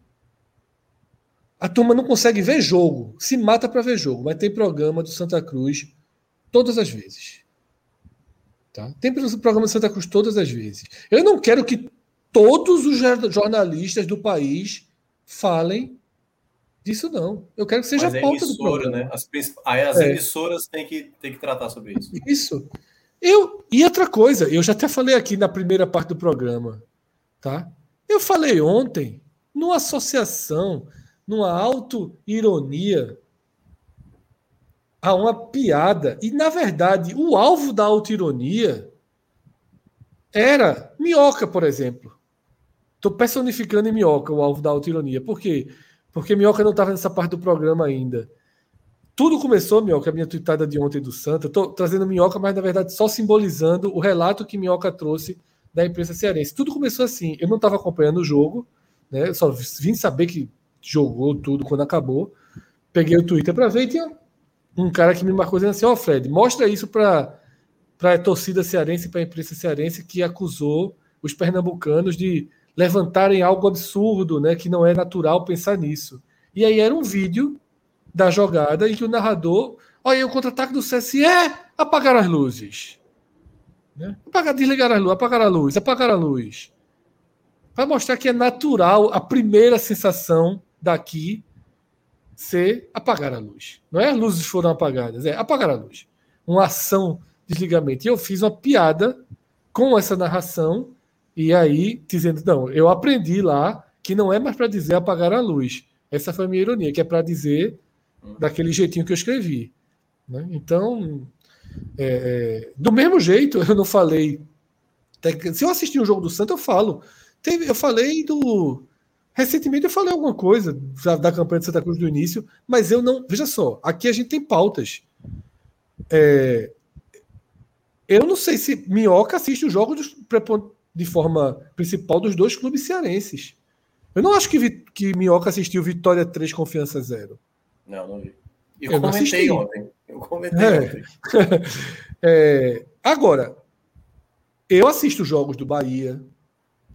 A turma não consegue ver jogo. Se mata para ver jogo. Mas tem programa do Santa Cruz todas as vezes. Tá? Tem programa do Santa Cruz todas as vezes. Eu não quero que todos os jornalistas do país falem disso, não. Eu quero que seja Mas a é pauta emissora, do programa. Né? As, aí as é. emissoras têm que, têm que tratar sobre isso. Isso. Eu, e outra coisa, eu já até falei aqui na primeira parte do programa. Tá? Eu falei ontem, numa associação, numa auto-ironia, a uma piada. E, na verdade, o alvo da auto-ironia era Minhoca, por exemplo. Estou personificando em Minhoca o alvo da auto-ironia. Por quê? Porque Minhoca não estava nessa parte do programa ainda. Tudo começou, Minhoca, a minha tweetada de ontem do Santa. Estou trazendo Minhoca, mas, na verdade, só simbolizando o relato que Minhoca trouxe da imprensa cearense. Tudo começou assim. Eu não estava acompanhando o jogo, né? Eu só vim saber que jogou tudo quando acabou. Peguei o Twitter para ver e tinha um cara que me marcou dizendo assim, ó, oh, Fred, mostra isso para a torcida cearense e para a imprensa cearense que acusou os pernambucanos de levantarem algo absurdo, né, que não é natural pensar nisso. E aí era um vídeo da jogada em que o narrador, olha aí o contra-ataque do C S E, apagaram as luzes. Né? Apagar, desligar as luzes, apagar a luz, apagar a luz. Vai mostrar que é natural a primeira sensação daqui ser apagar a luz. Não é as luzes foram apagadas, é apagar a luz. Uma ação de desligamento. E eu fiz uma piada com essa narração e aí dizendo, não, eu aprendi lá que não é mais para dizer apagar a luz. Essa foi a minha ironia, que é para dizer daquele jeitinho que eu escrevi. Né? Então, é, é, do mesmo jeito, eu não falei... Se eu assistir um jogo do Santa, eu falo. Eu falei do... Recentemente eu falei alguma coisa da campanha de Santa Cruz do início, mas eu não... Veja só, aqui a gente tem pautas. É, eu não sei se Minhoca assiste os jogos de forma principal dos dois clubes cearenses. Eu não acho que, que Minhoca assistiu Vitória três, Confiança zero. Não, não vi. Eu, eu comentei ontem. Eu comentei é. ontem. é, agora, eu assisto jogos do Bahia,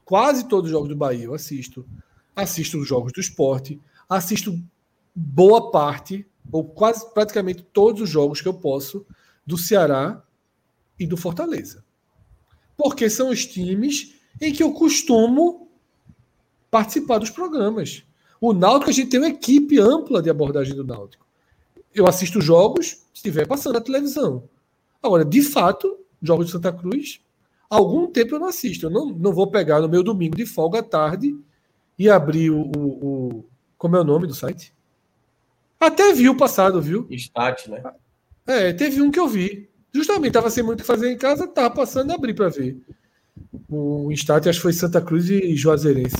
quase todos os jogos do Bahia eu assisto. Assisto os jogos do Sport. Assisto boa parte, ou quase praticamente todos os jogos que eu posso, do Ceará e do Fortaleza. Porque são os times em que eu costumo participar dos programas. O Náutico, a gente tem uma equipe ampla de abordagem do Náutico. Eu assisto jogos se estiver passando na televisão. Agora, de fato, jogos de Santa Cruz, há algum tempo eu não assisto. Eu não, não vou pegar no meu domingo de folga à tarde e abrir o, o, o... Como é o nome do site? Até vi o passado, viu? Stat, né? É, teve um que eu vi. Justamente, estava sem muito o que fazer em casa, estava passando e abri para ver. O Stat, acho que foi Santa Cruz e Juazeirense.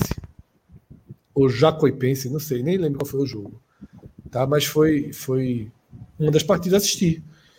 Ou Jacuipense, não sei, nem lembro qual foi o jogo. Tá? Mas foi, foi uma das partidas a assistir.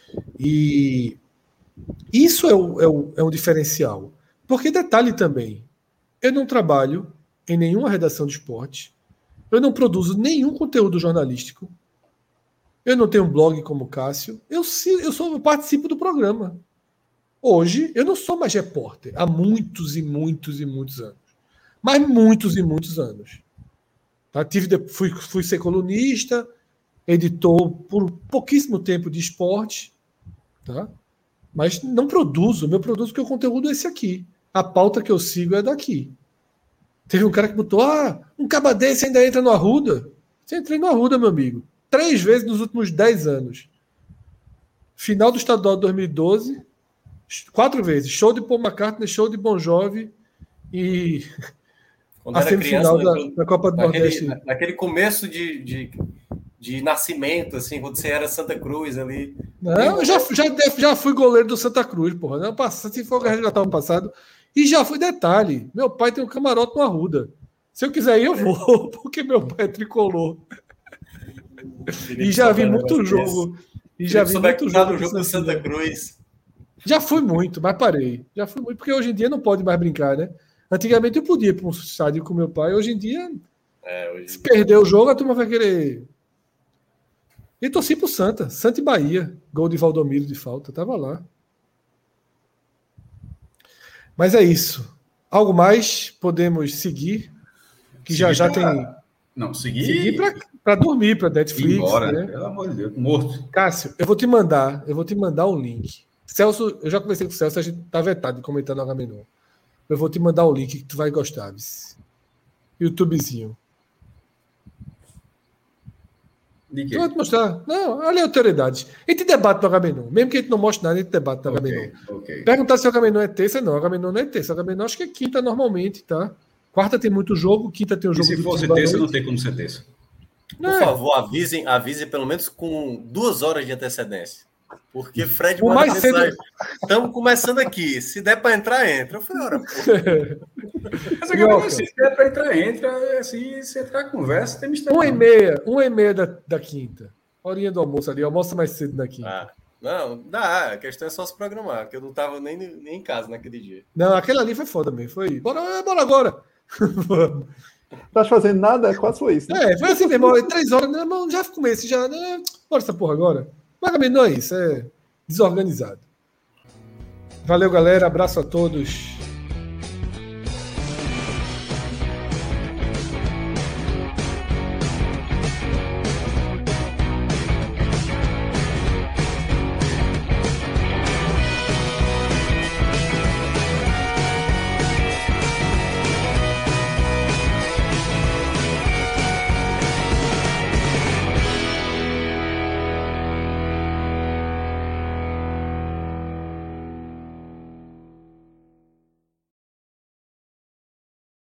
E isso é, o, é, o, é um diferencial. Porque, detalhe também, eu não trabalho em nenhuma redação de esporte, eu não produzo nenhum conteúdo jornalístico, eu não tenho um blog como o Cássio, eu, eu, sou, eu participo do programa. Hoje, eu não sou mais repórter, há muitos e muitos e muitos anos. Mas muitos e muitos anos. Tá? Tive, fui, fui ser colunista, editor por pouquíssimo tempo de esporte, tá? Mas não produzo. Meu produto que o conteúdo é esse aqui. A pauta que eu sigo é daqui. Teve um cara que botou, ah, um caba desse ainda entra no Arruda. Você entrei no Arruda, meu amigo. Três vezes nos últimos dez anos. Final do estadual de dois mil e doze, quatro vezes. Show de Paul McCartney, show de Bon Jovi e quando a era semifinal criança, da, da Copa do naquele, Nordeste. Naquele começo de, de, de nascimento, assim, quando você era Santa Cruz ali. Não, eu já, já, já fui goleiro do Santa Cruz, porra. Não, passado, se for resgatar o passado. E já fui, detalhe, meu pai tem um camarote no Arruda. Se eu quiser ir, eu vou, porque meu pai é tricolor. E já vi muito jogo. E já vi muito jogo do jogo do Santa Cruz. Já fui muito, mas parei. Já fui muito, porque hoje em dia não pode mais brincar, né? Antigamente eu podia ir para um estádio com meu pai, hoje em dia, é, hoje... se perder o jogo, a turma vai querer. E torci pro Santa, Santa e Bahia, gol de Valdomiro de falta, tava lá. Mas é isso. Algo mais? Podemos seguir? Que seguir já já pra... tem. Não, seguir. Seguir para dormir, para Netflix. Embora, né? Pelo amor de Deus, morto. Cássio, eu vou te mandar, eu vou te mandar um link. Celso, eu já conversei com o Celso, a gente tá vetado de comentar no Agamenon. Eu vou te mandar o link que tu vai gostar, vice. YouTubezinho. De quê? Eu vou te mostrar. Não, aleatoriedades. A gente debate no Agamenon. Mesmo que a gente não mostre nada, a gente debate no okay, Agamenon. Okay. Perguntar se o Agamenon é terça, não. O Agamenon não é terça. O Agamenon acho que é quinta normalmente, tá? Quarta tem muito jogo, quinta tem o jogo e se do fosse terça, não tem como ser terça. Por é. favor, avisem, avisem pelo menos com duas horas de antecedência. Porque Fred o mais cedo... Estamos começando aqui. Se der para entrar, entra. Eu falei, ora, pô. Mas é que eu assim, se der para entrar, entra. Assim, se entrar, conversa, tem mistério. Uma e meia, uma e meia da, da quinta. Horinha do almoço ali, almoça mais cedo na quinta. Ah, não, dá. A questão é só se programar, porque eu não estava nem, nem em casa naquele dia. Não, aquele ali foi foda mesmo. Foi, bora, bora agora. Tá fazendo nada? Quase foi isso. Né? É, foi assim, irmão. Três horas, né, irmão, já comecei, já. Né? Bora essa porra agora. Mas não é isso, é desorganizado. Valeu, galera. Abraço a todos.